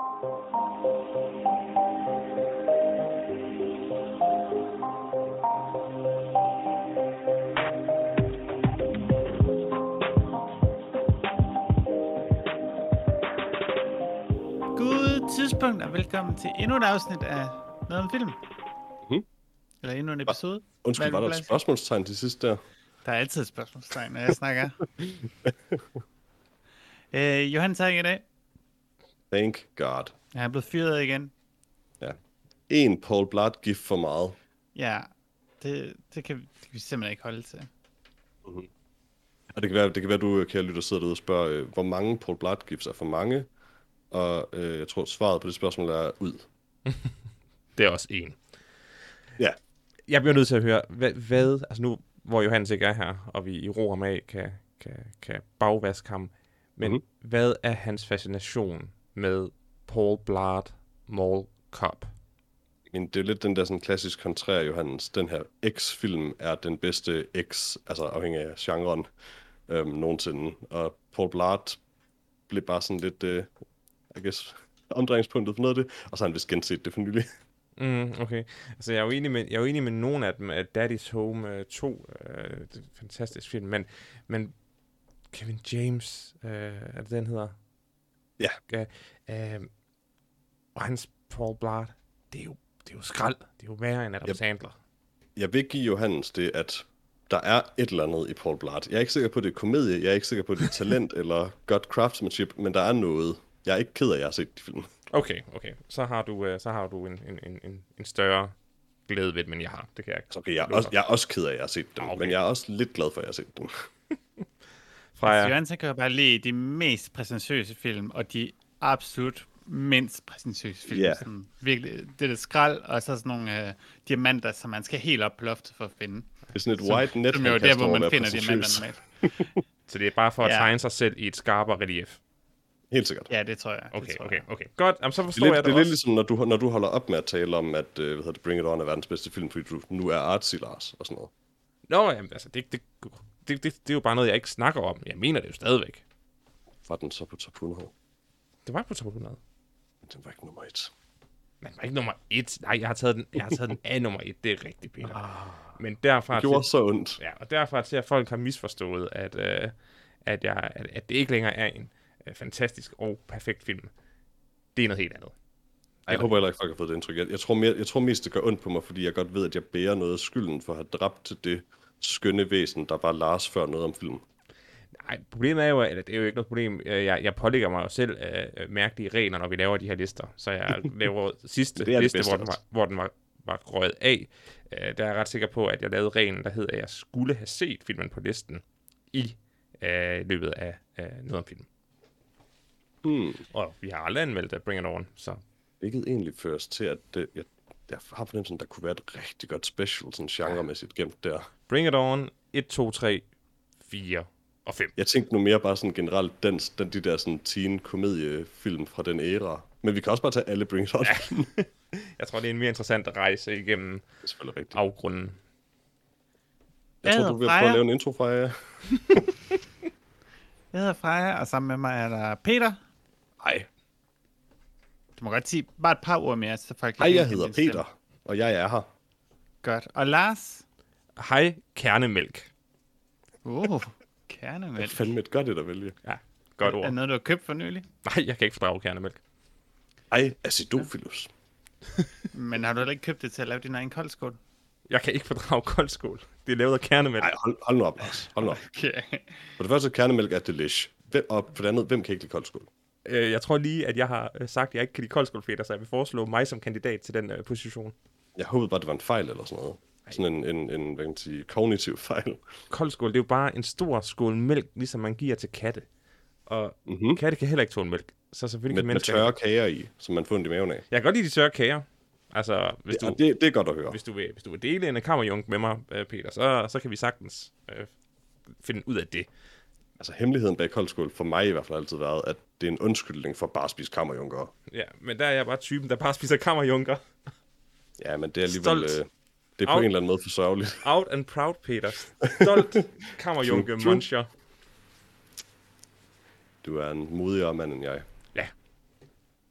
God tidspunkt, og velkommen til endnu et afsnit af Noget om Film. Mm-hmm. Eller endnu en episode. Undskyld, var der et spørgsmålstegn til sidst der? Der er altid et spørgsmålstegn, når jeg snakker. Johan tager ikke i dag. Thank God. Jeg er blevet fyret igen. Ja. En Paul Blart-gift for meget. Ja, det kan vi simpelthen ikke holde til. Mm-hmm. Og det kan være, du, kære lytter, sidder derude og spørger, hvor mange Paul Blart-gifts er for mange? Og jeg tror, svaret på det spørgsmål er ud. Det er også en. Ja. Jeg bliver nødt til at høre, hvad altså nu, hvor Johannes ikke er her, og vi i ro ham af kan bagvaske ham, men hvad er hans fascination med Paul Blart Mall Cop? Men det er lidt den der sådan klassisk kontrær, Johannes. Den her X-film er den bedste X, altså afhængig af genren, nogensinde. Og Paul Blart blev bare sådan lidt, I guess, omdrejningspunktet for noget af det, og så har han vist genset det for nylig. Okay. Altså, jeg er jo enig med nogle af dem, at Daddy's Home 2, det er en fantastisk film, men Kevin James, er det den hedder? Ja. Og hans Paul Blart, det er jo skrald. Det er jo værre end Adam Sandler. Jeg vil give Johannes det, at der er et eller andet i Paul Blart. Jeg er ikke sikker på, det er komedie, jeg er ikke sikker på, det er talent eller godt craftsmanship, men der er noget. Jeg er ikke ked af, at jeg har set de film. Okay. Så har du en større glæde ved det, men jeg har. Det kan jeg ikke. Okay, jeg er også ked af, at jeg har set dem, men jeg er også lidt glad for, at jeg har set dem. Johan, så kan jeg bare lide de mest præsentøse film, og de absolut mindst præsentøse film. Yeah. Sådan, virkelig, det er skrald, og så sådan nogle diamanter, som man skal helt op på loftet for at finde. Det er sådan et white net, som jo der, hvor man finder diamanterne med. Så det er bare for at tegne sig selv i et skarpere relief. Helt sikkert. Ja, det tror jeg. Okay. Godt, jamen, så forstår jeg det. Det er lidt ligesom, når du holder op med at tale om, at Bring It On er verdens bedste film, fordi du nu er artsy, Lars, og sådan noget. Nå, jamen, altså, det er jo bare noget, jeg ikke snakker om. Jeg mener det jo stadigvæk. Var den så på top 100? Det var på top 100. Den var ikke nummer 1. Den var ikke nummer 1. Nej, jeg har taget den af nummer 1. Det er rigtigt, Peter. Men derfra det gjorde så ondt. Ja, og derfra til, at folk har misforstået, at det ikke længere er en fantastisk og perfekt film. Det er noget helt andet. Jeg håber heller ikke, folk har fået det indtryk. Jeg tror mest, det gør ondt på mig, fordi jeg godt ved, at jeg bærer noget af skylden for at have dræbt det skønne væsen, der var Lars før noget om filmen. Nej, problemet er jo, eller det er jo ikke noget problem. Jeg pålægger mig jo selv mærkelige regler, når vi laver de her lister. Så jeg laver sidste liste, hvor den var røget af. Der er jeg ret sikker på, at jeg lavede reglen, der hed, at jeg skulle have set filmen på listen i løbet af noget om filmen. Og vi har aldrig anmeldt Bring It On, så... Hvilket egentlig føres til, at jeg har fornemmelsen, at der kunne være et rigtig godt special, sådan genremæssigt gemt der. Bring It On, 1, 2, 3, 4 og 5. Jeg tænkte nu mere bare sådan generelt, de der sådan teen-komediefilm fra den æra. Men vi kan også bare tage alle Bring It On. Ja. Jeg tror, det er en mere interessant rejse igennem afgrunden. Jeg tror, du vil prøve at lave en intro fra jer. Jeg hedder Freja, og sammen med mig er der Peter. Hej. Du må godt sige bare et par ord mere, så folk kan... Hej, jeg hedder Peter, og jeg er her. Godt. Og Lars? Hej, kernemælk. Kernemælk. Det er fandme et godt et at vælge. Ja, godt ord. Er det noget, du har købt for nylig? Nej, jeg kan ikke fordrage kernemælk. Ej, acidophilus. Men har du heller ikke købt det til at lave din egen koldskål? Jeg kan ikke fordrage koldskål. Det er lavet af kernemælk. Nej, hold nu op, Lars. Hold nu op. Okay. For det første, kernemælk er delish. Og for det andet, hvem kan ikke lide koldskål? Jeg tror lige, at jeg har sagt, at jeg ikke kan lide koldskål, Peter, så jeg vil foreslå mig som kandidat til den position. Jeg håbede bare, det var en fejl eller sådan noget. Sådan en hvad kan man sige, kognitiv fejl. Koldskål, det er jo bare en stor skål mælk, ligesom man giver til katte. Og katte kan heller ikke tåle mælk. Så selvfølgelig med tørre kager i, som man får ondt i maven af. Jeg kan godt lide de tørre kager. Altså, hvis det er godt at høre. Hvis du vil dele en kammerjunk med mig, Peter, så kan vi sagtens finde ud af det. Altså, hemmeligheden bag koldskål for mig i hvert fald altid været, at det er en undskyldning for bare at spise kammerjunker. Ja, men der er jeg bare typen, der bare spiser kammerjunker. Ja, men det er alligevel... det er på en eller anden måde for sørgeligt. Out and proud, Peter. Stolt kammerjunke muncher. Du er en modigere mand end jeg. Ja.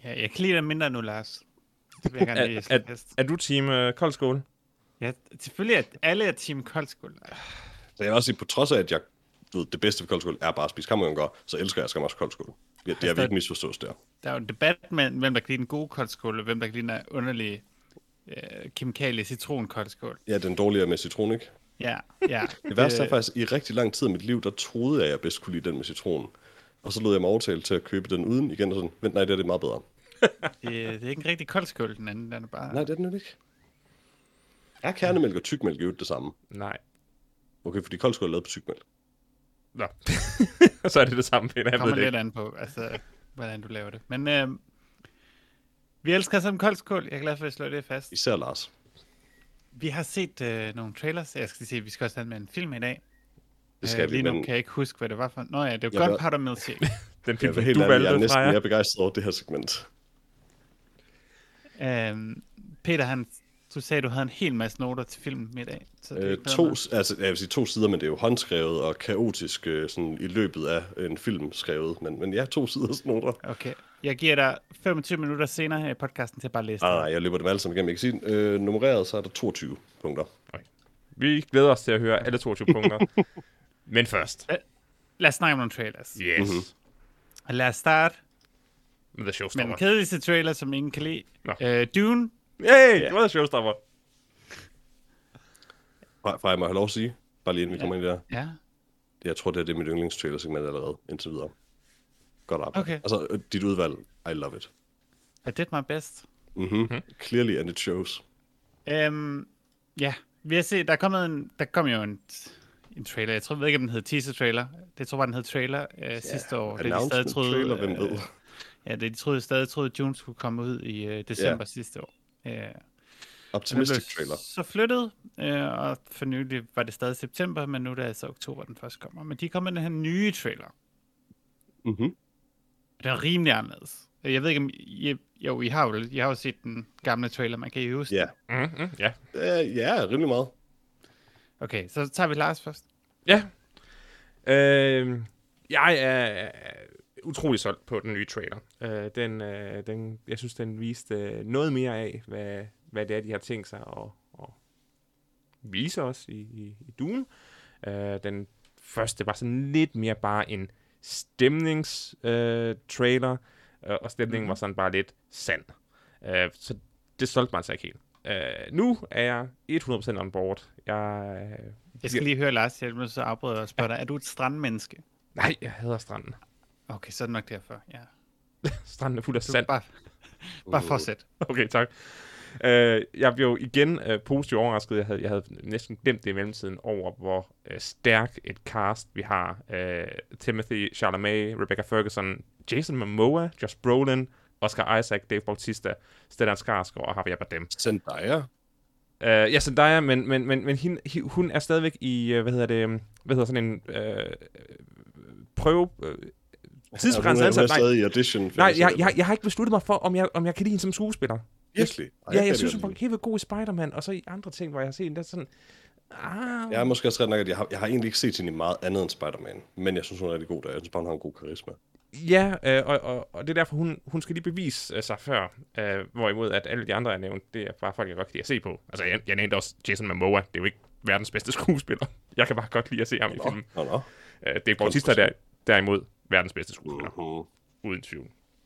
Ja, jeg kan lide dig mindre nu, Lars. Det vil jeg gerne lige slå fast. Er du team kold skål? Ja, selvfølgelig at alle er team kold skål. Så jeg vil også sige, på trods af, at jeg ved, det bedste for kold skål er bare at spise hamburger, så elsker jeg skam også kold skål. Ja, det har vi ikke misforstås der. Der er jo en debat med, hvem der kan lide den gode kold skål, og hvem der kan lide den underlige kemikalie citron kold skål. Ja, den dårligere med citron, ikke? Ja. Det værste er faktisk, i rigtig lang tid af mit liv, der troede jeg, at jeg bedst kunne lide den med citron. Og så lod jeg mig overtale til at købe den uden igen, og sådan, vent, nej, det er meget bedre. Det er ikke en rigtig kold skål, den anden, den er bare... Nej, det er den ikke. Er kernemælk og tykmælk jo det samme? Nej. Okay, fordi kold skål er lavet på tykmælk. Nå. Så er det samme, Peter. Det kommer lidt an på, hvordan du laver det. Men vi elsker som kold skål. Jeg er glad for, at jeg slår det fast. Især Lars. Vi har set nogle trailers. Jeg skal sige, at vi skal også have med en film i dag. Det skal vi, lige nu men... kan jeg ikke huske, hvad det var for... Nå ja, det var Gunpowder Milkshake. Den film, du valgte, jeg er næsten mere begejstret over det her segment. Peter, du sagde, at du havde en hel masse noter til filmen i dag. Så det jeg vil sige 2 sider, men det er jo håndskrevet og kaotisk sådan, i løbet af en film skrevet. Men ja, 2 siders noter. Okay. Jeg giver dig 25 minutter senere her i podcasten til bare at læse det. Nej, jeg løber dem alle sammen igennem. Jeg kan sige, nummereret, så er der 22 punkter. Okay. Vi glæder os til at høre alle 22 punkter. Men først. Lad os snakke om nogle trailers. Yes. Mm-hmm. Lad os starte med den kedeligste trailer, som ingen kan lide. Dune. Hey, det var The Showstopper. Freja, må jeg have lov at sige? Bare lige inden vi kommer ind i det der. Ja. Jeg tror, det er mit yndlingstrailer-segment allerede, indtil videre. Godt arbejde. Okay. Altså, dit udvalg, I love it. I did my best. Clearly, and it shows. Ja, vi har set, der kom jo en trailer. Jeg ved ikke, om den hed teaser-trailer. Det tror jeg, den hed trailer sidste år. Announcement-trailer, hvem ved? Ja, de stadig troede, at Dune skulle komme ud i december sidste år. Optimistic trailer. Så flyttet, og for nylig var det stadig september, men nu er det altså oktober, den først kommer. Men de kommer med den her nye trailer. Mhm. Den er rimelig anderledes. Jeg ved ikke, om I har jo set den gamle trailer, man kan huske. Ja. Ja, rimelig meget. Okay, så tager vi Lars først. Ja. Jeg er utrolig solgt på den nye trailer. Jeg synes, den viste noget mere af, hvad det er, de har tænkt sig at vise os i Dune. Den første var sådan lidt mere bare en stemningstrailer, og stemningen var sådan bare lidt sand. Så det solgte mig altså ikke helt. Nu er jeg 100% on board. Jeg skal lige høre, Lars, jeg må så afbryde og spørge dig. Er du et strandmenneske? Nej, jeg hader stranden. Okay, så er det nok derfor, ja. Stranden er fuld af sand. Bare fortsæt. Okay, tak. Jeg blev igen positivt overrasket. Jeg havde næsten glemt det i mellemtiden over, hvor stærk et cast vi har. Timothy Chalamet, Rebecca Ferguson, Jason Momoa, Josh Brolin, Oscar Isaac, Dave Bautista, Stellan Skarsgård og Javier Bardem. Zendaya? Ja, Zendaya, men hun er stadigvæk i, hvad hedder sådan en prøve... tidsbegrænset ansat. Nej, i audition. Nej, jeg har ikke besluttet mig for, om jeg kan lide hende som skuespiller. Virkelig? Jeg synes, hun var helt vildt god i Spider-Man, og så i andre ting, hvor jeg har set hende, der sådan... Jeg er måske også ret nok, at jeg har egentlig ikke set hende i meget andet end Spider-Man, men jeg synes, hun er rigtig god der. Jeg synes bare, hun har en god karisma. Ja, og det er derfor, hun skal lige bevise sig før, hvorimod at alle de andre, jeg nævnt, det er bare folk, jeg godt kan lide at se på. Altså, jeg nævnte også Jason Momoa, det er jo ikke verdens bedste skuespiller. Jeg kan bare godt lide at se ham i filmen. Det er Bautista derimod verdens bedste skuespiller. Uden tvivl.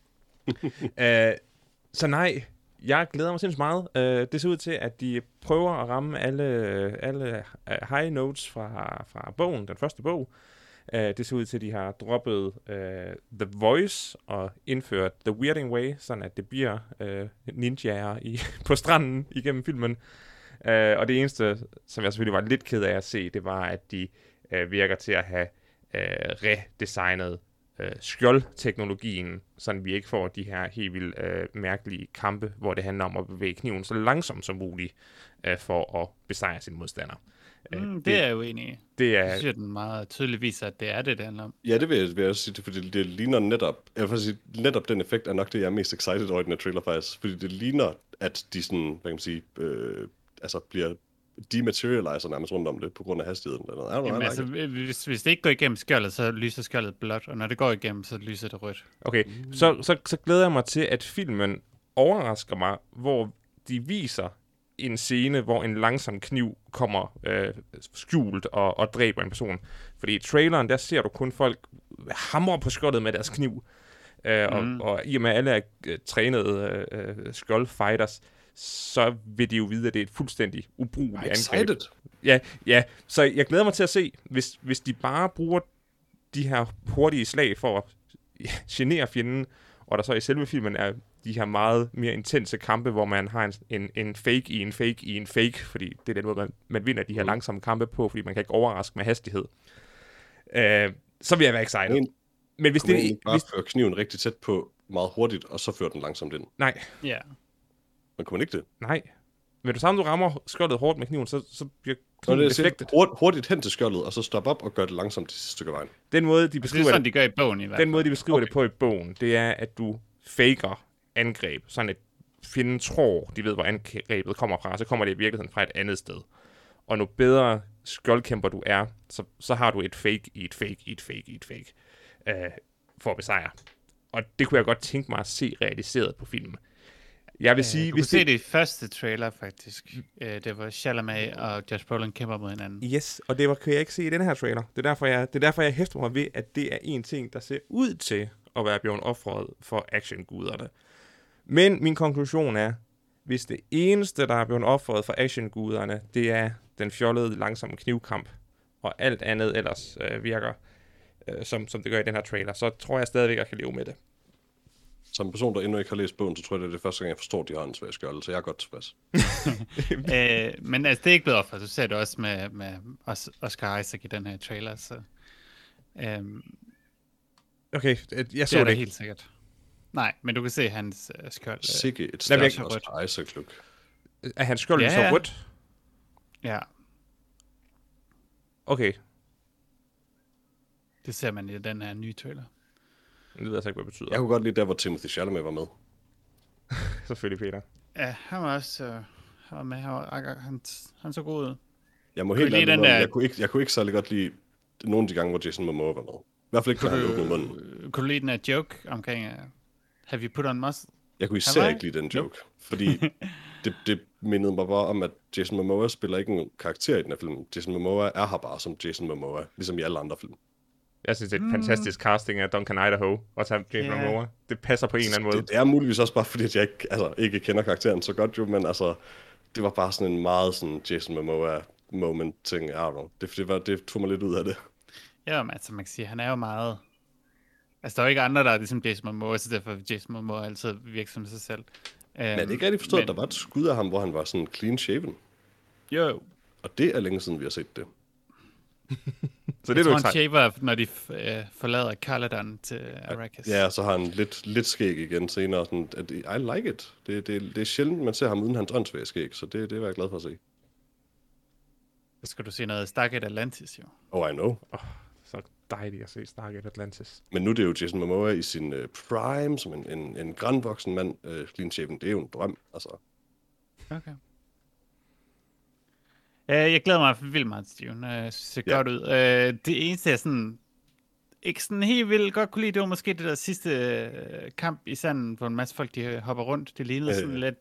Så nej, jeg glæder mig sindssygt meget. Det ser ud til, at de prøver at ramme alle high notes fra bogen, den første bog. Det ser ud til, at de har droppet The Voice og indført The Weirding Way, sådan at det bliver ninjaer på stranden igennem filmen. Og det eneste, som jeg selvfølgelig var lidt ked af at se, det var, at de virker til at have redesignet skjoldteknologien, så vi ikke får de her helt vildt mærkelige kampe, hvor det handler om at bevæge kniven så langsomt som muligt for at besejre sin modstander. Det er jeg jo enig i. Jeg synes, at den meget tydeligt viser, at det er det handler om. Ja, det vil jeg også sige, fordi det ligner netop... Jeg vil sige, netop den effekt er nok det, jeg er mest excited over i den her trailer faktisk. Fordi det ligner, at de sådan, hvad kan man sige, altså bliver dematerialiser nærmest rundt om det, på grund af hastigheden. Eller noget. Jamen, altså, hvis det ikke går igennem skjoldet, så lyser skjoldet blåt, og når det går igennem, så lyser det rødt. Okay, så glæder jeg mig til, at filmen overrasker mig, hvor de viser en scene, hvor en langsom kniv kommer skjult og dræber en person. Fordi i traileren, der ser du kun folk hamre på skjoldet med deres kniv. Og i og med, at alle er trænede skjoldfighters, så vil de jo vide, at det er et fuldstændig ubrugeligt angreb. Ja, så jeg glæder mig til at se, hvis de bare bruger de her hurtige slag for at genere fjenden, og der så i selve filmen er de her meget mere intense kampe, hvor man har en fake i en fake i en fake, fordi det er den måde, man vinder de her langsomme kampe på, fordi man kan ikke overraske med hastighed. Så vil jeg være excited. Men hvis det bare fører kniven rigtig tæt på meget hurtigt, og så fører den langsomt ind. Nej. Ja. Men kunne man ikke det? Nej. Men du samme, du rammer skjoldet hårdt med kniven, så bliver kniven deflektet. Hurtigt hen til skjoldet, og så stoppe op og gøre det langsomt det sidste stykke vejen. Den måde, de beskriver det er sådan, de gør i bogen i hvert fald. Den måde, de beskriver det på i bogen, det er, at du faker angreb, sådan at fjenden tror, de ved, hvor angrebet kommer fra, så kommer det i virkeligheden fra et andet sted. Og nu bedre skjoldkæmper du er, så har du et fake i et fake i et fake i et fake for at besejre. Og det kunne jeg godt tænke mig at se realiseret på filmen. Jeg vil sige, du kunne se det i første trailer, faktisk. Det var Chalamet og Josh Brolin kæmper mod hinanden. Yes, og det kan jeg ikke se i den her trailer. Det er derfor, jeg hæfter mig ved, at det er en ting, der ser ud til at være blevet offret for actionguderne. Men min konklusion er, hvis det eneste, der er blevet offret for actionguderne, det er den fjollede, langsomme knivkamp, og alt andet ellers virker, som det gør i den her trailer, så tror jeg stadigvæk, at jeg kan leve med det. Som en person, der endnu ikke har læst bogen, så tror jeg, det er det første gang, jeg forstår, at de har en svær skjold, så jeg er godt tilpas. Men altså, det er ikke blevet offret. Du ser det også med Oscar Isaac i den her trailer, så... Okay, jeg så det. Det Er helt sikkert. Nej, men du kan se hans skjold. Sikke et stærkt Oscar Isaac-look. Er hans skjold så rødt? Ja. Okay. Det ser man i den her nye trailer. Det ved jeg så ikke, hvad det betyder. Jeg kunne godt lide der, hvor Timothée Chalamet var med. Selvfølgelig, Peter. Ja, han var også han var med. Han så god ud. Jeg må helt ærligt jeg kunne ikke særlig godt lide nogle af de gange, hvor Jason Momoa var med. I hvert fald ikke, når han åbnede munden. Kunne du lide den her joke omkring, have you put on muscle? Jeg kunne især ikke lide den joke, fordi det mindede mig bare om, at Jason Momoa spiller ikke en karakter i den her film. Jason Momoa er her bare som Jason Momoa, ligesom i alle andre film. Jeg synes, det er et fantastisk casting af Duncan Idaho og Jason Momoa. Det passer på en eller anden måde. Det er muligvis også bare, fordi at jeg ikke kender karakteren så godt jo, men altså, det var bare sådan en meget sådan Jason Momoa moment ting. Det tog mig lidt ud af det. Ja, men altså man kan sige, han er jo meget... Altså der er jo ikke andre, der er ligesom Jason Momoa, så derfor Jason Momoa altid virker som sig selv. Men det er ikke rigtig forstået, at der var et skud af ham, hvor han var sådan clean shaven. Jo. Og det er længe siden, vi har set det. Så det er han shaver, når de forlader Caladan til Arrakis. Ja, så har han lidt skæg igen senere. Sådan, at I like it. Det er sjældent, man ser ham uden hans åndssvage skæg, så det var jeg glad for at se. Så skal du se noget Stargate Atlantis, jo. Oh, I know. Så dejligt at se Stargate Atlantis. Men nu er det jo Jason Momoa i sin prime, som en grandvoksen mand. Clean shaven, det er jo en drøm, altså. Okay. Jeg glæder mig vildt meget til Steven. Det ser godt ud. Det eneste, jeg sådan ikke sådan helt vildt godt kunne lide, det var måske det der sidste kamp i sanden, hvor en masse folk, de hopper rundt. Det lignede sådan lidt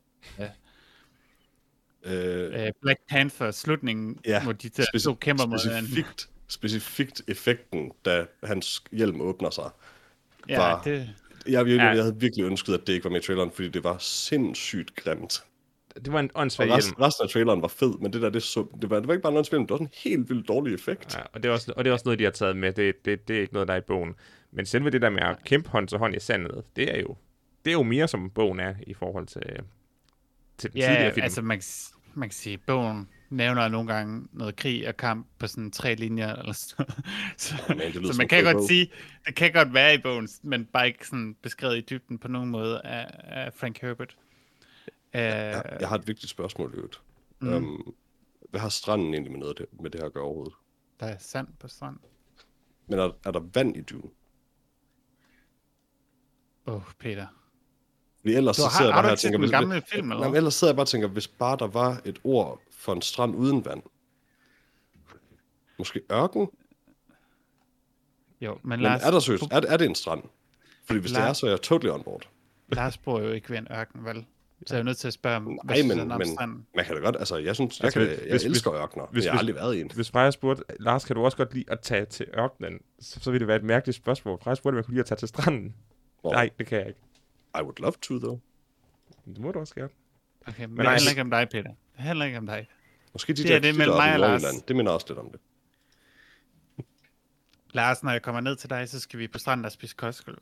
Black Panther slutningen, hvor de der to kæmper mod hinanden. Specifikt effekten, da hans hjelm åbner sig. Ja, jeg havde virkelig ønsket, at det ikke var med i traileren, fordi det var sindssygt grimt. Det var en åndssvag hjelm. Resten af traileren var fed, men det var ikke bare en åndssvag hjelm, det var sådan en helt vildt dårlig effekt. Ja, og det er også noget, de har taget med. Det er ikke noget, der er i bogen. Men selve det der med at kæmpe hånd til hånd i sandet, det er jo mere, som bogen er i forhold til den tidligere film. Ja, altså man kan sige, bogen nævner nogle gange noget krig og kamp på sådan 3 linjer eller sådan så man kan godt sige, det kan godt være i bogen, men bare ikke sådan beskrevet i dybden på nogen måde af Frank Herbert. Jeg har et vigtigt spørgsmål i øvrigt. Hvad har stranden egentlig med det her at gøre overhovedet? Der er sand på stranden. Men er der vand i Dune? Peter. Ellers så sidder har du her ikke set den gamle film, eller hvad? Ellers sidder jeg bare og tænker, hvis bare der var et ord for en strand uden vand. Måske ørken? Jo, men er der seriøst? Er det en strand? Fordi hvis det er, så er jeg totally on board. Lars bor jo ikke ved en ørken, vel? Så jeg er nødt til at spørge, nej, men man kan da godt, altså jeg synes, jeg elsker ørkener, jeg har aldrig været i en. Hvis Freja spurgte, Lars, kan du også godt lide at tage til ørkenen, så ville det være et mærkeligt spørgsmål. Freja spurgte, om jeg kunne lide at tage til stranden. Nej, det kan jeg ikke. I would love to, though. Det må du også gerne. Okay, men det handler ikke om dig, Peter. Det handler ikke om dig. Måske de der det mellem mig og Lars. Det minder også lidt om det. Lars, når jeg kommer ned til dig, så skal vi på stranden og spise kostskål.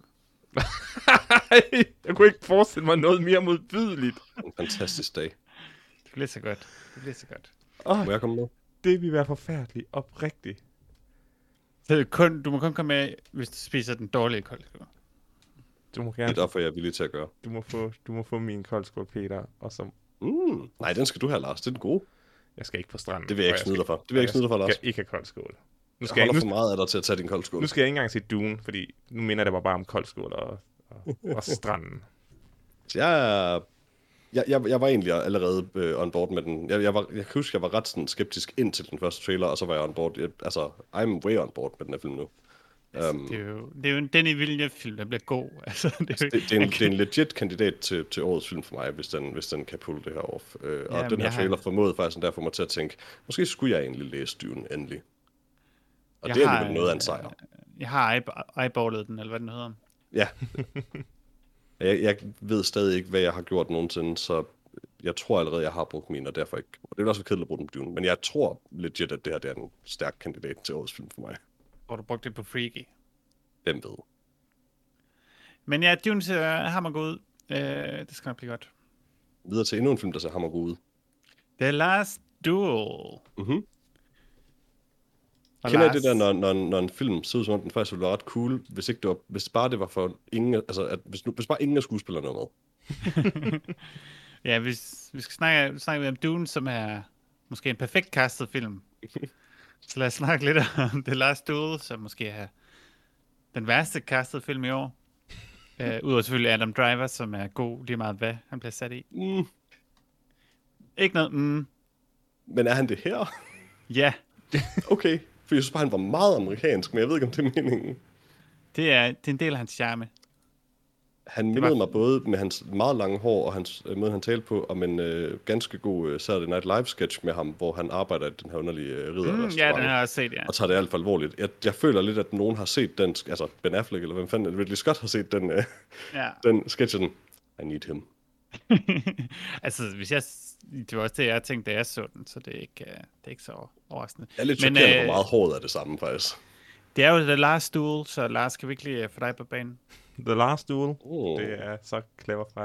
Jeg kunne ikke forestille mig noget mere modbydeligt. En fantastisk dag. Det bliver så godt. Må jeg komme med? Det vil være forfærdeligt, oprigtigt. Du må kun komme med, hvis du spiser den dårlige koldskål. Du må gerne. Det er derfor, jeg er villig til at gøre. Du må få min koldskål, Peter. Og så... Nej, den skal du have, Lars. Det er den gode. Jeg skal ikke på stranden. Det vil jeg ikke snyde dig for. Lars. Jeg skal ikke have koldskål. Jeg holder for meget af dig til at tage din koldskål. Nu skal jeg ikke engang se Dune, fordi nu minder det bare om koldskål og stranden. Jeg var egentlig allerede on board med den. Jeg kan huske, jeg var ret sådan skeptisk indtil den første trailer, og så var jeg on board. I'm way on board med den her film nu. Det er jo en Denis Villeneuve-film, der bliver god. Altså, det er en legit kandidat til årets film for mig, hvis den kan pulle det her off. Og den her trailer formåede faktisk derfor mig til at tænke, måske skulle jeg egentlig læse Dune endelig. Og det er alligevel noget af en sejr. Jeg har eyeballet den, eller hvad den hedder. Ja. Jeg ved stadig ikke, hvad jeg har gjort nogensinde, så jeg tror allerede, jeg har brugt min, og derfor ikke. Og det er også kedeligt at bruge den på Dune, men jeg tror legit, at det her det er en stærk kandidat til årets film for mig. Hvor du brugte det på Freaky. Hvem ved. Men ja, Dune ser hammergod ud. Det skal nok blive godt. Videre til endnu en film, der ser hammergod ud. The Last Duel. Mhm. Kender I det der, når en film ser ud som om den faktisk ville være ret cool, hvis bare det var for ingen, altså hvis bare ingen af skuespillerne er med? Ja, vi skal snakke om Dune, som er måske en perfekt castet film. Så lad os snakke lidt om The Last Duel, som måske er den værste castet film i år. Udover selvfølgelig Adam Driver, som er god lige meget, hvad han bliver sat i. Ikke noget. Men er han det her? Ja. Okay. For jeg synes bare, han var meget amerikansk, men jeg ved ikke, om det er meningen. Det er en del af hans charme. Han mindede mig både med hans meget lange hår og hans måde, han talte på, om en ganske god Saturday Night Live-sketch med ham, hvor han arbejder i den her underlige ridderrestaurant. Ja, den har jeg også set, ja. Og tager det alt for alvorligt. Jeg føler lidt, at nogen har set den, altså Ben Affleck, eller hvem fanden, Ridley Scott har set den, den sketchen. I need him. Altså, det var også det, jeg tænkte, da jeg så den, så det er ikke så overraskende. Jeg er lidt chokerende, hvor meget håret er det samme, faktisk. Det er jo The Last Duel, så Lars, skal vi ikke lige få dig på banen? The Last Duel. Det er så clever fra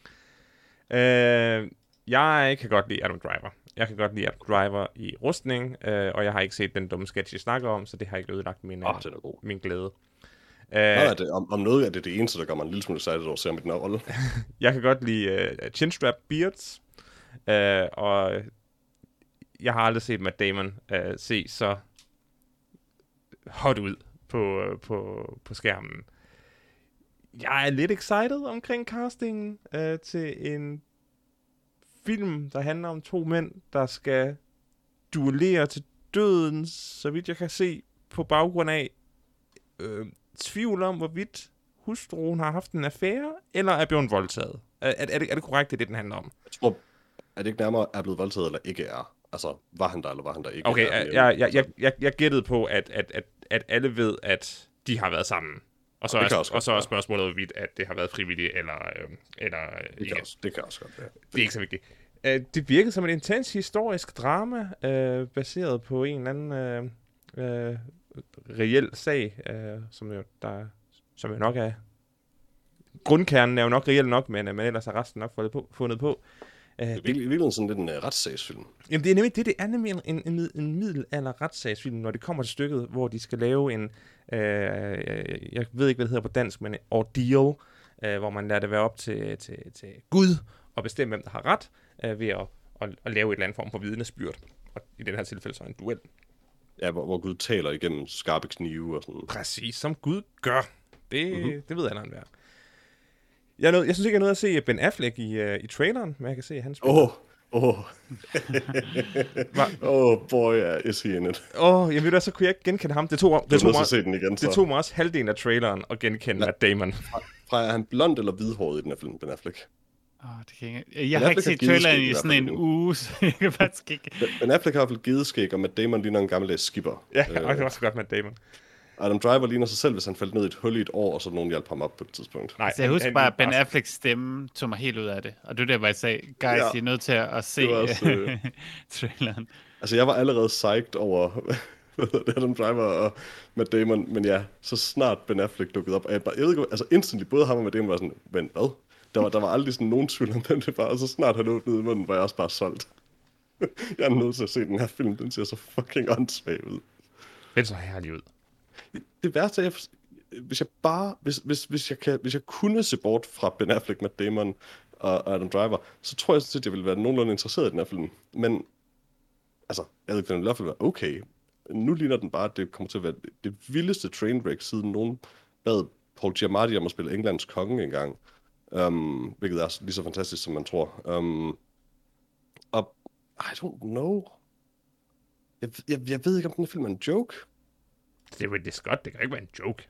jeg kan godt lide Adam Driver. Jeg kan godt lide Adam Driver i rustning, og jeg har ikke set den dumme sketch, I snakker om, så det har ikke ødelagt min glæde. Om noget er det eneste, der gør mig en lille smule excited over at se om i den her rolle. Jeg kan godt lide chinstrap beards, og jeg har aldrig set Matt Damon se så hot ud på skærmen. Jeg er lidt excited omkring castingen til en film, der handler om to mænd, der skal duellere til døden, så vidt jeg kan se, på baggrund af tvivl om, hvorvidt hustruen har haft en affære, eller er blevet voldtaget. Er det korrekt, det den handler om? Jeg tror, er det ikke nærmere er blevet voldtaget, eller ikke er? Altså, var han der, eller var han der ikke? Okay, jeg gættede på, at alle ved, at de har været sammen. Og så er spørgsmålet, hvorvidt at det har været frivilligt, eller ikke. Det kan også godt være. Det er ikke så vigtigt. Det virkede som et intens historisk drama, baseret på en eller anden reel sag, som jo nok er... Grundkernen er jo nok reelt nok, men ellers er resten nok fundet på. Det er virkelig sådan lidt en retssagsfilm. Jamen det er nemlig det er nemlig en middelalder retssagsfilm, når det kommer til stykket, hvor de skal lave en, jeg ved ikke, hvad det hedder på dansk, men en ordeal, hvor man lader det være op til Gud og bestemme, hvem der har ret, ved at lave et eller andet form for vidnesbyrd. Og i den her tilfælde så en duel. Ja, hvor Gud taler igennem skarpe knive og sådan. Præcis, som Gud gør. Det ved alle enhver. Jeg synes ikke, jeg nåede at se Ben Affleck i traileren, men jeg kan se, at han spiller. Boy, is he in it. Jamen ved du, så kunne jeg ikke genkende ham. Det tog mig også halvdelen af traileren at genkende Matt Damon. Fra er han blond eller hvidhåret i den her film, Ben Affleck? Jeg har ikke set traileren i sådan en uge, så jeg kan faktisk ikke... Ben Affleck har i hvert fald gedeskæg, og Matt Damon ligner en gammel skipper. Ja, det var også godt Matt Damon. Adam Driver ligner sig selv, hvis han faldt ned i et hul i et år, og så nogen hjalp ham op på et tidspunkt. Nej, jeg husker bare, at Ben Afflecks stemme tog mig helt ud af det. Og det er der, hvor jeg sagde, guys, I er nødt til at se traileren. Altså, jeg var allerede psyched over Adam Driver og Matt Damon, men ja, så snart Ben Affleck dukkede op, og jeg ved ikke, altså instantly, både ham og Matt Damon var sådan, men hvad? Der var aldrig sådan nogen tvivl om den, det var, og så snart han åbnede munden, var jeg også bare solgt. Jeg er nødt til at se den her film, den ser så fucking åndssvag ud. Den så herlig ud. Det værste er, hvis jeg kunne se bort fra Ben Affleck, Matt Damon og Adam Driver, så tror jeg sådan set, at jeg ville være nogenlunde interesseret i den her film. Men, altså, jeg ved ikke, den ville i hvert fald være okay. Nu ligner den bare, at det kommer til at være det vildeste trainwreck, siden nogen bad Paul Giamatti om at spille Englands konge engang. Hvilket er lige så fantastisk, som man tror. Og, I don't know. Jeg ved ikke, om den her film er en joke. Det er Ridley Scott, det kan ikke være en joke.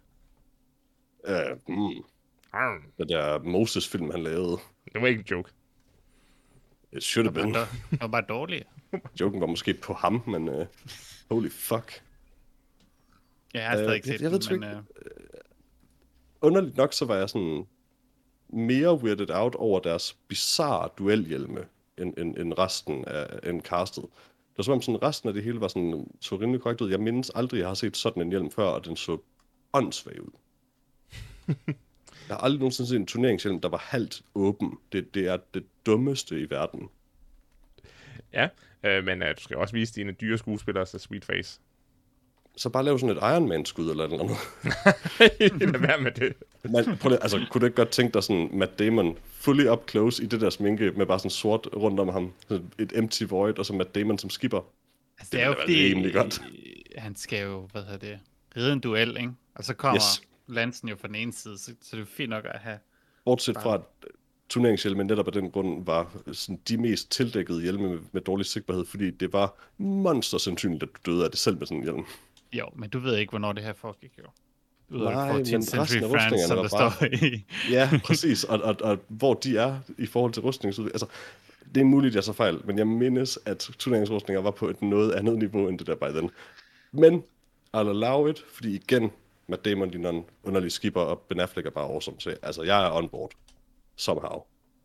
Det der Moses-film, han lavede. Det var ikke en joke. It should have been. Det var bare dårligt. Joken var måske på ham, men holy fuck. Ja, jeg har stadig ikke set den, men... Underligt nok, så var jeg sådan mere weirded out over deres bizarre duelhjelme, end resten af castet. Det var som om sådan, resten af det hele var sådan, så rimelig korrekt ud. Jeg mindes aldrig, jeg har set sådan en hjelm før, og den så åndssvag ud. Jeg har aldrig nogensinde set en turneringshjelm, der var halvt åben. Det er det dummeste i verden. Ja, men du skal også vise dine dyre skuespillere så sweet face. Så bare lave sådan et Iron Man-skud eller noget andet. Lad være med det. Kunne du ikke godt tænke dig sådan Matt Damon fully up close i det der sminke med bare sådan sort rundt om ham, et empty void, og så Matt Damon som skipper? Altså, det er jo fordi, godt. Han skal jo, ride en duel, ikke? Og så kommer Lansen jo fra den ene side, så det er fint nok at have... Bortset fra, at turneringshjelmen netop af den grund var sådan de mest tildækkede hjelme med dårlig sigtbarhed, fordi det var monstersandsynligt, at du døde af det selv med sådan en hjelm. Jo, men du ved ikke, hvornår det her foregik, jo. Nej, men resten af rustningerne var bare... Ja, præcis. Og hvor de er i forhold til rustning. Altså, det er muligt, jeg så fejl, men jeg mindes, at turneringsrustninger var på et noget andet niveau end det der by then. Men I'll allow it, fordi igen, Matt Damon ligner en underlig skipper, og Ben Affleck er bare awesome. Så altså, jeg er on board. Somehow.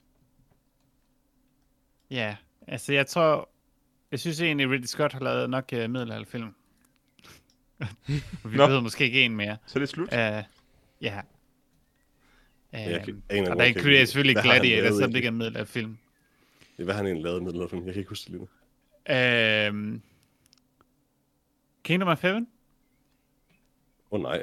Ja, altså jeg synes egentlig, Ridley Scott har lavet nok middelalderfilm. Vi behøver måske ikke en mere. Så det er slut? Ja. Og der inkluderer selvfølgelig Gladiator, som det ikke er en middelalderfilm. Hvad har han egentlig lavet i middelalderfilm? Jeg kan ikke huske det lige nu. Kingdom of Heaven? Nej.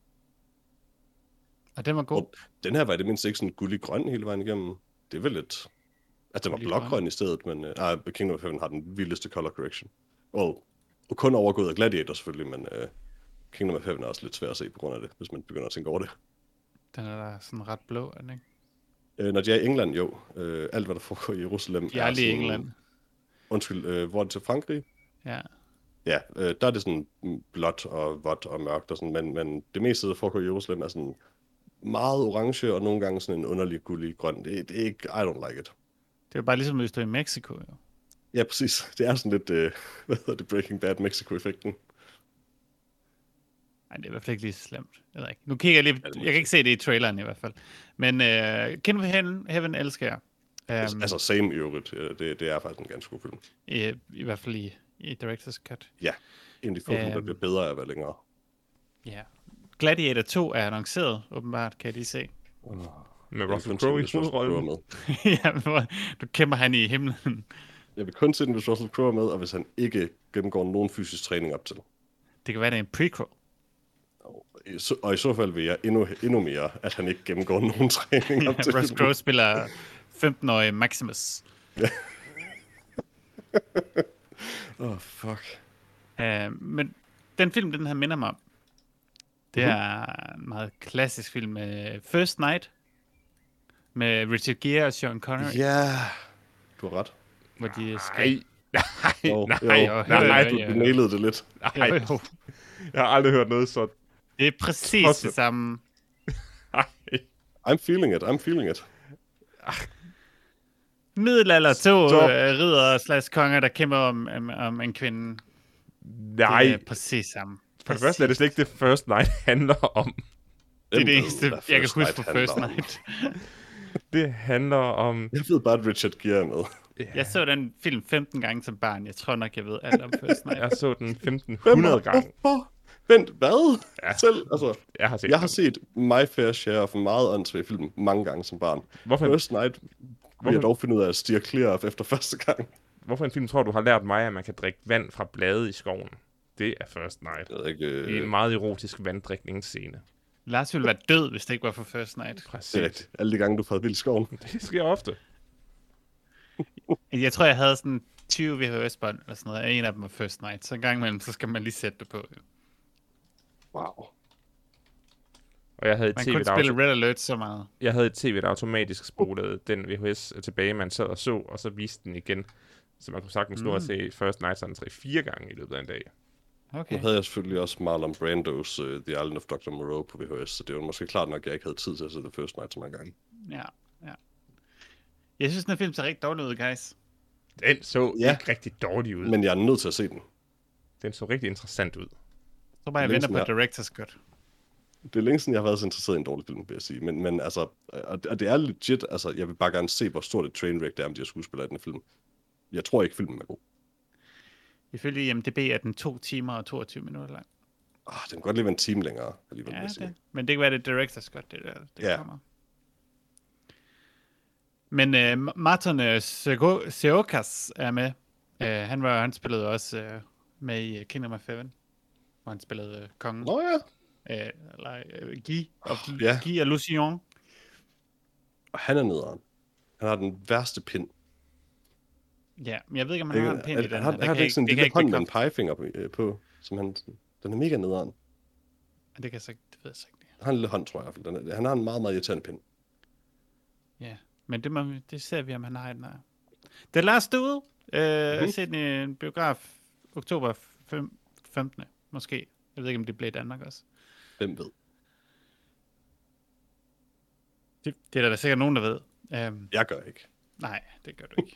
Og den var god. Den her var i det mindste ikke sådan gullig-grøn hele vejen igennem. Det er vel lidt... Altså, den var blågrøn i stedet, men Kingdom of Heaven har den vildeste color correction. Og kun overgået af Gladiator selvfølgelig, men Kingdom of Heaven er også lidt svært at se på grund af det, hvis man begynder at tænke over det. Den er da sådan ret blå, er den ikke? Når de er i England, jo. Alt, hvad der foregår i Jerusalem, er sådan... i England. Undskyld, hvor er det til Frankrig? Ja. Ja, der er det sådan blåt og vådt og mørkt og sådan, men det meste, der foregår i Jerusalem, er sådan meget orange og nogle gange sådan en underlig gullig grøn. Det er ikke, I don't like it. Det er jo bare ligesom, hvis du er i Mexico, jo. Ja, præcis. Det er sådan lidt, Breaking Bad Mexico-effekten. Nej, det er i hvert fald ikke lige så slemt. Jeg ved ikke. Nu kigger jeg lige, jeg kan ikke se det i traileren i hvert fald. Men Kingdom of Heaven elsker jeg. Altså same i øvrigt. Det er faktisk en ganske god film. I hvert fald i Director's Cut. Ja, en af de få film, der bliver bedre af at være længere. Ja. Gladiator 2 er annonceret, åbenbart, kan jeg lige se. Med Russell Crowe i hovedrollen. Ja, du kæmper han i himlen. Jeg vil kun se den, hvis Russell Crowe er med, og hvis han ikke gennemgår nogen fysisk træning op til. Det kan være, det er en prequel. Og i så fald vil jeg endnu mere, at han ikke gennemgår nogen træning op til. Russell Crowe spiller 15-årig Maximus. Ja. Fuck. Men den film, den her minder mig om, det er en meget klassisk film med First Night. Med Richard Gere og Sean Connery. Ja, du har ret. Hvor de skal... Nej, du nailede det lidt. Nej, jeg har aldrig hørt noget så... Det er præcis det samme. I'm feeling it. Middelalder 2 ridder / konger, der kæmper om en kvinde. Nej. Det er præcis samme. For det første er det slet ikke det First Night handler om. Det er det eneste, jeg kan huske fra First Night. Det handler om... Jeg ved bare, at Richard Gere er med. Jeg så den film 15 gange som barn. Jeg tror nok, jeg ved alt om First Night. Jeg så den 1500 gange. Vent, hvad? Ja. Selv? Altså, jeg har set My Fair Share of meget åndssvage film mange gange som barn. First Night vil jeg dog finde ud af at stige clear of efter første gang. Hvorfor en film tror du har lært mig, at man kan drikke vand fra blade i skoven? Det er First Night. Det er en meget erotisk vanddrikningsscene. Lars ville være død, hvis det ikke var for First Night. Præcis. Alle de gange, du får vild i skoven. Det sker ofte. Jeg tror, jeg havde sådan 20 VHS-bånd eller sådan noget, og en af dem var First Night. Så en gang imellem, så skal man lige sætte det på. Wow. Og jeg havde man kunne spille Red Alert så meget. Jeg havde et tv, der automatisk spolede den VHS tilbage, man sad og så, og så viste den igen. Så man kunne sagtens nå at se First Night sådan 3-4 gange i løbet af en dag. Okay. Nu havde jeg selvfølgelig også Marlon Brandos The Island of Dr. Moreau på VHS, så det var måske klart nok, at jeg ikke havde tid til at se The First Night så mange gange. Ja. Jeg synes, den film ser rigtig dårlig ud, guys. Den så ikke rigtig dårlig ud. Men jeg er nødt til at se den. Den så rigtig interessant ud. Så bare jeg venter på Director's Cut. Det er længe siden, jeg har været så interesseret i en dårlig film, vil jeg sige. Men altså, og det er legit, altså, jeg vil bare gerne se, hvor stort et trainwreck det er, om de her skuespillere i den film. Jeg tror ikke, filmen er god. Ifølge IMDb er den 2 timer og 22 minutter lang. Den kan godt lige være en time længere, alligevel. Ja, det. Men det kan være, det Director's Cut, det kommer. Men Martin Seokas er med. Han spillede også med i Kingdom of Heaven, hvor han spillede kongen. Guy og Lucien. Og han er nederen. Han har den værste pind. Ja, men jeg ved ikke, om han har en pind i den. Han har ikke sådan en lille hånd med en pegefinger på, som han... Den er mega nederen. Det kan jeg så ikke, det ved jeg så ikke. Han har en lille hånd, tror jeg i hvert fald. Han har en meget, meget irriterende pind. Ja, men det ser vi, om han har i den her. The Last Duel. Set den i en biograf oktober 15. Måske. Jeg ved ikke, om det blev i Danmark også. Hvem ved? Det er der sikkert nogen, der ved. Jeg gør ikke. Nej, det gør du ikke.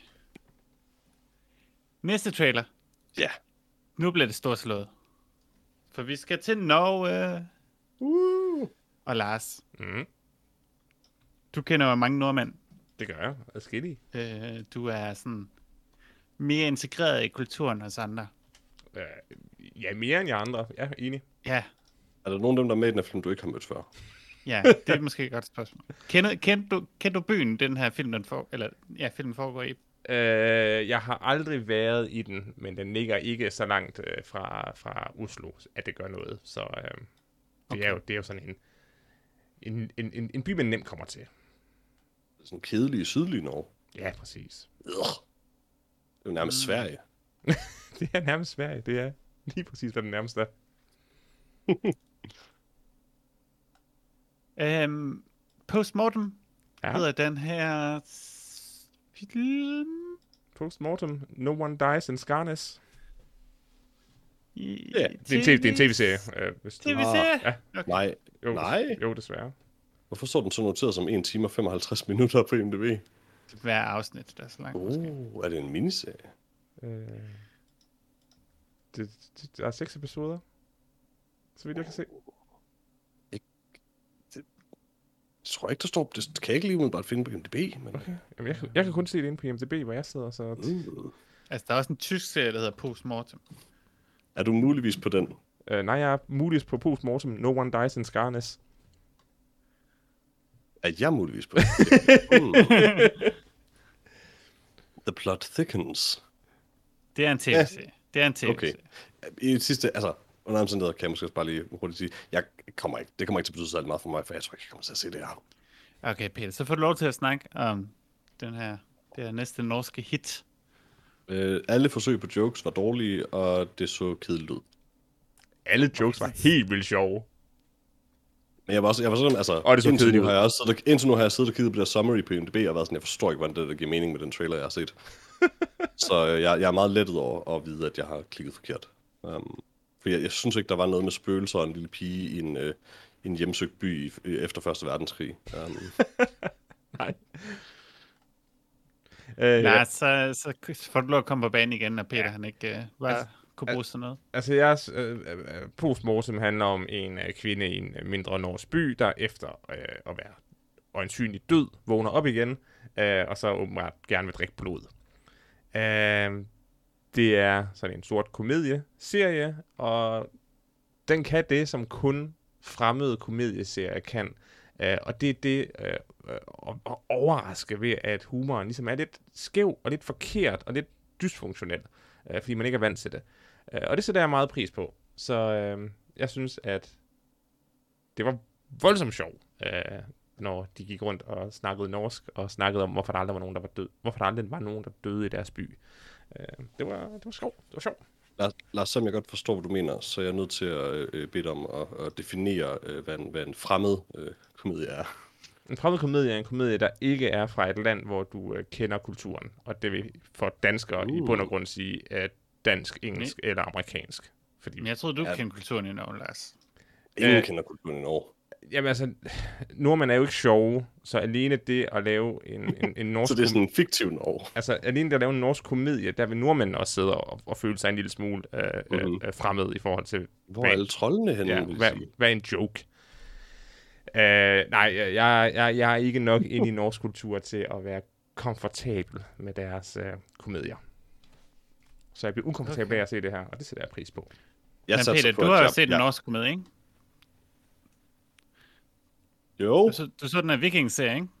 Næste trailer. Ja. Nu bliver det storslået. For vi skal til Norge. Og Lars. Du kender jo mange nordmænd. Det gør jeg. Adskillige. Du er sådan mere integreret i kulturen hos andre. Ja, mere end jeg andre. Ja, enig. Ja. Er der nogen af dem, der er med i den her film, du ikke har mødt før? Ja, det er måske et godt spørgsmål. Kender du byen, den her film, filmen foregår i? Jeg har aldrig været i den, men den ligger ikke så langt fra Oslo, at det gør noget. Så det er jo sådan en by, man nemt kommer til. Sådan kedelige sydlige Norge. Ja, præcis. Det er jo nærmest Sverige. Det er nærmest Sverige, det er lige præcis, hvad den nærmest er. Postmortem hedder den her film. Postmortem, No One Dies in Skarnes. Ja, det er en tv-serie. TV-serie? Ja. Okay. Nej. Jo, desværre. Hvorfor så den så noteret som 1 time og 55 minutter på IMDb? Hver afsnit, der er så langt. Er det en miniserie? Der er 6 episoder, så vidt jeg kan se. Jeg tror ikke, der står... Det kan jeg ikke lige umiddelbart finde på IMDb. Men... Okay. Jamen, jeg kan kun se det inde på IMDb, hvor jeg sidder. Så... Altså, der er også en tysk serie, der hedder Postmortem. Er du muligvis på den? Nej, jeg er muligvis på Postmortem, No One Dies in Skarnes. Er jeg muligvis på den? The plot thickens. Det er en tv-serie. Det er en tv-serie. Okay. I det sidste, altså, under omstændigheder kan jeg måske bare lige hurtigt sige, det kommer ikke til at betyde så meget for mig, for jeg tror ikke, jeg kommer til at se det her. Okay, Peter, så får du lov til at snakke om det her næste norske hit. Alle forsøg på jokes var dårlige, og det så kedeligt ud. Alle jokes var helt vildt sjove. Men jeg var sådan, altså, indtil nu har jeg siddet og kigget på det summary på IMDb, og været sådan, jeg forstår ikke, hvordan det der giver mening med den trailer, jeg har set. Så jeg er meget lettet over at vide, at jeg har klikket forkert. For jeg synes ikke, der var noget med spøgelser og en lille pige i en hjemsøgt by efter 1. verdenskrig. Nej. Nej, så får du lov at komme på banen igen, og Peter han ikke kunne bruge sådan noget. Altså jeres postmortem handler om en kvinde i en mindre norsk by, der efter at være øjensynligt død, vågner op igen, og så åbenbart gerne vil drikke blod. Det er sådan en sort komedieserie, og den kan det, som kun fremmede komedieserier kan. Og det er det at overraske ved, at humoren ligesom er lidt skæv og lidt forkert og lidt dysfunktionel, fordi man ikke er vant til det. Og det sætter jeg meget pris på. Så jeg synes, at det var voldsomt sjovt, når de gik rundt og snakkede norsk og snakkede om, hvorfor der aldrig var nogen, der var død. Hvorfor der aldrig var nogen, der døde i deres by. Det var sjovt. Det var sjovt. Lars, som jeg godt forstår, hvad du mener, så er jeg nødt til at bede dig om at definere, hvad en fremmed komedie er. En fremmed komedie er en komedie, der ikke er fra et land, hvor du kender kulturen. Og det vil for danskere i bund og grund sige, at dansk, engelsk eller amerikansk. Fordi... Men jeg troede, du kender kulturen i Norge, Lars. Ingen kender kulturen i Norge. Jamen altså, nordmænd er jo ikke sjove, så alene det at lave en norsk... Så det er sådan en fiktiv Norge? Altså, alene det at lave en norsk komedie, der vil nordmænd også sidde og føle sig en lille smule fremmed i forhold til... Hvor er alle troldene henne, vil sige? Hvad er en joke? Nej, jeg er ikke nok inde i norsk kultur til at være komfortabel med deres komedier. Så jeg bliver ukomfortabel af at se det her, og det sætter jeg pris på. Men Peter, du har jo set en norsk komedie, ikke? Jo. Du så den her Viking-serie, ikke?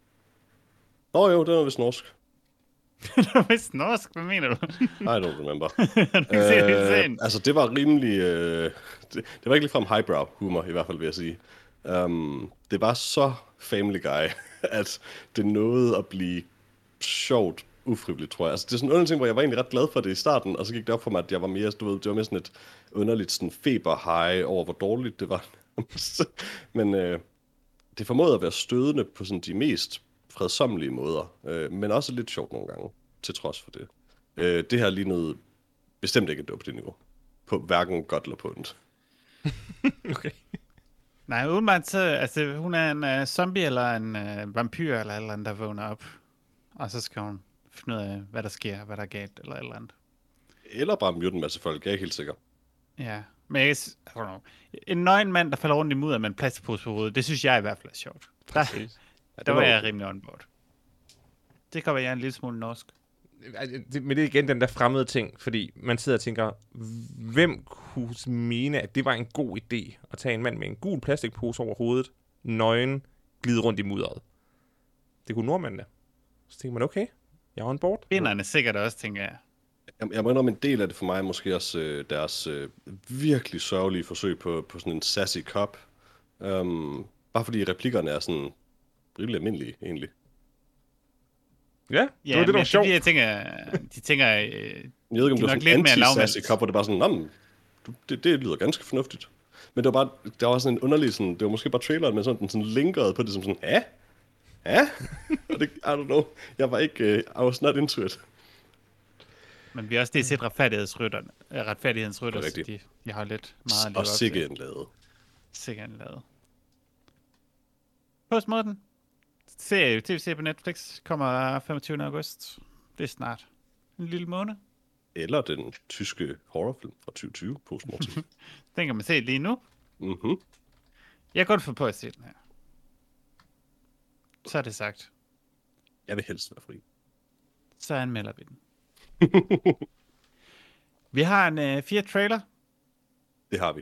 Jo, det var vist norsk. Det var vist norsk? Hvad mener du? I don't remember. Altså, det var rimelig... det var ikke ligefrem highbrow humor, i hvert fald, vil jeg sige. Det var så Family Guy, at det nåede at blive sjovt ufrivilligt, tror jeg. Altså, det er sådan en underlig ting, hvor jeg var egentlig ret glad for det i starten, og så gik det op for mig, at jeg var mere, du ved, det var mere sådan et underligt sådan feber-high over, hvor dårligt det var. Men det formåede at være stødende på sådan de mest fredsommelige måder, men også lidt sjovt nogle gange, til trods for det. Det her lignede bestemt ikke, at det var på det niveau. På hverken godt eller på ondt. Okay. Nej, udenbart så, altså hun er en zombie eller en vampyr eller et eller andet, der vågner op. Og så skal hun finde ud af, hvad der sker, hvad der er galt eller et eller andet. Eller bare myrde en masse folk, jeg er ikke helt sikker. Ja, men en nøgen mand, der falder rundt i mudder med en plastikpose på hovedet, det synes jeg i hvert fald er sjovt. Der var jeg rimelig on board. Det kan være, jeg er en lille smule norsk. Men det er igen den der fremmede ting, fordi man sidder og tænker, hvem kunne mene, at det var en god idé at tage en mand med en gul plastikpose over hovedet, nøgen, glide rundt i mudderet. Det kunne nordmændene. Så tænker man, okay, jeg er on board. Vinderne sikkert også, tænker jeg. Jeg må indrømme, en del af det for mig måske også deres virkelig sørgelige forsøg på sådan en sassy cop. Bare fordi replikkerne er sådan rimelig almindelige, egentlig. Ja, det var det, der var sjovt. Jeg tænker, jeg ved ikke, om det var sådan en anti-sassy cop, hvor det bare sådan, det lyder ganske fornuftigt. Men det var bare, der var sådan en underlig, sådan, det var måske bare traileren, men sådan, den sådan linkerede på det som sådan, ja? Og det, I don't know, jeg var ikke, I was not into it. Men vi har også det set retfærdighedens rytter, så de har lidt meget at leve op til. Og sikke en lade. Sikke en lade. Postmortem. TV-serie på Netflix kommer 25. august. Det er snart en lille måned. Eller den tyske horrorfilm fra 2020, Postmortem. Den kan man se lige nu. Mm-hmm. Jeg kan godt få på at se den her. Så er det sagt. Jeg vil helst være fri. Så anmelder vi den. Vi har en 4 trailer. Det har vi.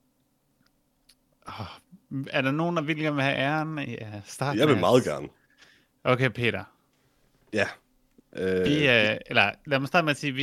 Er der nogen, der vil gerne have æren i starten? Jeg vil meget gerne. Okay, Peter. Ja. Eller lad mig starte med at sige,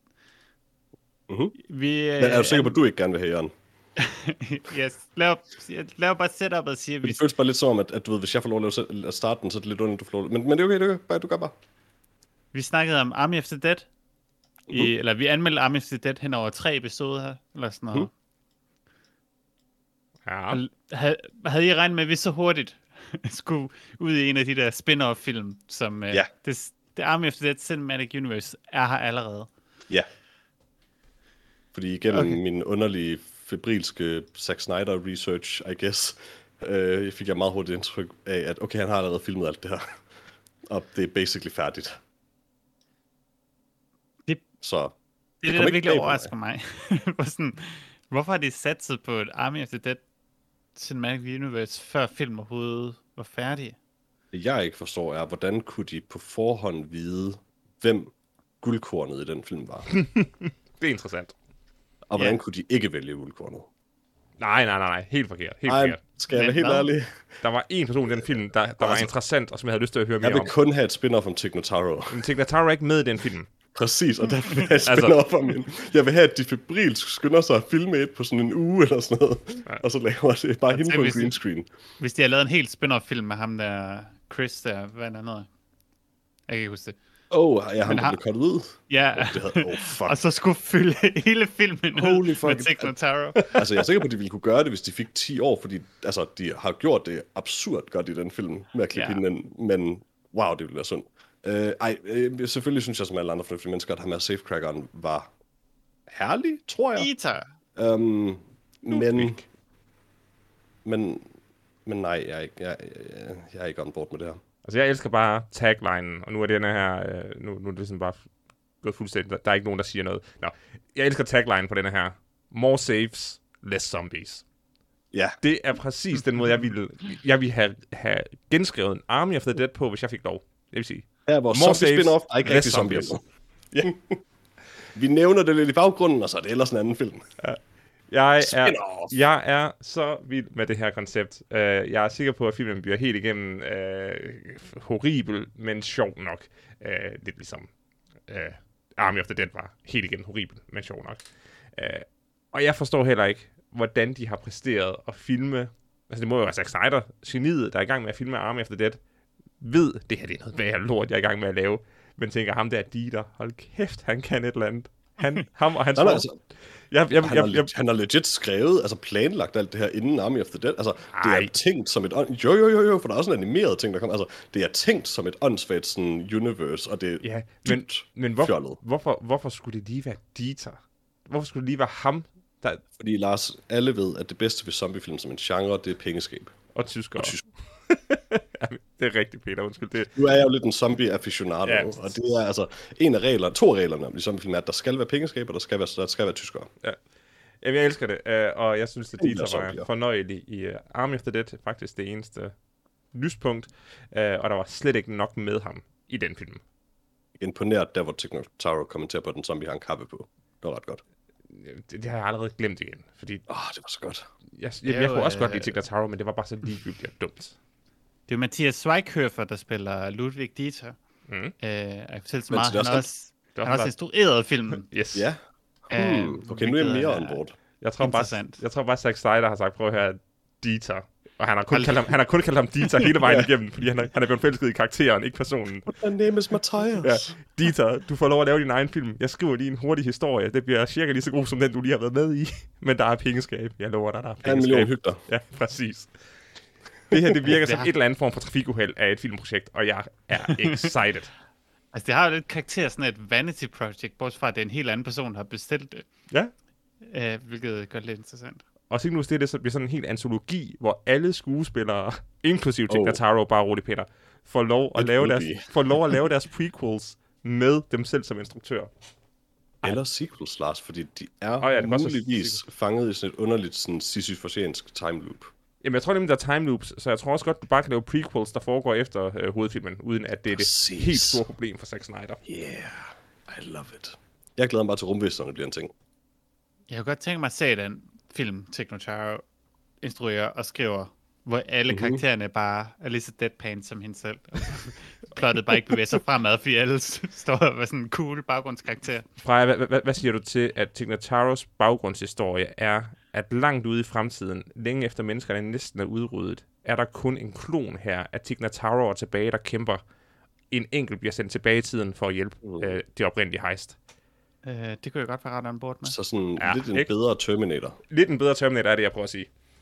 er du sikker på, at du ikke gerne vil have æren? Yes. Lav bare setup og sige, det føles bare lidt som, at du ved, hvis jeg får lov at starte den, så er det lidt underligt, du får lov. Men det er okay, du gør bare. Vi snakkede om Army of the Dead. Eller vi anmeldte Army of the Dead hen over 3 episoder, eller sådan noget. Ja. Havde I regnet med, at vi så hurtigt skulle ud i en af de der spin-off-film, som The Army of the Dead Cinematic Universe er her allerede? Ja. Fordi igennem min underlige, febrilske Zack Snyder research, I guess, fik jeg meget hurtigt indtryk af, at okay, han har allerede filmet alt det her. Og det er basically færdigt. Så det er det, der virkelig overrasker mig. Hvorfor har de satset på et Army of the Dead Cinematic Universe, før film overhovedet var færdige? Det jeg ikke forstår er, hvordan kunne de på forhånd vide, hvem guldkornet i den film var? Det er interessant. Og hvordan kunne de ikke vælge guldkornet? Nej. Helt forkert. Skal jeg være helt ærlig? Der var en person i den film, der var interessant, og som jeg havde lyst til at høre mere om. Jeg vil kun have et spin-off om Tig Notaro. Men Tig Notaro er ikke med i den film. Præcis, og derfor vil jeg have et spin-off om hende. Jeg vil have, at de febrilsk skynder sig at filme et på sådan en uge eller sådan noget. Ja. Og så laver det bare hende på en green screen. Hvis de har lavet en helt spin-off-film med ham der, Chris der, hvad er noget? Jeg kan ikke huske det. Han blev cuttet ud. Ja, og så skulle fylde hele filmen med Tig Notaro. Altså, jeg er sikker på, at de ville kunne gøre det, hvis de fik 10 år, fordi altså, de har gjort det absurd godt i den film, med at klippe hende ind, men wow, det ville være sundt. Selvfølgelig synes jeg, som alle andre fornuftige mennesker, at ham her safecrackeren var herlig, tror jeg. Men nej, jeg er ikke on board med det her. Altså, jeg elsker bare taglinen, og nu er det her, nu er det sådan bare gået fuldstændig, der er ikke nogen, der siger noget. Nå, jeg elsker taglinen på denne her. More saves, less zombies. Ja. Det er præcis den måde, jeg ville have genskrevet en Army of the Dead på, hvis jeg fik lov. Det vil sige, vores zombie-spin-off er ikke rigtig zombies. Ja. Vi nævner det lidt i baggrunden, og så er det ellers en anden film. Ja. Jeg er så vild med det her koncept. Jeg er sikker på, at filmen bliver helt igennem horribel, men sjov nok. Lidt ligesom Army of the Dead var helt igennem horribel, men sjov nok. Og jeg forstår heller ikke, hvordan de har præsteret at filme. Altså det må jo være Zack Snyder, geniet, der er i gang med at filme Army of the Dead, ved, det her det er noget værre lort, jeg er i gang med at lave. Men tænker, ham der Dieter, hold kæft, han kan et eller andet. Ham og hans han har legit skrevet, altså planlagt alt det her inden Army of the Dead. Altså, det er tænkt som et jo, for der er også en animeret ting, der kommer. Altså, det er tænkt som et åndssvagt sådan universe, og det er men hvorfor skulle det lige være Dieter? Hvorfor skulle det lige være ham? Fordi Lars, alle ved, at det bedste ved zombiefilm som en genre, det er pengeskab. Og tyskere. Det er rigtigt, Peter, undskyld. Nu er jeg jo lidt en zombie-aficionado, og det er altså to af reglerne om de zombiefilm er, at der skal være pengeskab, og der skal være tyskere. Ja. Jamen, jeg elsker det, og jeg synes, at Dieter var fornøjelig i Army of the Dead, faktisk det eneste lyspunkt, og der var slet ikke nok med ham i den film. Imponeret der, hvor Tig Notaro kommenterer på, at den zombie har en kappe på. Det var ret godt. Det har jeg allerede glemt igen, fordi... det var så godt. Jeg kunne også godt lide Tig Notaro, men det var bare så ligegyldigt og dumt. Det er jo Matthias Schweighöfer, der spiller Ludwig Dieter. Jeg kan fortælle så meget. Han har også instrueret filmen. Yes. Ja. Okay, nu er jeg mere on board. Jeg tror bare, Zack Snyder har sagt, prøv at høre, Dieter. Og han har kun kaldt ham Dieter hele vejen igennem, fordi han er blevet forelsket i karakteren, ikke personen. My name is Matthias. Ja. Dieter, du får lov at lave din egen film. Jeg skriver lige en hurtig historie. Det bliver cirka lige så god, som den, du lige har været med i. Men der er pengeskab. Jeg lover dig, der er pengeskab. 1 million hygter. Ja, præcis. Det her, det virker som et eller andet form for trafikuheld af et filmprojekt, og jeg er excited. Altså, det har jo lidt karakter sådan et vanity project, bortset fra, at det er en helt anden person, der har bestilt det. Ja. Hvilket gør det lidt interessant. Og så nu det bliver sådan en helt antologi, hvor alle skuespillere, inklusive Tig Notaro, bare roligt Peter, får lov at lave deres prequels med dem selv som instruktør. Eller sequels, Lars, fordi de er muligvis fanget i sådan et underligt sådan sisyfosiansk time loop. Jamen, jeg tror nemlig, der er time loops, så jeg tror også godt, du bare kan lave prequels, der foregår efter hovedfilmen, uden at det er det helt store problem for Zack Snyder. Yeah, I love it. Jeg glæder mig bare til rumvæserne bliver en ting. Jeg kunne godt tænke mig at se den film, Tig Notaro instruerer og skriver, hvor alle karaktererne bare er lige så deadpan som hende selv. Plottet bare ikke bevæger sig fremad, fordi alle står og var sådan en cool baggrundskarakter. Freja, hvad siger du til, at Tig Notaros baggrundshistorie er, at langt ude i fremtiden, længe efter menneskerne næsten er udryddet, er der kun en klon her af Tig Notaro tilbage, der kæmper. En enkelt bliver sendt tilbage i tiden for at hjælpe det oprindelige heist. Det kunne jeg godt være ret on board med. Så sådan lidt en bedre Terminator. Lidt en bedre Terminator er det, jeg prøver at sige.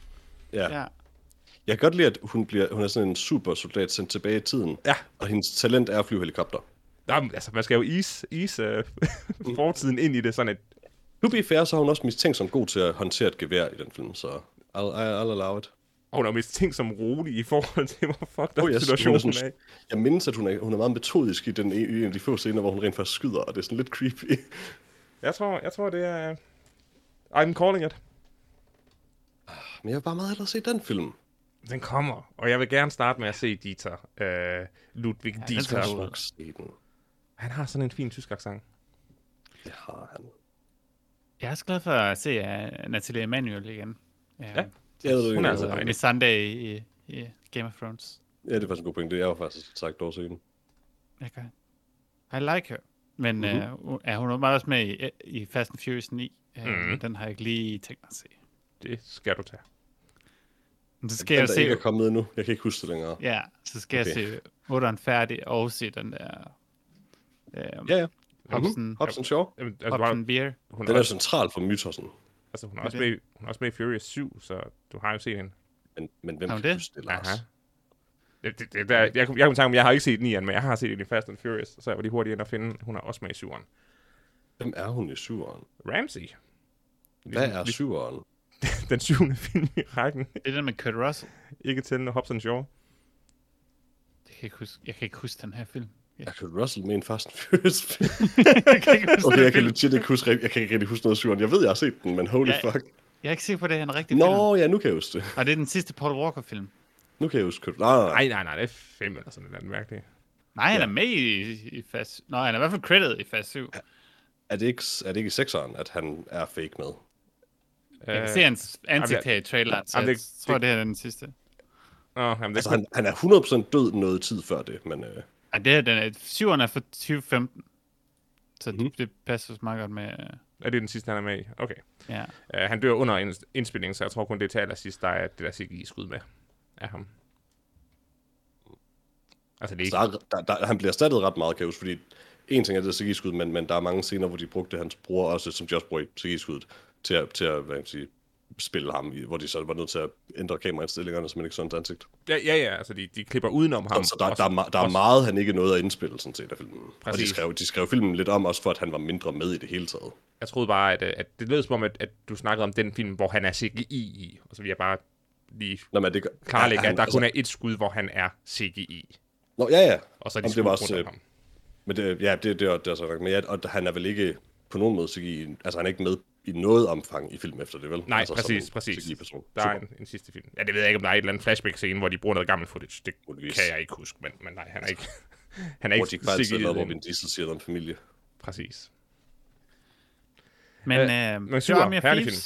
Ja. Jeg kan godt lide, at hun er sådan en super soldat sendt tilbage i tiden. Ja. Og hendes talent er at flyve helikopter. Jamen, altså, man skal jo fortiden ind i det sådan et... To be fair, så har hun også mistænksomt god til at håndtere et gevær i den film, så I'll allow it. Og hun er mistænksom rolig i forhold til, hvor fucked up situationen er. Jeg mindes, at hun er meget metodisk i en af de få scener, hvor hun rent faktisk skyder, og det er sådan lidt creepy. Jeg tror det er... I'm calling it. Men jeg vil bare meget hellere se den film. Den kommer, og jeg vil gerne starte med at se Dieter. Ludwig Dieter. Han har sådan en fin tysk accent. Det har han. Jeg er også glad for at se Nathalie Emmanuel igen. Ja. Hun er altså en Sunday i Game of Thrones. Ja, det er faktisk en god point. Det er jo faktisk sagt år siden. Okay. I like her. Men hun er meget også med i Fast and Furious 9. Den har jeg ikke lige tænkt mig at se. Det skal du tage. Men så skal jeg se... ikke er kommet endnu. Jeg kan ikke huske det længere. Ja, så skal jeg se 8'eren færdig og se den der... ja. Hobson Shaw. Hobson Beer. Den er central for mytosen. Altså, hun er også med i Furious 7, så du har jo set hende. Men hvem kan huske det, Lars? Jeg kunne tænke om, jeg har ikke set 9'eren, men jeg har set den i Fast and Furious, så jeg var lige hurtigt ind og finde, hun er også med i 7'eren. Hvem er hun i 7'eren? Ramsey. Hvad er 7'eren? Den 7. film i rækken. Det er den med Kurt Russell. Ikke tællende Hobson Shaw. Jeg kan ikke huske den her film. Er Kurt Russell med en Fast and Furious film? Jeg kan ikke huske jeg kan legit ikke huske, jeg kan ikke rigtig huske noget af 7'eren. Jeg ved, jeg har set den, men holy fuck. Jeg er ikke sikker på, det er en rigtig film. Ja, nu kan jeg huske det. Og det er den sidste Paul Walker-film. Nu kan jeg huske Kurt. Nej, det er 5 eller sådan noget mærkeligt. Nej, han er med i Fast... Nå, han er i hvert fald credited i Fast 7. Er det ikke i 6'eren, at han er fake med? Jeg kan se hans ansigt her i traileren, så jeg tror, det er den sidste. Altså, han er 100% død noget tid før det, men... det er den 7'eren er fra 2015. Så det passer så meget godt med... Er det den sidste, han er med i? Okay. Ja. Han dør under indspilningen, så jeg tror kun det er til allersidst, der er det der CGI-skud med af ham. Altså, det er ikke... han bliver erstattet ret meget, kan jeg huske, fordi en ting er det CGI-skud, men der er mange scener, hvor de brugte hans bror også, som de også bruger CGI-skuddet, til at hvad kan sige, spille ham, hvor de så var nødt til at ændre kameraindstillingerne, så man ikke så hans ansigt. Ja, altså de klipper udenom ham. Så der er meget, han ikke nåede at indspille, sådan set, af filmen. Præcis. Og de skrev filmen lidt om, også for at han var mindre med i det hele taget. Jeg troede bare, at det lød som om, at du snakkede om den film, hvor han er CGI i, og så vil jeg bare lige klarlægge, at der kun er et skud, hvor han er CGI. Nå, ja. Og så er de skud rundt om ham. Men det er så nok. Men og han er vel ikke på nogen måde CGI, altså han er ikke med i noget omfang i film efter det, vel? Nej, altså, præcis. Der er en sidste film. Ja, det ved jeg ikke, om der er et eller andet flashback-scene, hvor de bruger noget gammel footage. Det kan jeg ikke huske, men nej, han er ikke han er ikke CGI. Hvor Vin Diesel siger om familie. Præcis. Men super, herlig film.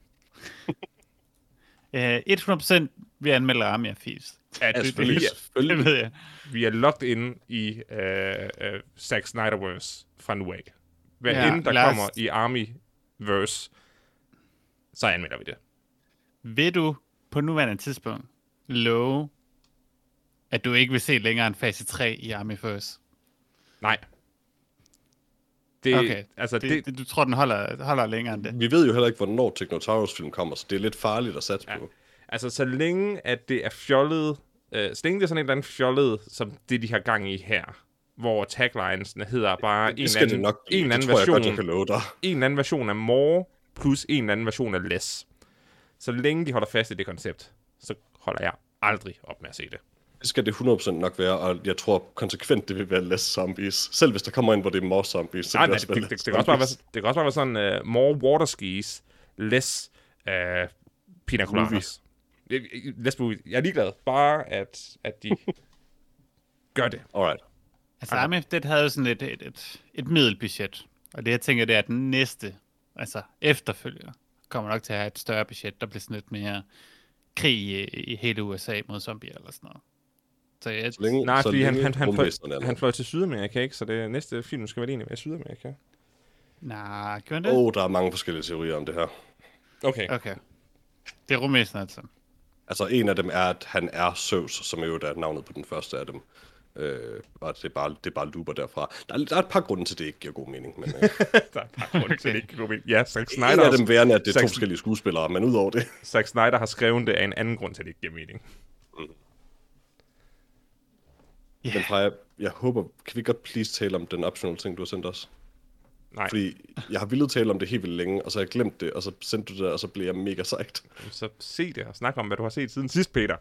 100% vi anmelder Army of Thieves. Ja, selvfølgelig. Det ved jeg. Vi er locked in i Zack Snyderverse fra nu af. Hvad end der kommer i Army-verse, så anmelder vi det. Vil du på nuværende tidspunkt love, at du ikke vil se længere end fase 3 i Army-verse? Nej. Okay, altså du tror, den holder længere end det? Vi ved jo heller ikke, hvornår Technotaurus-film kommer, så det er lidt farligt at satse på. Altså, så længe at det er fjollet, så længe det er sådan et eller andet fjollet, som det, de har gang i her, hvor taglinesene hedder bare en anden version af more, plus en anden version af less. Så længe de holder fast i det koncept, så holder jeg aldrig op med at se det. Det skal det 100% nok være, og jeg tror konsekvent, det vil være less zombies. Selv hvis der kommer ind, hvor det er more zombies, så det kan også bare være sådan more water skis, less pina coladas. Less movies. Jeg er ligeglad. Bare at de gør det. Alright. Altså Army det havde jo sådan et middelbudget, og det jeg tænker, det er, at den næste, altså efterfølger, kommer nok til at have et større budget, der bliver sådan lidt mere krig i hele USA mod zombier eller sådan noget. Han fløj til Sydamerika, ikke? Så det næste film skal være egentlig med Sydamerika. Nej, gør det? Der er mange forskellige teorier om det her. Okay. Det er rumæsen altså. Altså en af dem er, at han er Zeus, som jo er navnet på den første af dem. og det er bare looper derfra. Der er et par grunde til, det ikke giver god mening. Men, der er et par grunde til, det ikke giver god mening. Ja, Zack Snyder... En af dem værende, at det er 2 forskellige skuespillere, men udover det... Zack Snyder har skrevet det af en anden grund til, at det ikke giver mening. Yeah. Men Freja, jeg håber, kan vi godt please tale om den optional ting, du har sendt os? Nej. Fordi jeg har villet tale om det helt vildt længe, og så har jeg glemt det, og så sendte du det, og så blev jeg mega sejt. Så se det og snak om, hvad du har set siden sidst, Peter.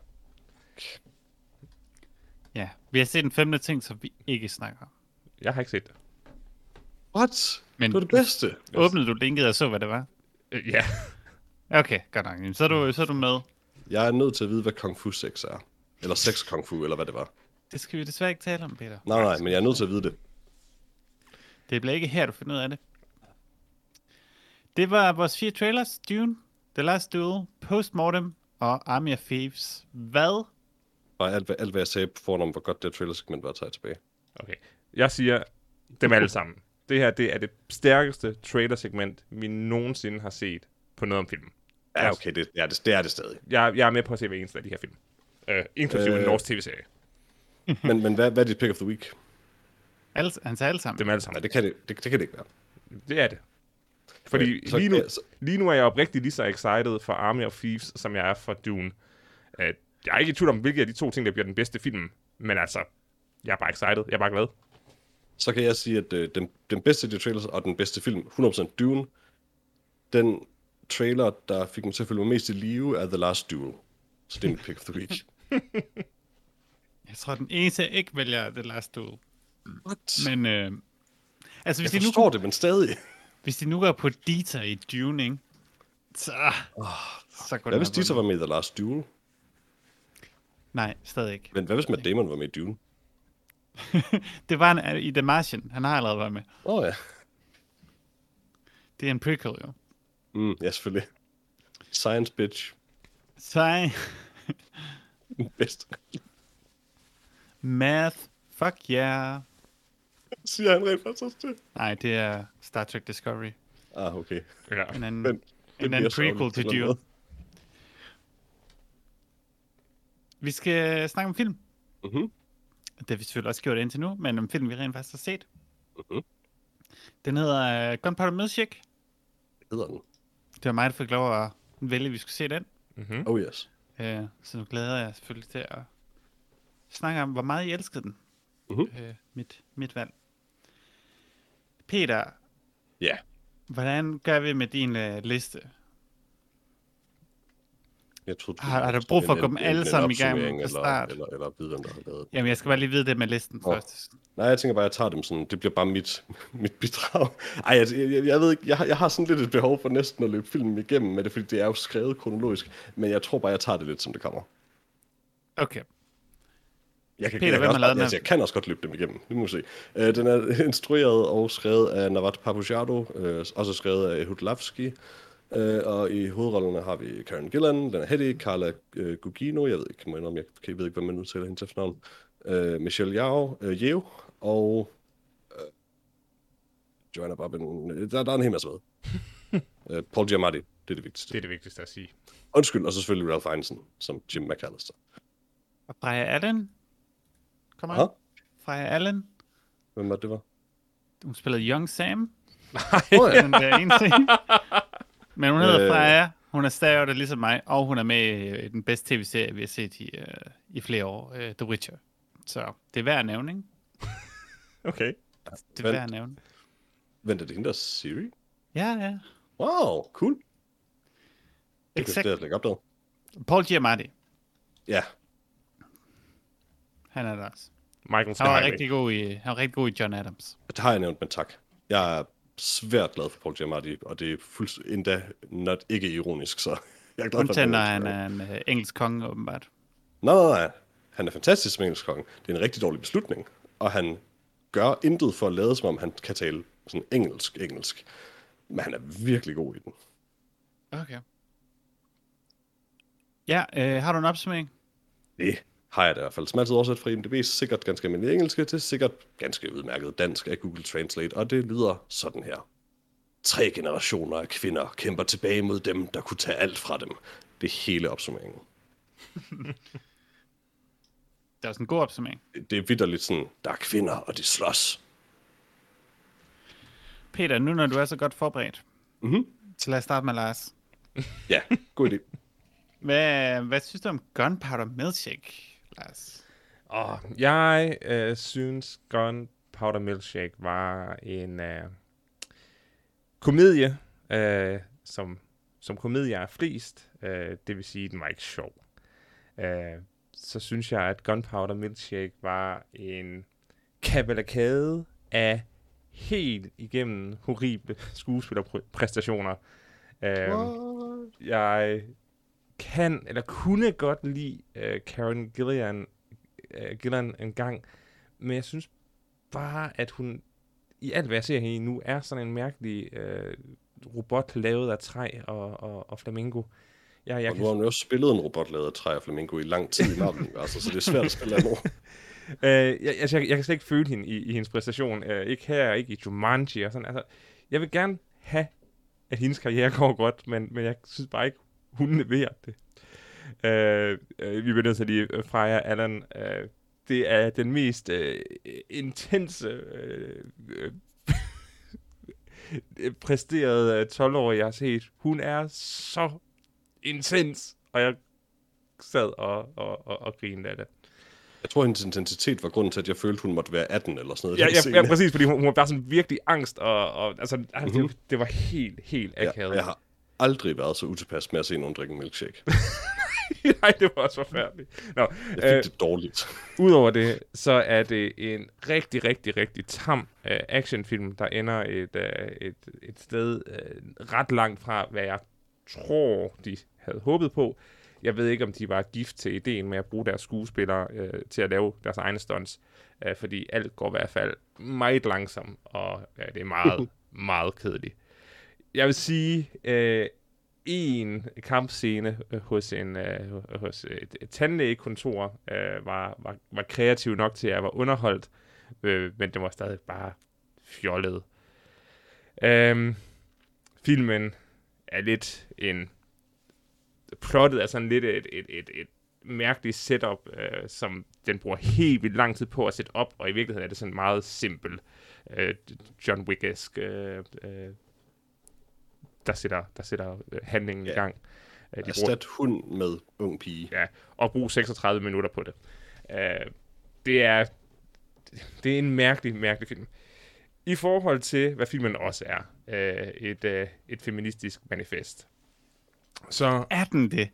Ja, vi har set en 5. ting, som vi ikke snakker om. Jeg har ikke set det. What? Men det var det bedste. Åbnede du linket og så, hvad det var? Ja. Okay, godt nok. Så er du med. Jeg er nødt til at vide, hvad Kung Fu 6 er. Eller 6 Kung Fu, eller hvad det var. Det skal vi desværre ikke tale om, Peter. Nej, men jeg er nødt til at vide det. Det bliver ikke her, du finder ud af det. Det var vores 4 trailers. Dune, The Last Duel, Postmortem og Army of Thieves. Hvad? Og alt hvad jeg sagde på forhånd om, hvor godt det trailersegment var, tager jeg tilbage. Okay. Jeg siger dem alle sammen. Det her, det er det stærkeste trailersegment, vi nogensinde har set på noget om filmen. Ja, okay, det er det stadig. Jeg er med på at se hver eneste af de her film. Inklusive en norsk tv-serie. men hvad er dit pick of the week? Han sagde alle sammen. Dem alle sammen. Nej, det kan det ikke være. Det er det. Fordi lige nu er jeg oprigtigt lige så excited for Army of Thieves, som jeg er for Dune. Jeg er ikke i tvivl om, hvilke af de 2 ting, der bliver den bedste film. Men altså, jeg er bare excited. Jeg er bare glad. Så kan jeg sige, at den bedste af de trailers og den bedste film, 100% Dune, den trailer, der fik mig til at føle mig mest i live, er The Last Duel. Så det er mit pick of the week. Jeg tror, den eneste, jeg ikke vælger, er The Last Duel. What? Men, altså, hvis jeg forstår det, men stadig. Hvis de nu går på Dieter i Dune, ikke? Så går hvad hvis Dieter var med i The Last Duel? Nej, stadig ikke. Men hvad hvis Matt Damon var med i Dune? Det var han i The Martian. Han har allerede været med. Ja. Det er en prequel, jo. Ja, selvfølgelig. Science bitch. Bedst. Math. Fuck yeah. Siger han rent faktisk også det? Nej, det er Star Trek Discovery. Okay. Ja. En anden prequel til Dune. Vi skal snakke om film. Mm-hmm. Det har vi selvfølgelig også gjort indtil nu, men om film, vi rent faktisk har set. Mm-hmm. Den hedder Gunpowder Milkshake. Det hedder den. Det var mig, der fik lov at vælge, at vi skulle se den. Mm-hmm. Oh yes. Så nu glæder jeg selvfølgelig til at snakke om, hvor meget I elskede den. Mm-hmm. Mit valg. Peter. Ja. Yeah. Hvordan gør vi med din liste? Jeg troede, har du brug for at gå dem alle sammen i gang fra start? Eller vide, hvem der har lavet. Jamen, jeg skal bare lige vide det med listen først. Nej, jeg tænker bare, at jeg tager dem sådan. Det bliver bare mit bidrag. Ej, jeg ved ikke, jeg har sådan lidt et behov for næsten at løbe filmen igennem med det, fordi det er jo skrevet kronologisk. Men jeg tror bare, jeg tager det lidt, som det kommer. Okay. Jeg kan også godt løbe dem igennem. Nu må vi se. Den er instrueret og skrevet af Nawat Papuchado, også skrevet af Ehud Lavsky. Og i hovedrollerne har vi Karen Gillan, Lena Headey, Carla Gugino, jeg ved ikke, jeg ved ikke, hvad man udtaler hendes efternavn, Michelle Yeoh og Joanna Babin. Der er en hel masse med. Paul Giamatti, det er det vigtigste. Det er det vigtigste at sige. Undskyld, og så selvfølgelig Ralph Fiennes som Jim McAllister. Og Freja Allen? Kom on. Freja Allen? Hvem var det, var? Hun spillede Young Sam. Nej. Den der ene ting. Men hun hedder Freja. Hun er stadig ligesom mig, og hun er med i den bedste tv-serie, vi har set i flere år, The Witcher. Så det er værd at nævne, ikke? Okay. Det er værd at nævne. Vent, er det hende, der Siri? Ja. Wow, cool. Exakt. Det er slet ikke opdaget. Paul Giamatti. Ja. Han er der også. Han var rigtig god i John Adams. Det har jeg nævnt, men tak. Jeg er svært glad for Paul Giamatti, og det er endda ikke ironisk, så jeg er glad for det. Undtagen, han er en engelsk konge, åbenbart. Nej. Han er fantastisk som engelsk konge. Det er en rigtig dårlig beslutning, og han gør intet for at lade, som om han kan tale sådan engelsk. Men han er virkelig god i den. Okay. Ja, har du en opsummering? Det har jeg da i hvert fald. Som altid oversat fra IMDb, sikkert ganske almindelig engelsk til sikkert ganske udmærket dansk af Google Translate, og det lyder sådan her. 3 generationer af kvinder kæmper tilbage mod dem, der kunne tage alt fra dem. Det er hele opsummeringen. er også en god opsummering. Det er vitterligt sådan, der er kvinder, og de slås. Peter, nu når du er så godt forberedt, så lad os starte med Lars. Ja, god idé. Hvad synes du om Gunpowder Milkshake, Lars? Jeg synes, Gunpowder Milkshake var en komedie, som komedie er flest. Det vil sige, at den var ikke sjov. Så synes jeg, at Gunpowder Milkshake var en kavalkade af helt igennem horrible skuespillerpræstationer. Jeg kunne godt lide Karen Gillan en gang, men jeg synes bare, at hun i alt, hvad jeg ser hende nu, er sådan en mærkelig robot lavet af træ og flamingo. Nu har hun jo også spillet en robot lavet af træ og flamingo i lang tid i navnet, altså, så det er svært at spille af nu. Jeg kan slet ikke føle hende i hendes præstation. Ikke her, ikke i Jumanji og sådan. Altså, jeg vil gerne have, at hendes karriere går godt, men jeg synes bare ikke, hun leverer det. Vi bliver nødt til lige Freja Allan. Det er den mest intense præsterede 12-årige, jeg har set. Hun er så intens, og jeg sad og grinede af det. Jeg tror, hendes intensitet var grunden til, at jeg følte, hun måtte være 18 eller sådan noget. Ja, præcis, fordi hun var bare sådan virkelig angst, og altså, det var helt akavet. Jeg har aldrig været så utilpas med at se nogen drikke en milkshake. Nej, det var også forfærdeligt. Nå, jeg fik det dårligt. Udover det, så er det en rigtig tam actionfilm, der ender et sted ret langt fra, hvad jeg tror, de havde håbet på. Jeg ved ikke, om de var gift til ideen med at bruge deres skuespillere til at lave deres egne stunts, fordi alt går i hvert fald meget langsomt, og det er meget, meget kedeligt. Jeg vil sige, en kampscene hos et tandlægekontor var kreativ nok til, at jeg var underholdt, men det var stadig bare fjollet. Filmen er lidt plottet er sådan lidt et mærkeligt setup, som den bruger helt vildt lang tid på at sætte op, og i virkeligheden er det sådan meget simpel John Wick-esk, der sætter handlingen i gang. Erstat hund med ung pige. Ja, og brug 36 minutter på det. Det er en mærkelig film. I forhold til, hvad filmen også er, et feministisk manifest. Så er den det?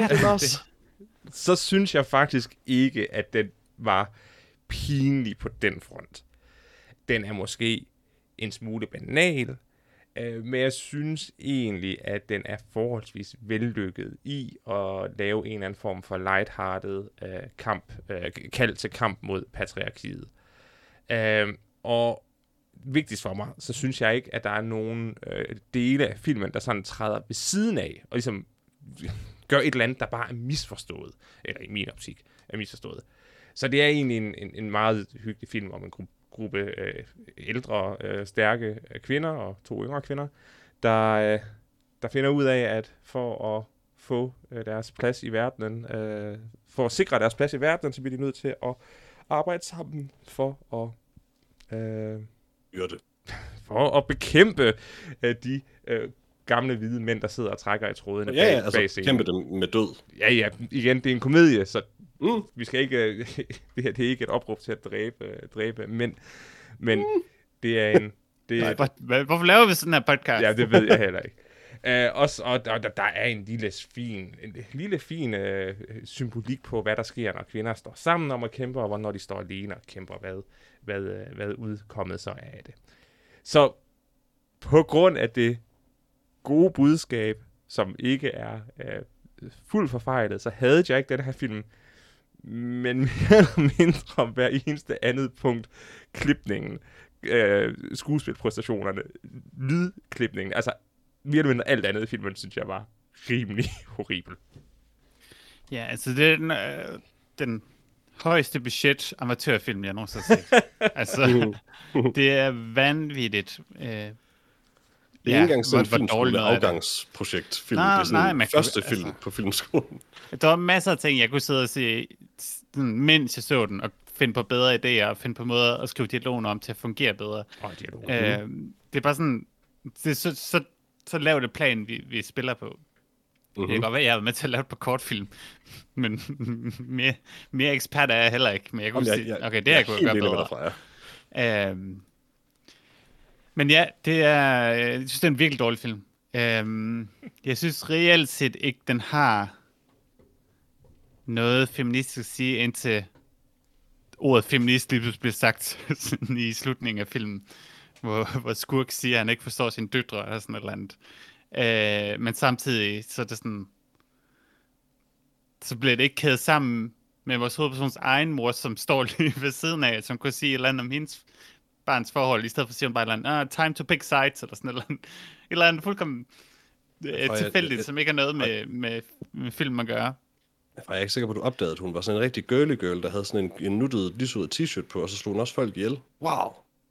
Så synes jeg faktisk ikke, at den var pinlig på den front. Den er måske en smule banal, men jeg synes egentlig, at den er forholdsvis vellykket i at lave en eller anden form for lighthearted kald til kamp mod patriarkiet. Og vigtigst for mig, så synes jeg ikke, at der er nogen dele af filmen, der sådan træder ved siden af, og ligesom gør et eller andet, der bare er misforstået, eller i min optik er misforstået. Så det er egentlig en meget hyggelig film om en gruppe ældre, stærke kvinder og 2 yngre kvinder, der finder ud af, at for at få deres plads i verdenen, for at sikre deres plads i verdenen, så bliver de nødt til at arbejde sammen for at bekæmpe de gamle hvide mænd, der sidder og trækker i trådene bag scenen. Kæmpe dem med død. Ja, igen, det er en komedie, så vi skal ikke, det her det er ikke et opråb til at dræbe mænd, men det er en... Hvorfor laver vi sådan her podcast? Ja, det ved jeg heller ikke. Og der er en lille fin symbolik på, hvad der sker, når kvinder står sammen om at kæmpe, og når de står alene og kæmper, hvad udkommet så er af det. Så på grund af det gode budskab, som ikke er fuldt forfejlet, så havde jeg ikke den her film, men mere eller mindre hver eneste andet punkt, klipningen, skuespilpræstationerne, lydklipningen, altså mere eller mindre alt andet i filmen, synes jeg var rimelig horribel. Ja, altså det er den højeste budget amatørfilm, jeg nogensinde har set. Altså, det er vanvittigt. Det er ikke engang sådan en filmskole afgangsprojektfilm. Det er sådan den første film på filmskolen. Der var masser af ting, jeg kunne sidde og mens jeg så den, og finde på bedre idéer, og finde på måder at skrive dialogen om til at fungere bedre. Det er bare sådan, det er så lavt et plan, vi spiller på. Det kan godt være, jeg har været med til at lave et par kortfilm, men mere ekspert er jeg heller ikke. Men jeg kunne sige, okay, det jeg kunne gøre bedre. Men ja, jeg synes, det er en virkelig dårlig film. Jeg synes reelt set ikke, den har noget feministisk at sige, indtil ordet feminist lige pludselig bliver sagt i slutningen af filmen, hvor Skurk siger, at han ikke forstår sine døtre, eller sådan et eller andet. Men samtidig, så er det sådan, så bliver det ikke kædet sammen med vores hovedpersons egen mor, som står lige ved siden af, som kunne sige et eller andet om hendes barns forhold, i stedet for at sige bare et eller andet, time to pick sides, eller sådan et eller andet fuldkommen tilfældigt, som ikke har noget med film at gøre. Jeg er ikke sikker på, at du opdagede, at hun var sådan en rigtig girly girl, der havde sådan en nuttet, lyserød t-shirt på, og så slog hun også folk ihjel. Wow!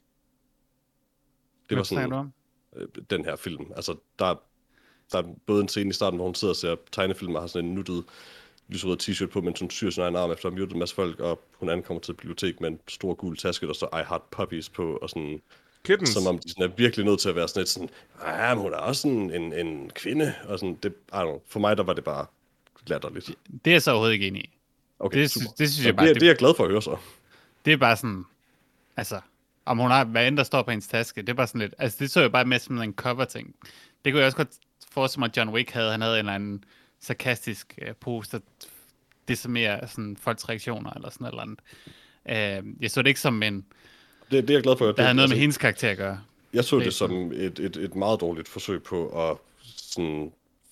Det var sådan den her film. Altså, der er både en scene i starten, hvor hun sidder og ser tegnefilm og har sådan en nuttet, lyserød t-shirt på, mens hun syr sin egen arm efter at have myrdet en masse folk, og hun ankommer til et bibliotek med en stor gul taske, der står I heart puppies på, og sådan... Kittens. Som om de sådan er virkelig nødt til at være sådan lidt sådan, men hun er også sådan en kvinde, og sådan, det, for mig der var det bare latterligt. Det er jeg så overhovedet ikke enig i. Okay, det synes jeg bare... Det er jeg glad for at høre så. Det er bare sådan, altså, om hun har, hvad end der står på hendes taske, det er bare sådan lidt, altså det så jeg bare med som en cover-ting. Det kunne jeg også godt forestille mig, at John Wick havde. Han havde en eller anden sarkastisk poster, det som mere sådan folks reaktioner, eller sådan et eller andet. Jeg så det ikke som en... Det er jeg glad for. Der havde noget med hendes karakter at gøre. Jeg så det som et meget dårligt forsøg på at sådan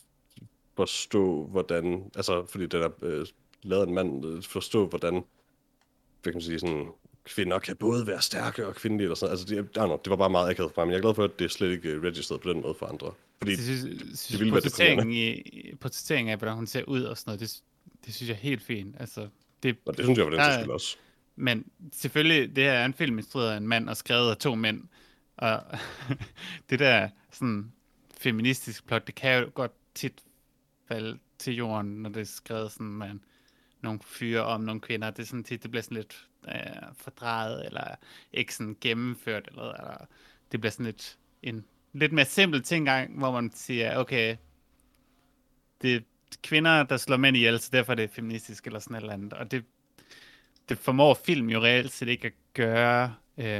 forstå, hvordan... Altså, fordi den er lavet en mand, forstå, hvordan... Hvad kan man sige, sådan... Kvinder kan både være stærke og kvindelige, eller sådan. Altså, det var bare meget akavet for mig, men jeg er glad for, at det slet ikke registreret på den måde for andre. Fordi det ville være deprimerende. Portrætteringen af, hvordan hun ser ud og sådan noget, det synes jeg er helt fint. Altså, det synes jeg var den skyld også. Men selvfølgelig, det her er en film instrueret af en mand og skrevet af 2 mænd. Og det der sådan feministisk plot, det kan jo godt tit falde til jorden, når det er skrevet sådan med nogle fyre om nogle kvinder. Det er sådan tit, det bliver sådan lidt fordrejet, eller ikke sådan gennemført, eller det bliver sådan en lidt mere simpel ting, hvor man siger, okay, det er kvinder, der slår mænd ihjel, så derfor er det feministisk, eller sådan et eller andet. Og det formår film jo reelt set ikke at gøre.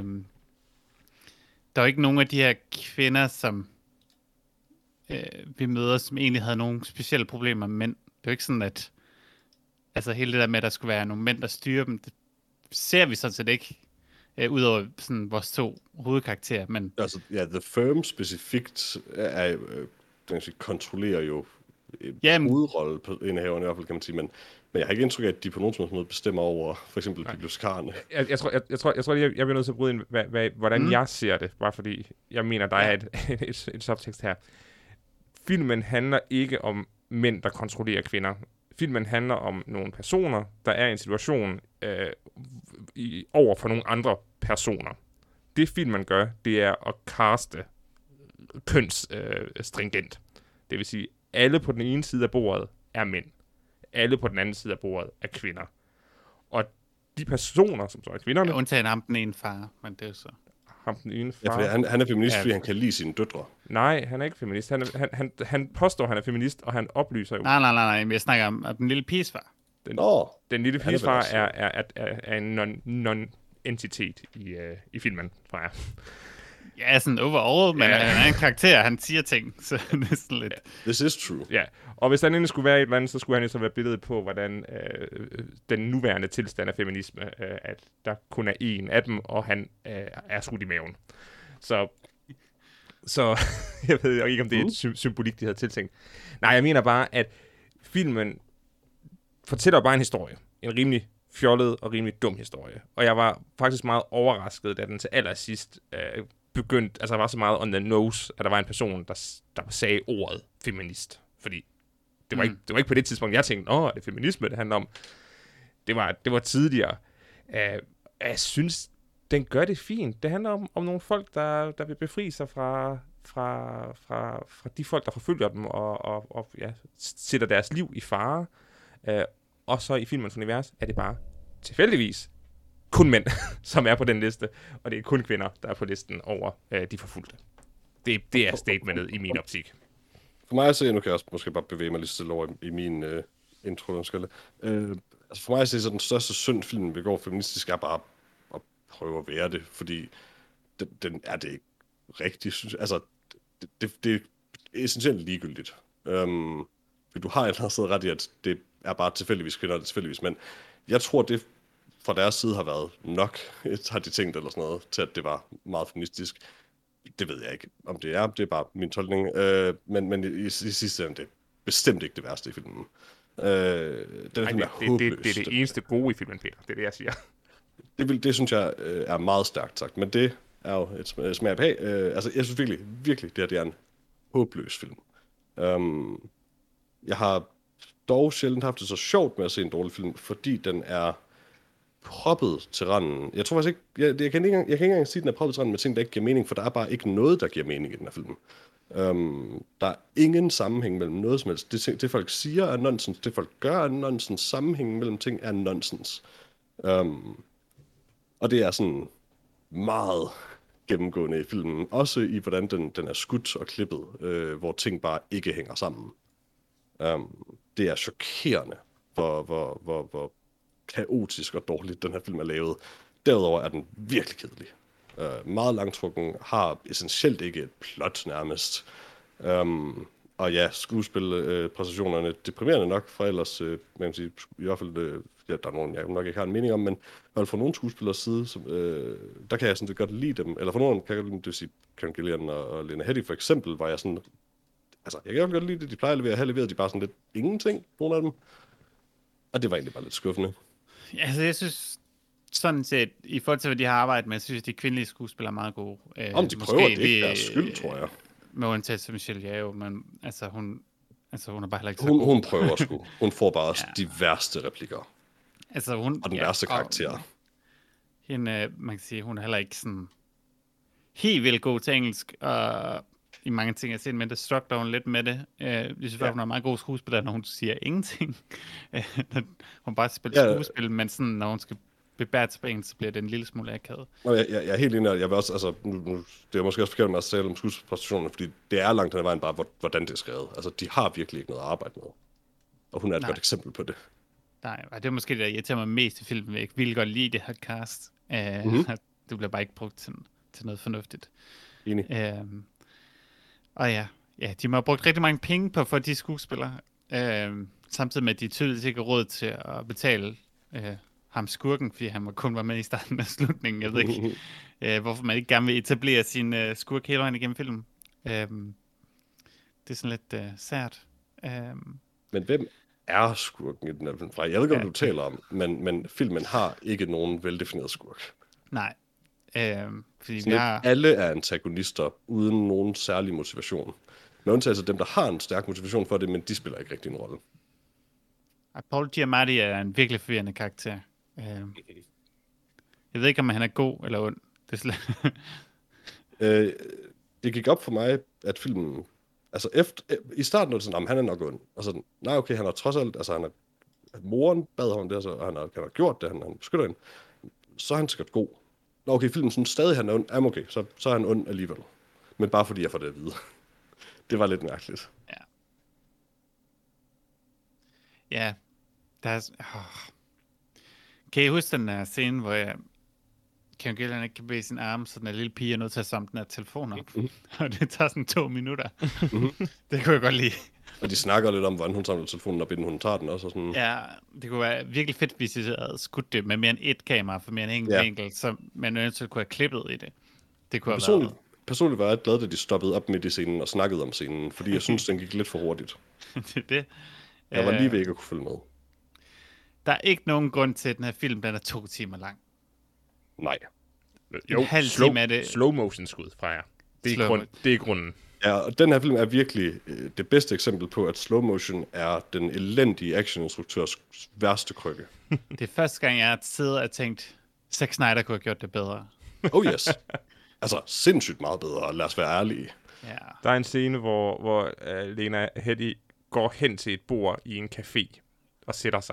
Der er jo ikke nogen af de her kvinder, som vi møder, som egentlig havde nogle specielle problemer med mænd. Det er jo ikke sådan, at altså hele det der med, at der skulle være nogle mænd, der styrer dem, det ser vi sådan set ikke, udover sådan vores 2 hovedkarakterer. Men... Altså, ja, The Firm specifikt kontrollerer jo hovedrolle på indehaveren i hvert fald, kan man sige, men jeg har ikke indtryk af, at de på nogen måde bestemmer over for eksempel bibliotekarerne. Jeg tror, jeg bliver nødt til at bryde ind, hvordan jeg ser det, bare fordi jeg mener, der er et subtekst her. Filmen handler ikke om mænd, der kontrollerer kvinder. Filmen handler om nogle personer, der er i en situation over for nogle andre personer. Det filmen gør, det er at caste kønsstringent. Det vil sige, alle på den ene side af bordet er mænd. Alle på den anden side af bordet er kvinder. Og de personer, som så er kvinderne... Ja, undtagen ham den ene far, men det er så... Ham den ene far... Ja, fordi han er feminist, fordi han kan lide sine døtre. Nej, han er ikke feminist. Han påstår, han er feminist, og han oplyser jo... Nej, men jeg snakker om den lille piges far. Den lille piges far er en non-entitet i filmen, tror jeg. Ja, sådan overall, men han er en karakter, han siger ting, så det er sådan lidt... This is true. Ja, og hvis der endelig skulle være et eller andet, så skulle han jo så være billedet på, hvordan den nuværende tilstand af feminisme, at der kun er en af dem, og han er skudt i maven. Så jeg ved ikke, om det er et symbolik, de havde tiltænkt. Nej, jeg mener bare, at filmen fortæller bare en historie. En rimelig fjollet og rimelig dum historie. Og jeg var faktisk meget overrasket, da den til allersidst begyndte, altså var så meget on the nose, at der var en person, der sagde ordet feminist. Fordi det var ikke på det tidspunkt, jeg tænkte, er det feminisme, det handler om. Det var tidligere. Jeg synes, den gør det fint. Det handler om nogle folk, der vil befri sig fra de folk, der forfølger dem, og sætter deres liv i fare. Og så i filmens univers er det bare tilfældigvis kun mænd, som er på den liste, og det er kun kvinder, der er på listen over de forfulgte. Det er statementet i min optik. For mig at se, nu kan jeg også måske bare bevæge mig lidt stille over i min intro, altså for mig at se, så den største synd film, vi går feministisk, er bare at prøve at være det, fordi den er det ikke rigtigt, synes jeg. Altså, det er essentielt ligegyldigt. Du har allerede ret i, at det er bare tilfældigvis kvinder, og tilfældigvis mænd. Jeg tror, det fra deres side har været nok, har de tænkt eller sådan noget, til at det var meget feministisk. Det ved jeg ikke, om det er. Det er bare min tolkning. Men i sidste ende, det er bestemt ikke det værste i filmen. Det er det eneste gode i filmen, Peter. Det er det, jeg siger. Det synes jeg er meget stærkt sagt. Men det er jo et smag af. Altså, jeg synes virkelig, det er en håbløs film. Jeg har dog sjældent haft det så sjovt med at se en dårlig film, fordi den er proppet til randen. Jeg tror faktisk ikke, jeg kan ikke engang sige, at den er proppet til randen med ting, der ikke giver mening, for der er bare ikke noget, der giver mening i den her film. Der er ingen sammenhæng mellem noget som helst. Det folk siger er nonsens, det folk gør er nonsens, sammenhængen mellem ting er nonsens. Og det er sådan meget gennemgående i filmen. Også i, hvordan den er skudt og klippet, hvor ting bare ikke hænger sammen. Det er chokerende, hvor kaotisk og dårligt den her film er lavet. Derudover er den virkelig kedelig. Meget langtrukken, har essentielt ikke et plot nærmest. Og ja, skuespilpræstationerne deprimerende nok, for ellers, man kan sige, i hvert fald, der er nogen, jeg nok ikke har en mening om, men fra nogle skuespillers side, der kan jeg sådan godt lide dem, eller for nogen kan jeg godt lide, Karen Gillan og Lena Headey for eksempel, var jeg sådan, altså, jeg kan godt lide det, de plejer at levere, her leverede de bare sådan lidt ingenting, nogle af dem. Og det var egentlig bare lidt skuffende. Ja, altså, jeg synes sådan set, i forhold til, hvad de har arbejdet med, synes jeg, de kvindelige skuespillere er meget gode. Om de prøver, det ikke deres skyld, tror jeg. Med undtagelse af Michelle Yeoh, men altså hun er bare heller ikke så god. Hun prøver sgu. Hun får bare også de værste replikker. Altså og den værste karakter. Hende, man kan sige, hun er heller ikke sådan helt vildt god til engelsk, og i mange ting jeg har set, men det struggler hun lidt med det. Jeg synes, hun er meget god skuespiller, når hun siger ingenting. Hun bare spiller skuespil, men sådan, når hun skal bebære til på engelsk, så bliver det en lille smule akavet. Jeg er helt enig, jeg vil også, altså, nu, det er måske også forkert med at tale om skuespilpræstationerne, fordi det er langt hen ad vejen bare, hvordan det er skrevet. Altså, de har virkelig ikke noget at arbejde med. Og hun er et godt eksempel på det. Nej, og det er måske det, der irriterer mig mest i filmen. Jeg vil godt lide det her cast. Det bliver bare ikke brugt til noget fornuftigt. Enig. Og ja, de må have brugt rigtig mange penge på for de skuespillere. Samtidig med, at de tydeligvis ikke har råd til at betale ham skurken, fordi han kun var med i starten og slutningen. Jeg ved ikke, hvorfor man ikke gerne vil etablere sin skurk hele vejen igennem filmen. Det er sådan lidt sært. Men hvem er skurken i den her film? Jeg ved ikke, hvad du taler om, men filmen har ikke nogen veldefineret skurk. Nej. Fordi alle er antagonister uden nogen særlig motivation. Med undtagelse af dem, der har en stærk motivation for det, men de spiller ikke rigtig en rolle. Paul Giamatti er en virkelig forvirrende karakter. Jeg ved ikke, om han er god eller ond. Det gik op for mig, at filmen... Altså, i starten var det sådan, han er nok ond. Og sådan, nej, okay, han har trods alt... Altså, moren bad ham det, og han har gjort det, han beskytter hende. Så er han sikkert god. Nå, okay, filmen synes stadig, han er ond. Jamen, okay, så er han ond alligevel. Men bare fordi jeg får det at vide. Det var lidt mærkeligt. Ja. Der er... Kan I huske den her scene, hvor Karen Gillan ikke kan bevæge sin arm, så den lille pige er nødt til at samle den her telefon op. Og det tager sådan 2 minutter. Det kunne jeg godt lide. Og de snakker lidt om, hvordan hun samler telefonen op, inden hun tager den også. Og sådan. Ja, det kunne være virkelig fedt, hvis de havde skudt det med mere end et kamera, for mere end en vinkel, så man ønsker kunne have klippet i det. Det kunne have været... Personligt var jeg glad, at de stoppede op midt i scenen og snakkede om scenen, fordi jeg synes, den gik lidt for hurtigt. det. Jeg var lige ved ikke at kunne følge med. Der er ikke nogen grund til, at den her film den er 2 timer lang. Nej. Jo, en halv time er det... Slow motion skud fra jer. Det er grunden. Ja, og den her film er virkelig det bedste eksempel på, at slow motion er den elendige actioninstruktørs værste krykke. Det er første gang, jeg har siddet og tænkt, Zack Snyder kunne have gjort det bedre. Oh yes. Altså, sindssygt meget bedre, lad os være ærlige. Ja. Der er en scene, hvor Lena Headey går hen til et bord i en café og sætter sig.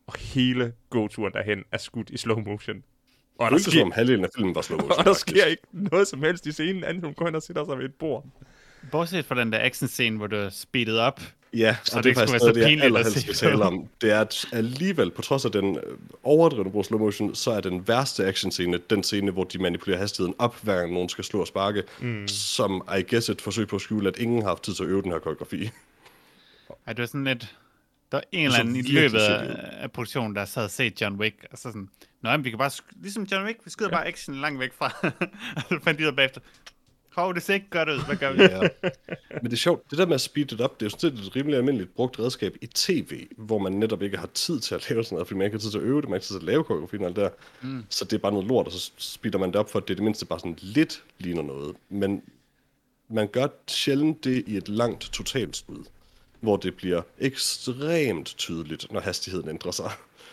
og hele gåturen derhen er skudt i slow motion. Og der sker, som om halvdelen af filmen var slow motion. Og der sker ikke noget som helst i scenen, anden hun går hen og sætter sig ved et bord. Bortset fra den der action-scene, hvor du er speedet op. Ja, så det er faktisk noget, det jeg allerhelst vil tale om. Det er, at alligevel, på trods af den overdrevne brug slow motion, så er den værste action-scene den scene, hvor de manipulerer hastigheden op, hver gang nogen skal slå og sparke, som I guess et forsøg på at skjule, at ingen har haft tid til at øve den her koreografi. Ej, det var sådan lidt... Der var en eller anden i løbet af produktionen, der sad og set John Wick, og så sådan, vi kan bare, ligesom John Wick, vi skyder bare action langt væk fra, og så fandt de ud af bagefter, det ser ikke godt ud, hvad gør vi? Ja. Men det er sjovt, det der med at speed it up, det er jo sådan et rimelig almindeligt brugt redskab i tv, hvor man netop ikke har tid til at lave sådan noget, fordi man ikke har tid til at øve det, man ikke har tid til at lave koreografien og alt der. Så det er bare noget lort, og så speeder man det op for, at det det mindste bare sådan lidt ligner noget. Men man gør sjældent det i et langt totalskud, hvor det bliver ekstremt tydeligt, når hastigheden ændrer sig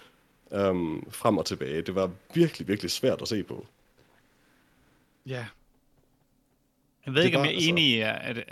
frem og tilbage. Det var virkelig, virkelig svært at se på. Ja. Jeg ved ikke, om jeg er enig i,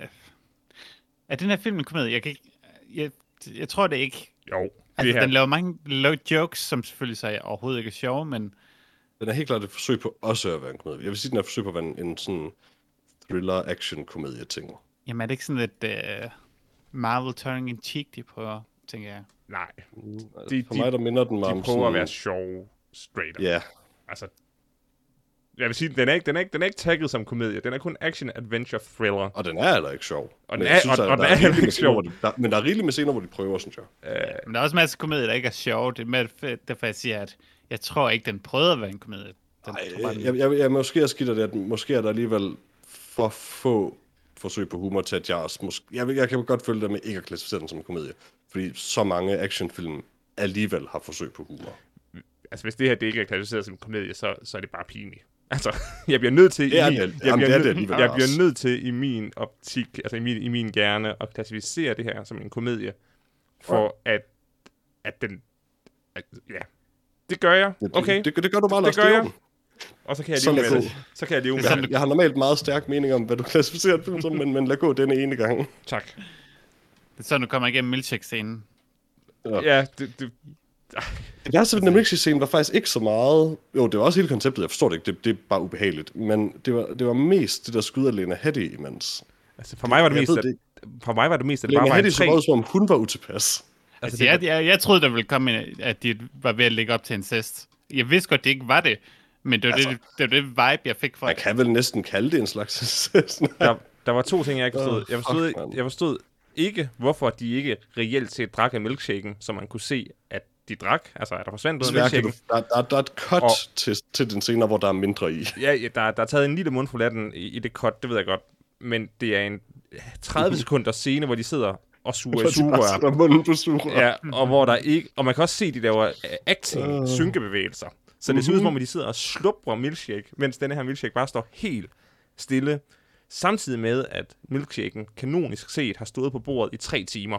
at den her film en komedie. Jeg tror det ikke. Jo. Altså, den laver mange jokes, som selvfølgelig så overhovedet ikke er sjove, men... Den er helt klart et forsøg på også at være en komedie. Jeg vil sige, den er et forsøg på at være en sådan thriller-action-komedie-ting. Jamen, er det ikke sådan lidt Marvel turning in cheek, de prøver, tænker jeg? Nej. For mig, der minder den meget om sådan... De prøver at være sjove straight up. Ja. Yeah. Altså... Jeg vil sige, den er ikke tagget som komedie. Den er kun action-adventure thriller. Og den er heller ikke sjov. Og den er heller ikke sjov. Men der er rigeligt med scener, hvor de prøver, synes jeg. Men der er også masser af komedier, der ikke er sjov. Det er derfor, jeg siger, at jeg tror ikke, den prøvede at være en komedie. Jeg måske er skidt af det, at måske er der alligevel for få forsøg på humor til, at jeg kan godt følge det med ikke at klassificere den som en komedie. Fordi så mange actionfilm alligevel har forsøg på humor. Altså, hvis det her det ikke er klassificeret som en komedie, så er det bare pinligt. Altså, jeg bliver nødt til nødt til i min optik, altså i min hjerne, at klassificere det her som en komedie, for at den... Ja, det gør jeg. Okay. Det gør du bare, Lars. Det gør jeg. Og så kan jeg leve med det. Så kan jeg leve med det. Jeg har normalt meget stærk mening om, hvad du klassificerer et film som, men lad gå denne ene gang. Tak. Det er sådan, du kommer igennem milkshake-scenen. Ja, Det værste ved den milkshake-scene var faktisk ikke så meget... Jo, det var også hele konceptet, jeg forstår det ikke, det er bare ubehageligt. Men det var mest det, der skyder Lena Headey imens. Altså, for mig var det mest, at det bare Lena var Headey så ud, som om hun var utilpas. Altså, jeg troede, der ville komme ind, at de var ved at lægge op til incest. Jeg vidste godt, det ikke var det, men det var det vibe, jeg fik fra man kan vel næsten kalde det en slags incest. Der var to ting, jeg ikke forstod. Jeg forstod ikke, hvorfor de ikke reelt set drak af milkshaken, så man kunne se, at de drak, altså at der forsvandt noget af milkshaken. Der er et cut til den scene, hvor der er mindre i. Ja, der er taget en lille mundfuld af den i det cut, det ved jeg godt. Men det er en 30 sekunder scene, hvor de sidder og suger i sugerør. Ja, og hvor der ikke... Og man kan også se, de laver acting synkebevægelser. Så det ser ud som om, de sidder og slubrer milkshake, mens denne her milkshake bare står helt stille. Samtidig med, at milkshaken kanonisk set har stået på bordet i 3 timer.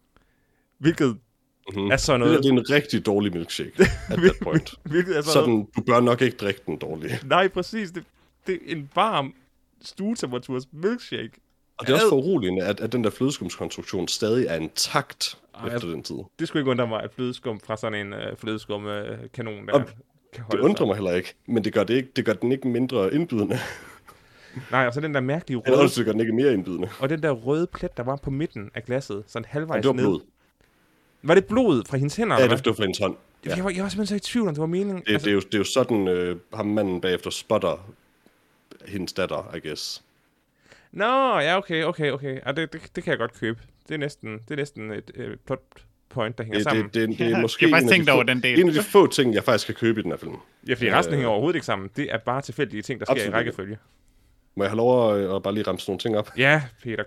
Hvilket er sådan noget... Det er en rigtig dårlig milkshake at that point. Hvilket er sådan, du bør nok ikke drikke den dårlig. Nej, præcis. Det er en varm stuetemperaturs milkshake. Og det er også for uroligende, at den der flødeskumskonstruktion stadig er intakt efter den tid. Det skulle ikke undre mig, at flødeskum fra sådan en flødeskum-kanon der kan holde det undrer mig heller ikke, men det gør den ikke mindre indbydende. Nej, og så den der mærkelige røde... Eller også gør den ikke mere indbydende. Og den der røde plet, der var på midten af glasset, sådan halvvejs ned. Det var blod. Var det blod fra hendes hænder? Ja, det var fra hendes hånd. Ja. Jeg var simpelthen så i tvivl, om det var meningen. Det er jo sådan, ham manden bagefter spotter hendes datter, I guess. Nå, ja, okay. Ja, det kan jeg godt købe. Det er næsten et plot point, der hænger sammen. Det er måske en af de få ting, jeg faktisk kan købe i den her film. Ja, fordi resten hænger overhovedet ikke sammen. Det er bare tilfældige ting, der sker i rækkefølge. Må jeg have lov at bare lige ramse nogle ting op? Ja, Peter.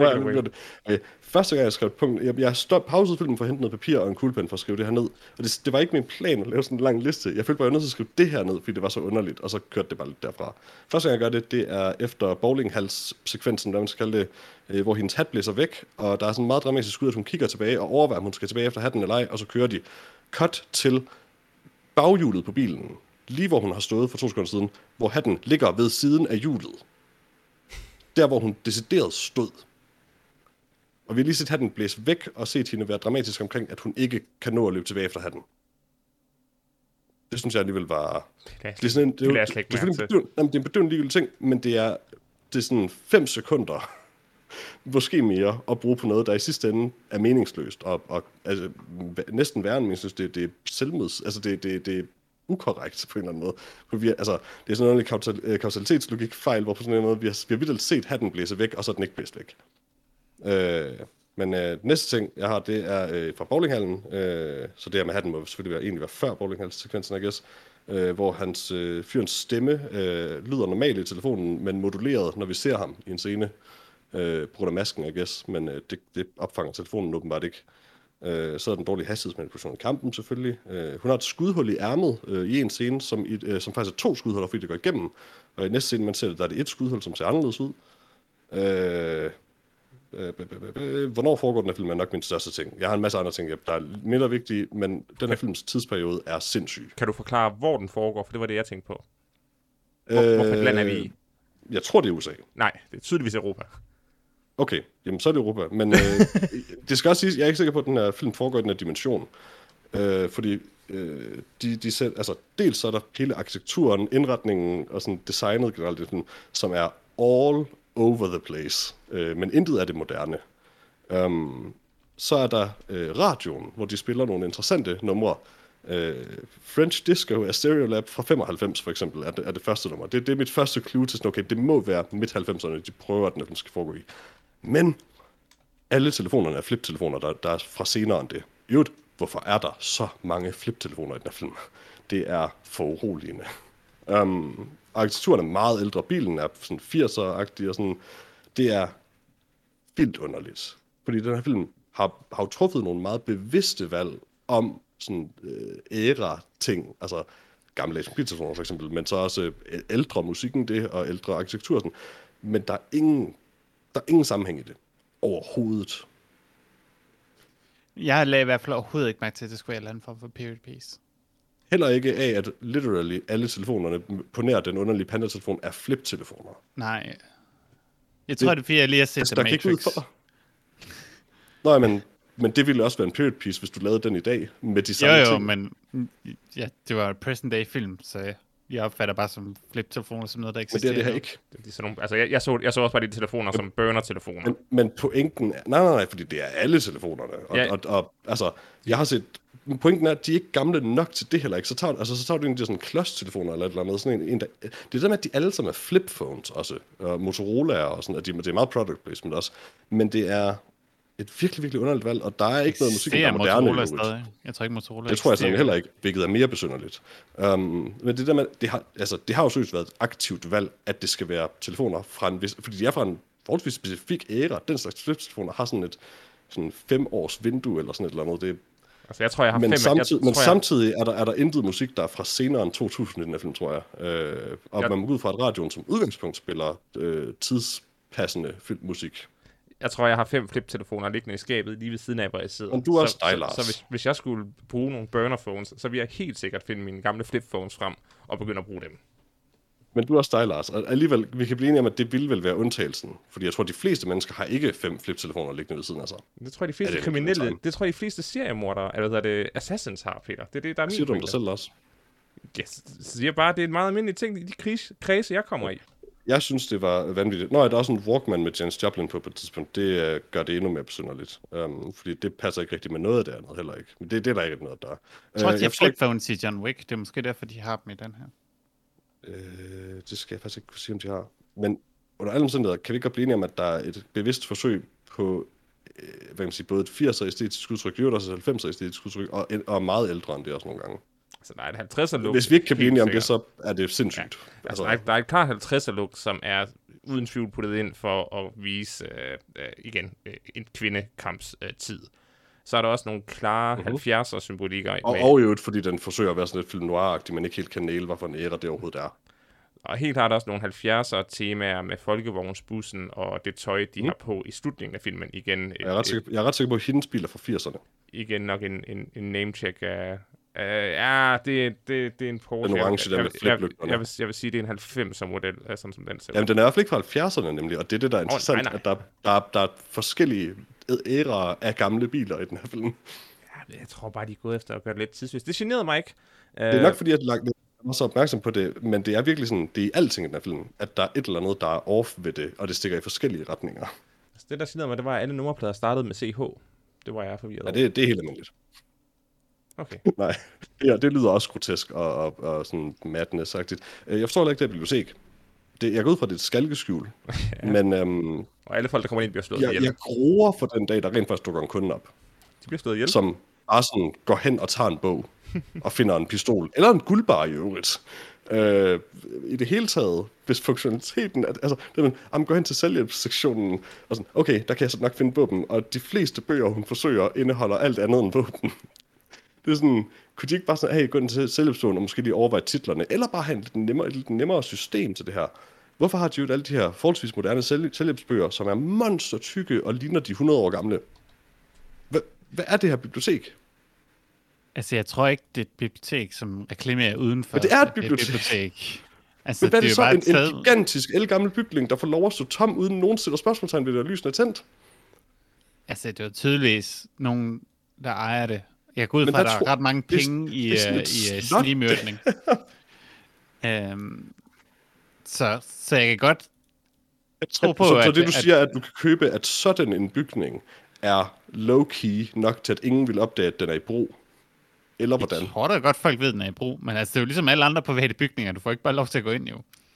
Okay. Første gang, jeg skrev et punkt, jeg pausede filmen for at hente noget papir og en kuglepen for at skrive det her ned. Og det var ikke min plan at lave sådan en lang liste. Jeg følte bare, jeg var nødt til at skrive det her ned, fordi det var så underligt, og så kørte det bare lidt derfra. Første gang, jeg gør det er efter bowlinghals-sekvensen, der man skal kalde det, hvor hendes hat blæser væk, og der er sådan en meget dramatisk ud, at hun kigger tilbage og overvejer, om hun skal tilbage efter hatten eller ej, og så kører de cut til baghjulet på bilen, lige hvor hun har stået for 2 sekunder siden, hvor hatten ligger ved siden af hjulet. Der, hvor hun decideret stod. Og vi har lige set hatten blæse væk, og set hende være dramatisk omkring, at hun ikke kan nå at løbe tilbage efter hatten. Det synes jeg alligevel var... Det er sådan en... Det er en bedøvende ligegyldig ting, men det er sådan 5 sekunder, måske mere, at bruge på noget, der i sidste ende er meningsløst, og altså, næsten værre end meningsløst. Det er selvmods... Altså, det er ukorrekt på en eller anden måde. For det er sådan en kausalitetlogik-fejl, hvor på sådan en måde, vi har vildt set hatten blæse væk, og så er den ikke blæst væk. Men næste ting, jeg har, det er fra bowlinghallen. Så det her med hatten må selvfølgelig egentlig være før bowlinghalssekvensen, I guess. Hvor fyrens stemme lyder normalt i telefonen, men moduleret, når vi ser ham i en scene. På grund af masken, I guess. Men det opfanger telefonen åbenbart ikke. Så er den dårlige hastighedsmanipulation i kampen, selvfølgelig. Hun har et skudhul i ærmet i en scene, som faktisk er 2 skudhuller, fordi det går igennem. Og i næste scene, man ser det, der er det 1 skudhul, som ser anderledes ud. Hvornår foregår den her film er nok min største ting. Jeg har en masse andre ting, der er mindre vigtige, men den her films tidsperiode er sindssyg. Kan du forklare, hvor den foregår? For det var det, jeg tænkte på. Hvorfor land er vi i? Jeg tror, det er USA. Nej, det er tydeligvis Europa. Okay, jamen så er det Europa. Men det skal også siges, jeg er ikke sikker på, at den her film foregår i den her dimension. Fordi de selv, altså, dels så er der hele arkitekturen, indretningen og sådan designet generelt, som er all over the place. Men intet af det moderne. Så er der radioen, hvor de spiller nogle interessante numre. French Disco af Stereolab fra 95 for eksempel er det første nummer. Det er mit første clue til sådan, okay, det må være midt-90'erne, de prøver, at den skal foregå i. Men alle telefonerne er flip-telefoner, der er fra senere end det. Hvorfor er der så mange flip-telefoner i den her film? Det er for uroligende. Arkitekturen er meget ældre, bilen er sådan 80'er-agtig, og sådan. Det er vildt underligt. Fordi den her film har truffet nogle meget bevidste valg om sådan æra-ting, altså gamle mobiltelefoner for eksempel, men så også ældre musikken det, og ældre arkitektur sådan. Men der er ingen sammenhæng i det. Overhovedet. Jeg lagde i hvert fald overhovedet ikke mærke til, at det skulle være et eller andet form for period piece. Heller ikke af, at literally alle telefonerne på nær den underlige Panda-telefon er flip-telefoner. Nej. Jeg tror, det er fordi, jeg lige har set The Matrix. Nej, men det ville også være en period piece, hvis du lavede den i dag med de samme ting. Jo, men ja, det var en present day film, så jeg opfatter bare som flip-telefoner som noget, der eksisterer. Men det er det her ikke. Det er sådan nogle, altså, jeg så også bare de telefoner som burner-telefoner. Men pointen er... Nej, fordi det er alle telefonerne. Og altså, jeg har set... Pointen er, at de er ikke gamle nok til det heller ikke. Så tager du egentlig sådan klods-telefoner eller et eller andet. Sådan en der, det er det med, at de alle sammen er flip-phones også. Motorola og sådan, at det er meget product placement også. Men det er et virkelig, virkelig underligt valg, og der er ikke noget musik, der er moderne. Jeg tror ikke Motorola. Det tror jeg sådan heller ikke, hvilket er mere besynderligt. Men det der med, det har jo seriøst været et aktivt valg, at det skal være telefoner fra en vis, fordi de er fra en forholdsvis specifik æra. Den slags flip-telefoner har sådan et 5 års vindue eller sådan et eller andet. Det altså, jeg tror, jeg har men samtidig er der intet musik, der er fra senere end 2000 i den her film, tror jeg. Og man må gå ud fra, at radioen som udgangspunkt spiller tidspassende musik. Jeg tror, jeg har 5 flip-telefoner liggende i skabet lige ved siden af, hvor jeg sidder. Men du er også dig, Lars. Så hvis jeg skulle bruge nogle burner-phones, så ville jeg helt sikkert finde mine gamle flip-phones frem og begynde at bruge dem. Men du er også dig, Lars. Og alligevel, vi kan blive enige om, at det ville vel være undtagelsen. Fordi jeg tror, de fleste mennesker har ikke 5 flip-telefoner liggende ved siden af sig. Det tror jeg, de fleste kriminelle, det tror jeg, de fleste seriemordere, eller hvad det assassins har, Peter. Det er det, der er min. Siger du om dig selv også? Jeg siger bare, det er en meget almindelig ting i de kredse, jeg kommer i. Jeg synes, det var vanvittigt. Der er også en Walkman med Janis Joplin på et tidspunkt. Det gør det endnu mere besynderligt. Fordi det passer ikke rigtig med noget af det andet heller ikke. Men det er der ikke noget, der er. Jeg tror, de har flip-phones i John Wick. Det er måske derfor, de har dem i den her. Det skal jeg faktisk ikke kunne sige, om de har. Men under alle omstændigheder kan vi ikke blive enige om, at der er et bevidst forsøg på hvad kan man sige, både et 80'er æstetisk udtryk, og også et 90'er æstetisk udtryk, og meget ældre end det også nogle gange. Altså, der er et 50'er look. Hvis vi ikke kan blive enige om det, så er det sindssygt. Ja. Altså, der er et klart 50'er look, som er uden tvivl puttet ind for at vise igen en kvindekampstid. Så er der også nogle klare 70'er symbolikker. Og i øvrigt, fordi den forsøger at være sådan lidt film noir-agtig, men ikke helt kan næle, hvorfor en æra det overhovedet er. Og helt klart også nogle 70'er temaer med folkevognsbussen og det tøj, de har på i slutningen af filmen. Igen, jeg er ret sikker på, at hendes biler fra 80'erne. Igen nok en name-check af... det er en Porsche. Den orange, der med fliplygterne. Jeg vil sige, det er en 90'er model, sådan som den ser. Jamen, den er i hvert fald ikke fra 70'erne nemlig, og det er det, der er interessant, nej. At der er forskellige æraer af gamle biler i den her film. Ja, jeg tror bare, de er gået efter at gøre det lidt tidsvist. Det generede mig ikke. Det er nok fordi, at jeg er så opmærksom på det, men det er virkelig sådan, det er i alting i den her film, at der er et eller andet, der er off ved det, og det stikker i forskellige retninger. Altså, det der siger mig, det var, at alle nummerplader startede med CH. Det var jeg forvirret over. Ja, det er helt almindeligt. Okay. Nej, ja, det lyder også grotesk og sådan madness-agtigt. Jeg forstår ikke det her bibliotek. Jeg går ud fra, det er et skalkeskjul. Ja. Men, og alle folk, der kommer ind, bliver slået ihjel. Jeg gruer for den dag, der rent faktisk dukker en kunde op. De bliver slået ihjel? Som bare sådan går hen og tager en bog og finder en pistol. Eller en guldbar i øvrigt. I det hele taget, hvis funktionaliteten altså, man går hen til selvhjælpssektionen og sådan, okay, der kan jeg så nok finde våben, og de fleste bøger, hun forsøger, indeholder alt andet end våben. Det er sådan, kunne de ikke bare sådan, hey, gå ind til selvhjælpsbogen og måske lige overveje titlerne, eller bare have et lidt nemmere system til det her? Hvorfor har de jo alle de her forholdsvis moderne selvhjælpsbøger, som er monster tykke og ligner de 100 år gamle? Hvad er det her bibliotek? Altså, jeg tror ikke, det er et bibliotek, som reklamerer udenfor. Men det er et bibliotek. Altså, men hvad er det så? En gigantisk, elgammel bygning, der får lov at stå tom, uden nogen stiller spørgsmålstegn ved, at lysene er tændt? Altså, det er tydeligvis nogen, der ejer det. Jeg går ud fra, at der er ret mange penge i snigmyrkning. Så jeg kan godt tro på, så det, du siger, at du kan købe, at sådan en bygning er low-key nok til, at ingen vil opdage, at den er i brug? Eller hvordan? Jeg tror da godt, folk ved, at den er i brug. Men altså, det er jo ligesom alle andre private bygninger. Du får ikke bare lov til at gå ind, jo.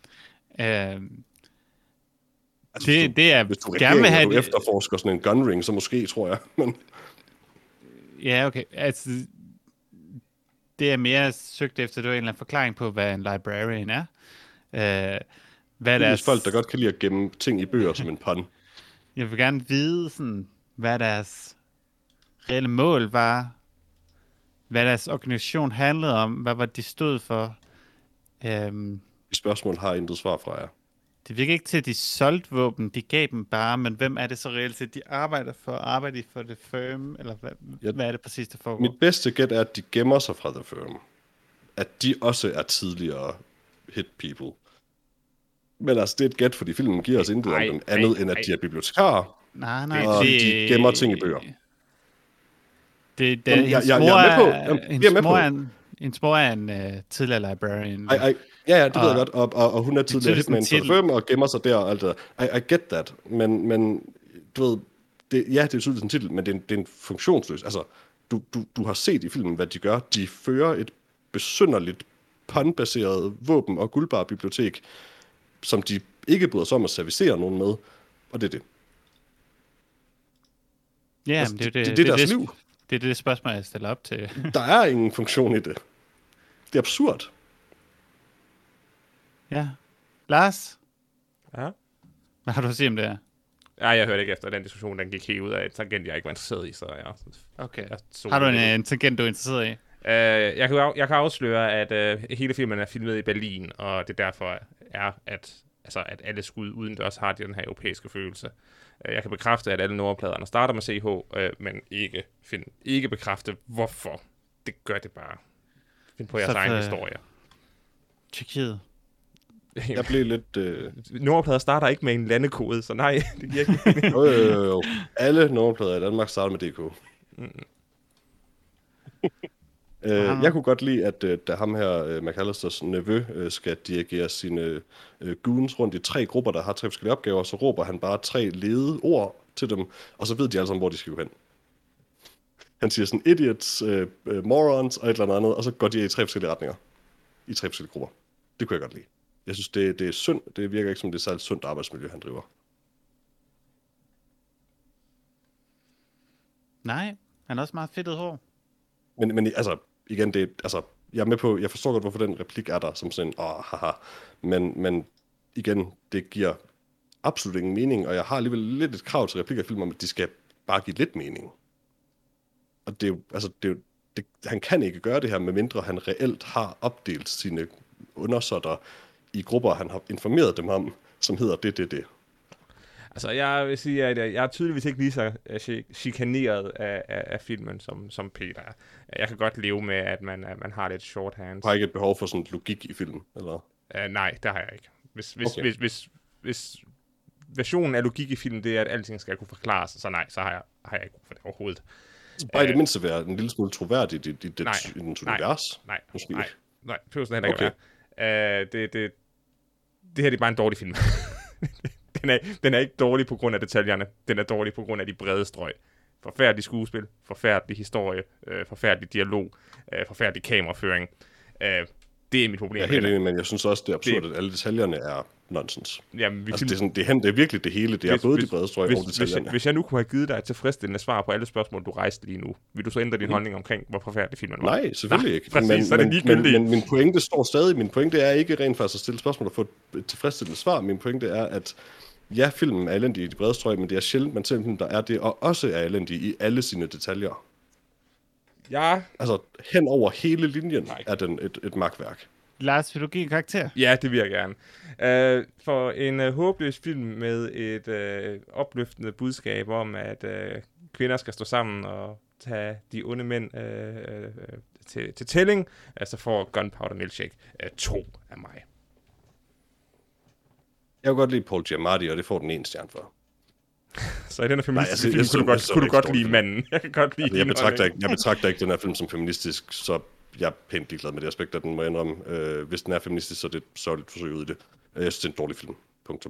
Det er... Hvis du gerne have... du efterforsker sådan en gunring, så måske, tror jeg. Men... Ja, okay. Altså, det er mere søgt efter, det er en eller anden forklaring på, hvad en librarian er. Hvad er folk, der godt kan lide at gemme ting i bøger som en pun. Jeg vil gerne vide, sådan, hvad deres reelle mål var, hvad deres organisation handlede om, hvad var de stod for. De spørgsmål har intet svar fra jer. Det virker ikke til, at de solgte våben, de gav dem bare, men hvem er det så reelt til, de arbejder for? Arbejder de for The Firm, eller hvad er det præcis, der foregår? Mit bedste gæt er, at de gemmer sig fra The Firm. At de også er tidligere hit people. Men altså, det er et gæt, fordi filmen giver os intet om dem andet, end at de er bibliotekarer. Nej, og de gemmer ting i bøger. Jeg er med på. Hendes mor er en tidligere librarian. Ja, det ved jeg godt. Og hun er tidligere hitman for The Firm og gemmer sig der og alt det der. I get that. Men du ved, det er tydeligt en titel, men det er en funktionsløs. Altså, du har set i filmen, hvad de gør. De fører et besynderligt pun-baseret våben- og guldbar-bibliotek, som de ikke bryder sig om at servicere nogen med. Og det er det. Ja, altså, det er deres liv. Det er det spørgsmål, jeg stiller op til. Der er ingen funktion i det. Det er absurd. Ja. Lars? Ja? Hvad har du at sige om det her? Ja, jeg hørte ikke efter den diskussion, den gik helt ud af et tangent, jeg ikke var interesseret i, så ja. Okay. Har du en tangent, du er interesseret i? Jeg kan afsløre, at hele filmen er filmet i Berlin, og det derfor er, at alle skud udendørs har den her europæiske følelse. Jeg kan bekræfte, at alle nummerpladerne starter med CH, men ikke bekræfte, hvorfor. Det gør det bare. Find på jeres egen historie. Tyrkiet. Jeg blev lidt... Nummerplader starter ikke med en landekode, så nej, det giver ikke. Jo. Alle nummerplader i Danmark starter med DK. Jeg kunne godt lide, at da ham her, McAllisters nevø, skal dirigere sine goons rundt i 3 grupper, der har 3 forskellige opgaver, så råber han bare 3 ledede ord til dem, og så ved de alle sammen, hvor de skal gå hen. Han siger sådan, idiots, morons og et eller andet, og så går de i 3 forskellige retninger. I 3 forskellige grupper. Det kunne jeg godt lide. Jeg synes, det er synd. Det virker ikke som, det er særligt sundt arbejdsmiljø, han driver. Nej, han er også meget fedtet hår. Men altså, igen, jeg er med på, jeg forstår godt, hvorfor den replik er der, som sådan, haha. Men igen, det giver absolut ingen mening, og jeg har alligevel lidt et krav til replikker i film om, at de skal bare give lidt mening. Og det er jo, han kan ikke gøre det her, medmindre han reelt har opdelt sine undersåtter i grupper, han har informeret dem om, som hedder det. Altså, jeg vil sige, at jeg er tydeligvis ikke lige så chikaneret af filmen, som Peter er. Jeg kan godt leve med, at man har lidt shorthand. Du har ikke et behov for sådan et logik i filmen, eller? Nej, det har jeg ikke. Hvis versionen af logik i filmen, det er, at alting skal kunne forklares, så nej, så har jeg ikke brug for det overhovedet. Så bare i det mindste være en lille smule troværdigt i dens univers. Nej, behøver sådan heller ikke være. Det her er bare en dårlig film. den er ikke dårlig på grund af detaljerne. Den er dårlig på grund af de brede strøg. Forfærdelig skuespil, forfærdelig historie, forfærdelig dialog, forfærdelig kameraføring. Det er mit problem. Jeg er helt enig, men jeg synes også, det er absurd, at alle detaljerne er nonsens. Jamen, altså, det er virkelig det hele. Det er både de brede strøg og detaljerne. Hvis jeg nu kunne have givet dig et tilfredsstillende svar på alle spørgsmål, du rejste lige nu, vil du så ændre din holdning omkring, hvor forfærdelig filmen var? Nej, selvfølgelig ikke. Præcis, men min pointe står stadig. Min pointe er ikke rent faktisk at stille spørgsmål og få et tilfredsstillende svar. Min pointe er, at ja, filmen er elendig i de brede strøg, men det er sjældent, man ser en film, der er det, og også er elendig i alle sine detaljer. Ja. Altså, hen over hele linjen er den et magtværk. Lars, vil du give en karakter? Ja, det vil jeg gerne. For en håbløs film med et opløftende budskab om, at kvinder skal stå sammen og tage de onde mænd til tælling, så får Gunpowder Milkshake 2 af mig. Jeg kan godt lide Paul Giamatti, og det får den 1 stjerne for. Så i den her feministiske film kunne du godt lide manden. Jeg kan godt lide jeg betragter ikke den her film som feministisk, så jeg er pænt ligeglad med det aspekt, at den må indrømme. Hvis den er feministisk, så er det et sørgeligt forsøg ud i det. Jeg synes, det er en dårlig film. Punktum.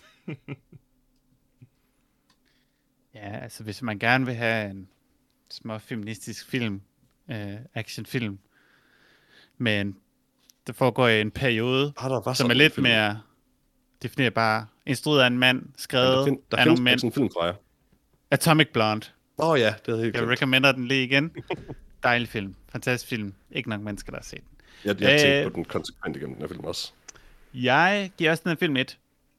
Ja, altså hvis man gerne vil have en små feministisk film, actionfilm, men det foregår i en periode, som er lidt mere definerbare. Instrueret af en mand, skrevet af nogle mænd. En film fra jer. Atomic Blonde. Ja, det er helt Jeg recommender den lige igen. Dejlig film. Fantastisk film. Ikke nok mennesker, der har set den. Jeg tænkte på den konsekvent igennem den her film også. Jeg giver også den her film 1.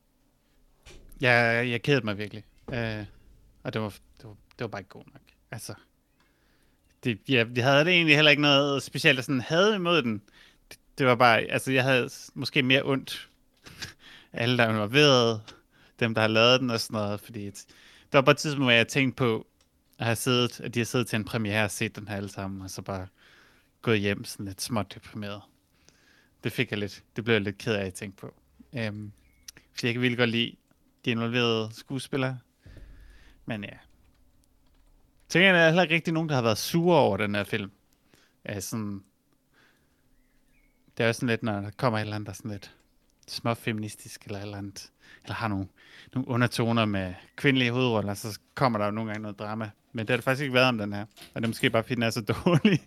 Jeg kedede mig virkelig. Og det var bare ikke god nok. Altså, jeg havde det egentlig heller ikke noget specielt, der sådan havde imod den. Det var bare, altså jeg havde måske mere ondt. Alle, der er involveret, dem, der har lavet den og sådan noget, fordi der var bare et tidspunkt, hvor jeg tænkte på, at de har siddet til en premiere og set den her alle sammen, og så bare gået hjem sådan lidt småt deprimeret. Det blev jeg lidt ked af at tænke på. Fordi jeg kan virkelig godt lide de involverede skuespillere. Men ja. Tænker jeg, der er heller ikke rigtig nogen, der har været sure over den her film. Sådan, det er jo sådan lidt, når der kommer et eller andet, der er sådan lidt småfeministisk eller et eller andet, eller har nogle undertoner med kvindelige hovedroller, så kommer der jo nogle gange noget drama. Men det har det faktisk ikke været om den her. Og det er måske bare, fordi den er så dårlig,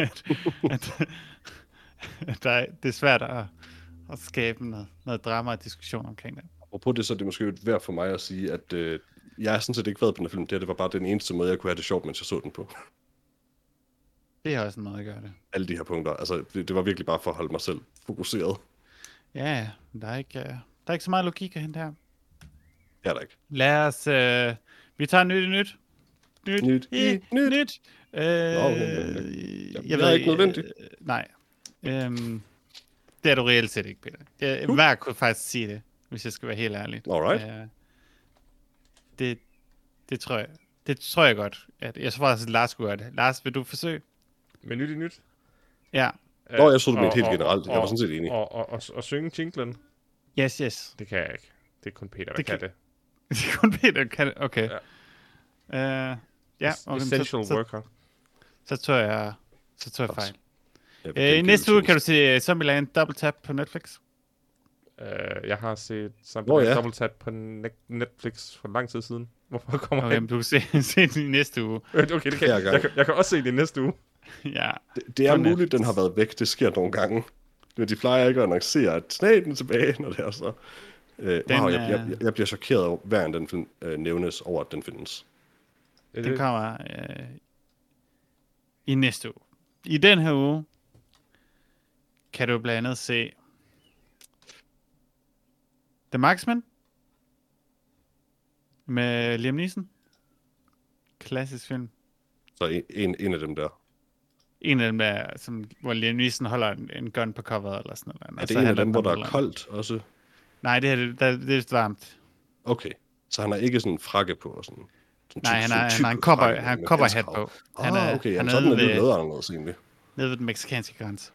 at det er svært at skabe noget drama og diskussion omkring det. Og på det, så er det måske værd for mig at sige, at jeg har sådan set ikke været på den film. Det var bare den eneste måde, jeg kunne have det sjovt, mens jeg så den på. Det har også en måde at gøre det. Alle de her punkter. Altså, det var virkelig bare for at holde mig selv fokuseret. Ja, der er ikke så meget logik at hente her. Det er der ikke. Lad os... vi tager nyt. Jeg ved ikke nødvendigt. Nej. Det er du reelt set ikke, Peter. Hver kunne faktisk sige det, hvis jeg skal være helt ærlig. Alright. Det tror jeg godt. Jeg tror faktisk, at Lars skulle gøre det. Lars, vil du forsøge? Med nyt? Ja. Jeg så det med helt generelt. Jeg var sådan set enig. Og synge jinglen? Yes. Det kan jeg ikke. Det er kun Peter, der kan det. Det er kun Peter, der kan det? Okay. Essential worker. Så tror jeg fejl. Næste uge kan du se Zombieland Double Tap på Netflix. Jeg har set Zombieland Double Tap på Netflix for lang tid siden. Hvorfor kommer men du kan se den i næste uge. Okay, det kan jeg kan også se den i næste uge. Ja. Det er muligt, den har været væk. Det sker nogle gange. Men de plejer ikke at annoncere, at den er tilbage, når det er så. Jeg bliver chokeret over, hver en den film nævnes over, at den findes. Den kommer i næste uge. I den her uge kan du blandt andet se The Marksman med Liam Neeson. Klassisk film. Så en af dem der. En af dem der, hvor Liam Neeson holder en gun på coveret eller sådan noget. Er det en af dem, hvor der er koldt også? Nej, det er varmt. Okay, så han har ikke sådan en frakke på og sådan. Nej, han har en cowboy-hat på. Okay, han sådan er det noget anderledes egentlig. Nede ved den mexikanske grænse.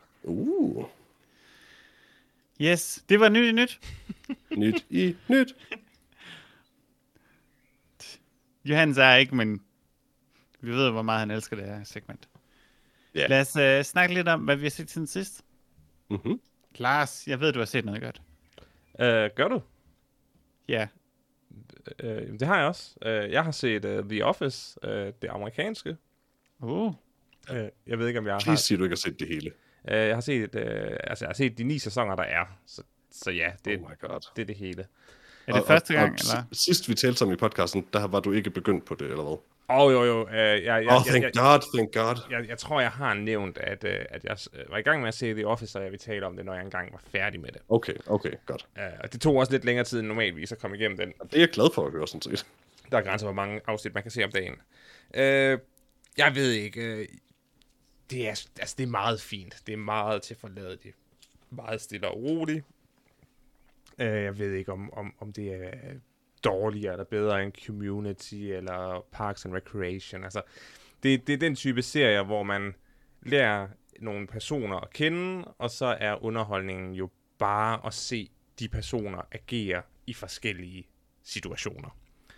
Yes, det var nyt i nyt. Nyt i nyt. Johannes er ikke, men Vi ved, hvor meget han elsker det her segment. Yeah. Lad os snakke lidt om, hvad vi har set siden sidst. Mm-hmm. Lars, jeg ved, du har set noget godt. Gør du? Ja. Det har jeg også. Jeg har set The Office, det amerikanske. Jeg ved ikke, om jeg har... Please sig, du ikke har set det hele. Jeg har set, jeg har set de 9 sæsoner, der er. Så ja, det er det hele. Er det første gang, eller? Sidst vi talte om i podcasten, der var du ikke begyndt på det, eller hvad? Jo. Thank God. Jeg tror, jeg har nævnt, at jeg var i gang med at se The Office, og jeg vil tale om det, når jeg engang var færdig med det. Okay, godt. Og det tog også lidt længere tid end normalvis at komme igennem den. Det er jeg glad for at høre, sådan set. Der er grænser, hvor mange afsnit man kan se om dagen. Jeg ved ikke... Det er meget fint. Det er meget tilforladeligt. Meget stille og roligt. Jeg ved ikke, om det er dårligere eller bedre end Community eller Parks and Recreation. Altså, det er den type serie, hvor man lærer nogle personer at kende, og så er underholdningen jo bare at se de personer agere i forskellige situationer.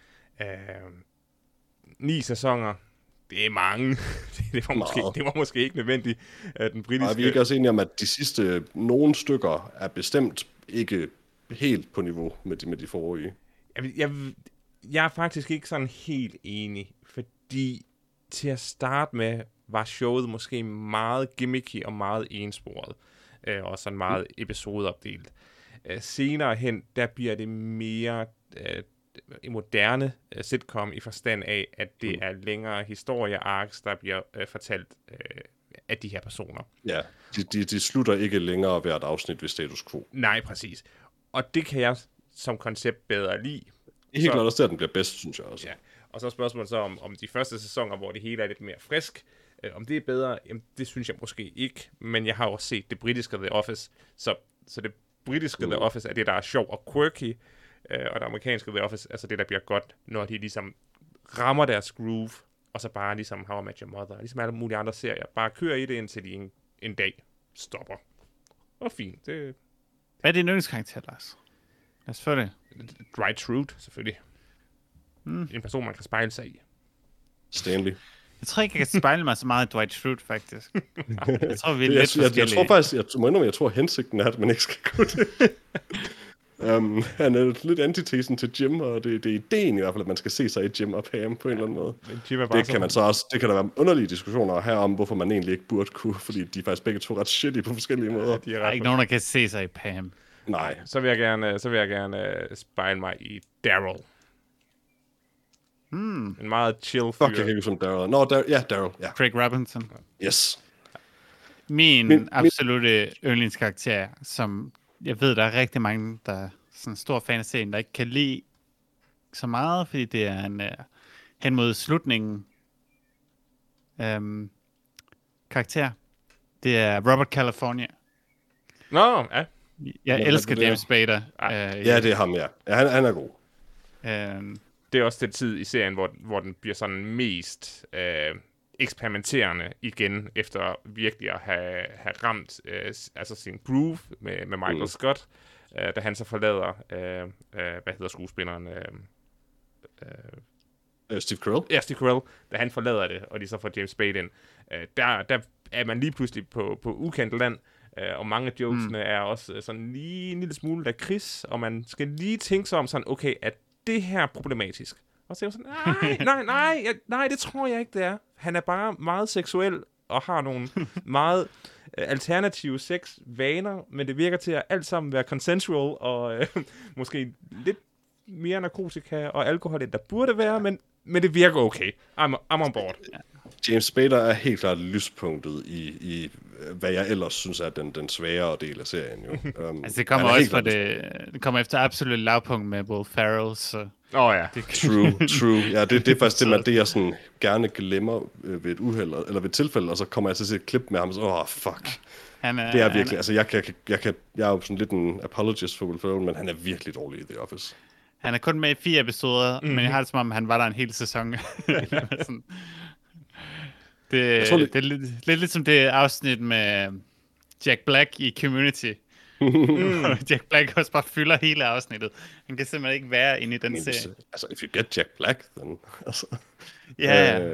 9 sæsoner, det er mange. det var måske ikke nødvendigt. Den britiske... Nej, vi er ikke også enige om, at de sidste nogle stykker er bestemt ikke helt på niveau med de forrige. Jeg er faktisk ikke sådan helt enig, fordi til at starte med var showet måske meget gimmicky og meget ensporet, og sådan meget episodeopdelt. Senere hen, der bliver det mere en moderne sitcom i forstand af, at det er længere historie-arcs, der bliver fortalt af de her personer. Ja, de slutter ikke længere hvert afsnit ved status quo. Nej, præcis. Og det kan jeg som koncept bedre lide. Det er helt klart også der, den bliver bedst, synes jeg også. Ja. Og så er spørgsmålet så om de første sæsoner, hvor det hele er lidt mere frisk. Om det er bedre, jamen, det synes jeg måske ikke. Men jeg har også set det britiske The Office. Så det britiske The Office er det, der er sjov og quirky. Og det amerikanske The Office, altså det, der bliver godt, når de ligesom rammer deres groove. Og så bare ligesom How I Met Your Mother, ligesom alle mulige andre serier. Bare kører i det, indtil de en dag stopper. Og fint. Hvad er din yndlingskarakter, Lars? Lad os få det. Dwight Schrute, selvfølgelig. En person, man kan spejle sig i. Stanley. Jeg tror ikke, jeg kan spejle mig så meget i Dwight Schrute, faktisk. Jeg tror, vi er lidt forskellige. Jeg tror faktisk, jeg tror hensigten er, at man ikke skal kunne det. Han er lidt antitesen til Jim, og det er ideen i hvert fald, at man skal se sig i Jim og Pam på en eller anden måde. Det kan man så også, det kan der være underlige diskussioner her om, hvorfor man egentlig ikke burde kunne, fordi de er faktisk begge to ret shitty på forskellige måder. Der er ikke nogen, der kan se sig i Pam. Nej. Så vil jeg gerne spejle mig i Daryl. En meget chill fyr. Fuck, jeg kan ikke som Daryl. Daryl. Ja. Craig Robinson. Yes. Min absolutte yndlingskarakter, som jeg ved, der er rigtig mange, der er sådan en stor fan af serien, der ikke kan lide så meget, fordi det er en hen mod slutningen karakter. Det er Robert California. Ja. Jeg elsker James Spader. Ja, det er ham, ja. Han er god. Det er også den tid i serien, hvor den bliver sådan mest eksperimenterende igen, efter virkelig at have ramt altså sin groove med Michael Scott, da han så forlader, hvad hedder skuespilleren? Steve Carell? Ja, Steve Carell. Da han forlader det, og de så får James Spader ind, der er man lige pludselig på ukendt land, og mange af jokesene er også sådan lige en lille smule lakrids, og man skal lige tænke sig om sådan, okay, er det her problematisk? Og så er sådan, nej, det tror jeg ikke, det er. Han er bare meget seksuel, og har nogle meget alternative sexvaner, men det virker til at alt sammen være consensual, og måske lidt mere narkotika og alkohol, end der burde være, men det virker okay. I'm on board. James Spader er helt klart lyspunktet i hvad jeg ellers synes er den sværere del af serien. Jo. Altså det kommer også fra det kommer efter absolut lavpunkt med Will Ferrell, så... ja. True. Ja, det er faktisk det jeg sådan gerne glemmer ved et uheld, eller ved et tilfælde, og så kommer jeg til at se et klip med ham, og så, fuck. Det er virkelig, altså jeg er jo sådan lidt en apologist for Will Ferrell, men han er virkelig dårlig i The Office. Han er kun med i 4 episoder, men jeg har det som om, han var der en hel sæson. Sådan. Det er lidt ligesom det afsnit med Jack Black i Community. Jack Black også bare fylder hele afsnittet. Han kan simpelthen ikke være inde i den serie. Altså, if you get Jack Black, then... Altså. Ja.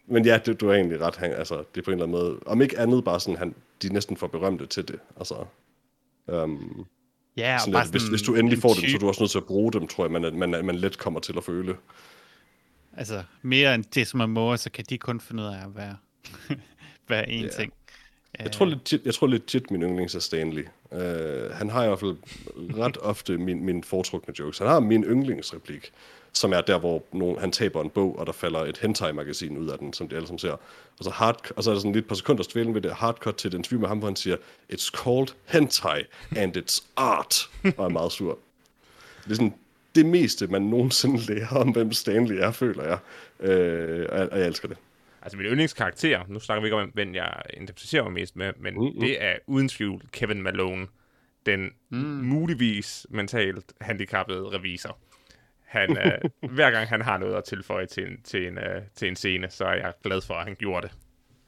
Men ja, du er egentlig ret, altså det er på en eller anden måde, om ikke andet bare sådan, de er næsten for berømte til det, altså. Ja, og sådan, hvis du endelig får dem, så er du også nødt til at bruge dem, tror jeg, man let kommer til at føle. Altså, mere end Jason Momoa, så kan de kun finde ud af at være én ting. Jeg tror legit min yndlings er Stanley. Han har i hvert fald ret ofte min foretrukne jokes. Han har min yndlingsreplik, som er der, hvor han taber en bog, og der falder et hentai-magasin ud af den, som de alle sammen ser. Og så er der sådan lidt par sekunders dvælen ved det hardcut til et interview med ham, hvor han siger, "It's called hentai, and it's art." Og er meget sur. Det er sådan det meste, man nogensinde lærer om, hvem Stanley er, føler jeg. Og jeg elsker det. Altså min yndlingskarakter, nu snakker vi ikke om, hvem jeg identificerer mig mest med, men det er uden tvivl Kevin Malone, den muligvis mentalt handicappede revisor. Han, hver gang han har noget at tilføje til en scene, så er jeg glad for, at han gjorde det.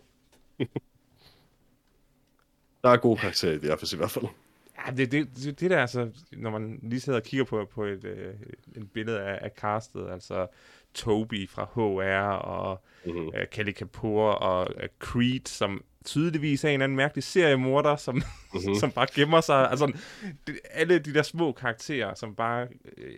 Der er gode karakterer i The Office i hvert fald. Ja, det der, altså, når man lige sidder og kigger på et billede af castet, altså Toby fra HR og Kelly Kapoor og Creed, som tydeligvis er en eller anden mærkelig seriemorder, som bare gemmer sig. Altså, alle de der små karakterer, som bare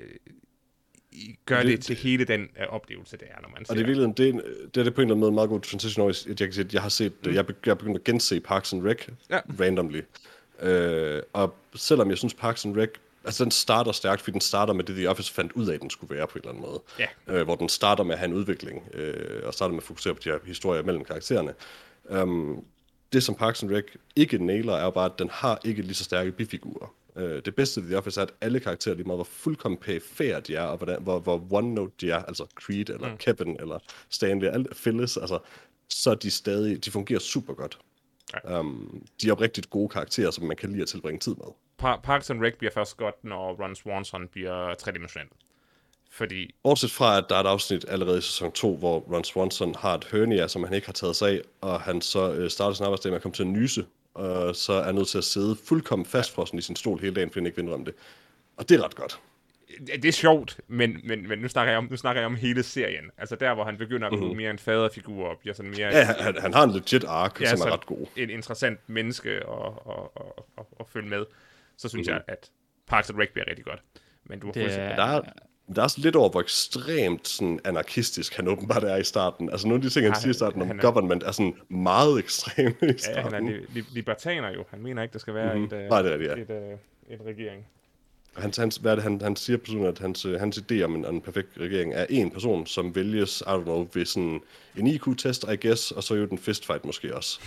gør det til hele den oplevelse, det er, når man ser. Og det er virkelig, det er på en eller anden måde meget god transition over, at jeg kan sige, at jeg har set, jeg er begyndt at gense Parks and Rec randomly. Og selvom jeg synes Parks and Rec, altså den starter stærkt, fordi den starter med det, The Office fandt ud af, at den skulle være på en eller anden måde. Hvor den starter med at have en udvikling, og starter med at fokusere på de her historier mellem karaktererne. Det, som Parks and Rec ikke nailer, er bare, at den har ikke lige så stærke bifigurer. Det bedste ved The Office er, at alle karakterer lige meget, hvor fuldkommen perifære de er, og hvor one-note de er, altså Creed, eller Kevin, eller Stanley, Phyllis, altså, så er de stadig, de fungerer super godt. De er oprigtigt gode karakterer, som man kan lide at tilbringe tid med. Parks and Rec bliver først godt, når Ron Swanson bliver tredimensionel. Fordi... Bortset fra, at der er et afsnit allerede i sæson 2, hvor Ron Swanson har et hernia, som han ikke har taget sig af, og han så starter sin arbejdsdag med at komme til at nyse, og så er nødt til at sidde fuldkommen fastfrossen i sin stol hele dagen, fordi han ikke vinder om det. Og det er ret godt. Det er sjovt, men nu snakker jeg om hele serien. Altså der, hvor han begynder at blive mere en faderfigur, og bliver sådan mere... Ja, han har en legit arc, som er ret god. En interessant menneske at følge med. Så synes jeg, at Parks and Rec bliver rigtig godt. Men du har der er også lidt over, hvor ekstremt sådan anarkistisk han åbenbart er i starten. Altså nogle af de ting, han siger i starten om government, er sådan meget ekstreme i starten. Han er libertaner jo. Han mener ikke, der skal være en regering. Han siger personen, at hans idé om en perfekt regering er en person, som vælges, I don't know, ved sådan en IQ-test, I guess, og så jo den fistfight måske også.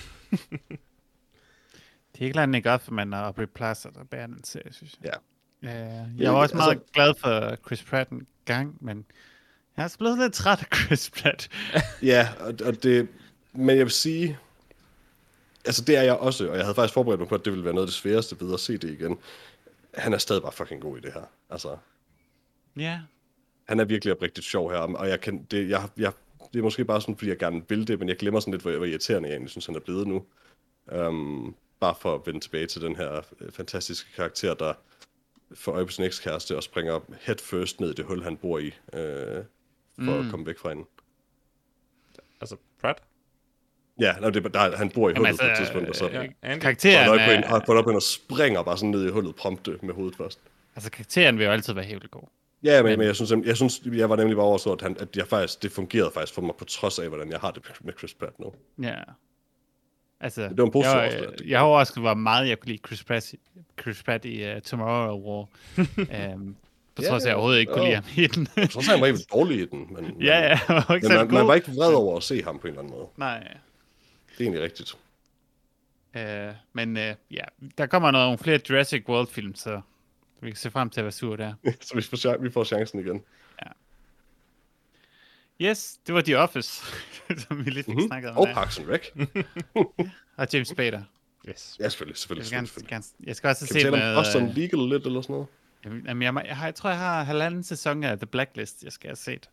Det er ikke langt ikke godt, for man har Aubrey Plaza, der bærer den serie, synes jeg. Ja. Jeg var også meget glad for Chris Pratt en gang, men jeg er også blevet lidt træt af Chris Pratt. Ja, og det... Men jeg vil sige... Altså, det er jeg også, og jeg havde faktisk forberedt mig på, at det ville være noget af det sværeste ved at se det igen. Han er stadig bare fucking god i det her. Altså... Ja. Han er virkelig oprigtigt sjov her, og jeg kan... Det er måske bare sådan, fordi jeg gerne vil det, men jeg glemmer sådan lidt, hvor irriterende jeg egentlig synes, han er blevet nu. Bare for at vende tilbage til den her fantastiske karakter, der får øje på sin ekskæreste og springer head first ned i det hul, han bor i, for at komme væk fra hende. Altså Pratt? Ja, han bor i hullet på et tidspunkt, og så karakteren får op og springer bare sådan ned i hullet prompte med hovedet først. Altså karakteren vil jo altid være helt god. Ja, men jeg var nemlig bare overstået, at det fungerede faktisk for mig, på trods af, hvordan jeg har det med Chris Pratt nu. Ja. Altså, det var en positiv jeg har overrasket, hvor meget jeg kunne lide Chris Pratt i Tomorrow War. På trods af, jeg overhovedet ikke kunne lide ham i den. På trods af, han var ikke dårlig i den. Men man var ikke vred over at se ham på en eller anden måde. Nej. Det er egentlig rigtigt. Men der kommer nogle flere Jurassic World-film, så vi kan se frem til at være sur der. Så vi får chancen igen. Ja. Yes, det var The Office, som vi lige fik snakket om. Og Parks and Rec. Og James Spader. Yes. Ja, selvfølgelig. Jeg skal også se med... Kan vi tale om Boston Legal lidt, eller sådan noget? Jamen, jeg tror, jeg har 1,5 sæson af The Blacklist, jeg skal have set.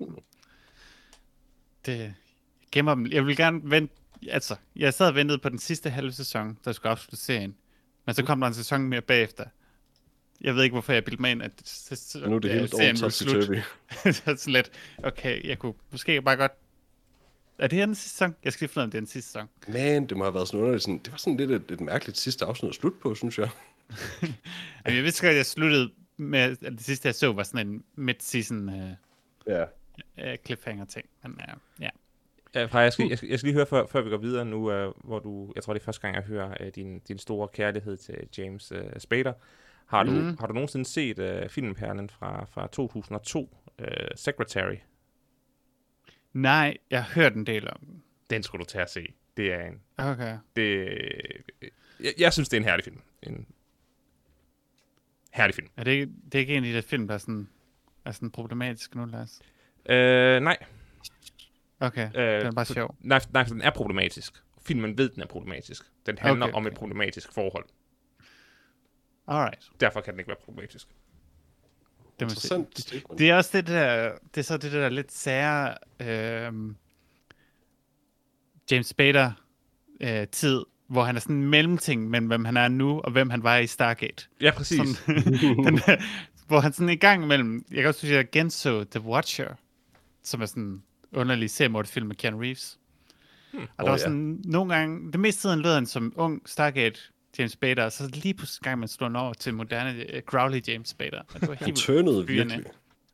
Det gemmer dem. Jeg vil gerne vente... Altså, jeg sad og ventede på den sidste halve sæson, der skulle afslutte serien. Men så kom der en sæson mere bagefter. Jeg ved ikke, hvorfor jeg bildte mig ind, at nu er det helt serien var slut. Det er sådan lidt, okay, jeg kunne måske bare godt Er det her den sidste sæson? Jeg skal lige finde ud af, om det er den sidste sæson. Men det må have været sådan underligt. Det var sådan lidt et mærkeligt sidste afsnit at slutte på, synes jeg. Jeg vidste godt, at jeg sluttede med, at det sidste, jeg så, var sådan en mid-season cliffhanger-ting. Men ja. Freja, jeg skal lige høre, før vi går videre nu, hvor du, jeg tror, det er første gang, jeg hører din store kærlighed til James Spader. Har du nogensinde set filmperlen fra 2002, Secretary? Nej, jeg har hørt en del om den. Den skulle du tage at se. Det er en... Okay. Jeg synes, det er en herlig film. En herlig film. Er det er ikke en af de der film, der er sådan problematisk nu, Lars? Nej. Okay, den er bare sjov. Nej, den er problematisk. Filmen ved, den er problematisk. Den handler om et problematisk forhold. Alright. Derfor kan den ikke være problematisk. Det er også det der, det er så det der lidt sære James Spader tid, hvor han er sådan en mellemting mellem hvem han er nu og hvem han var i Stargate. Ja, præcis. Hvor han sådan i gang mellem, jeg kan også synes, at jeg genså The Watcher, som er sådan en underlig seriemordsfilm med Keanu Reeves. Og der var sådan nogle gange, det meste tiden lød han som ung Stargate James Spader, og så lige pludselig gang man slår over til moderne Crowley James Spader. Og det var helt tørnede virkelig.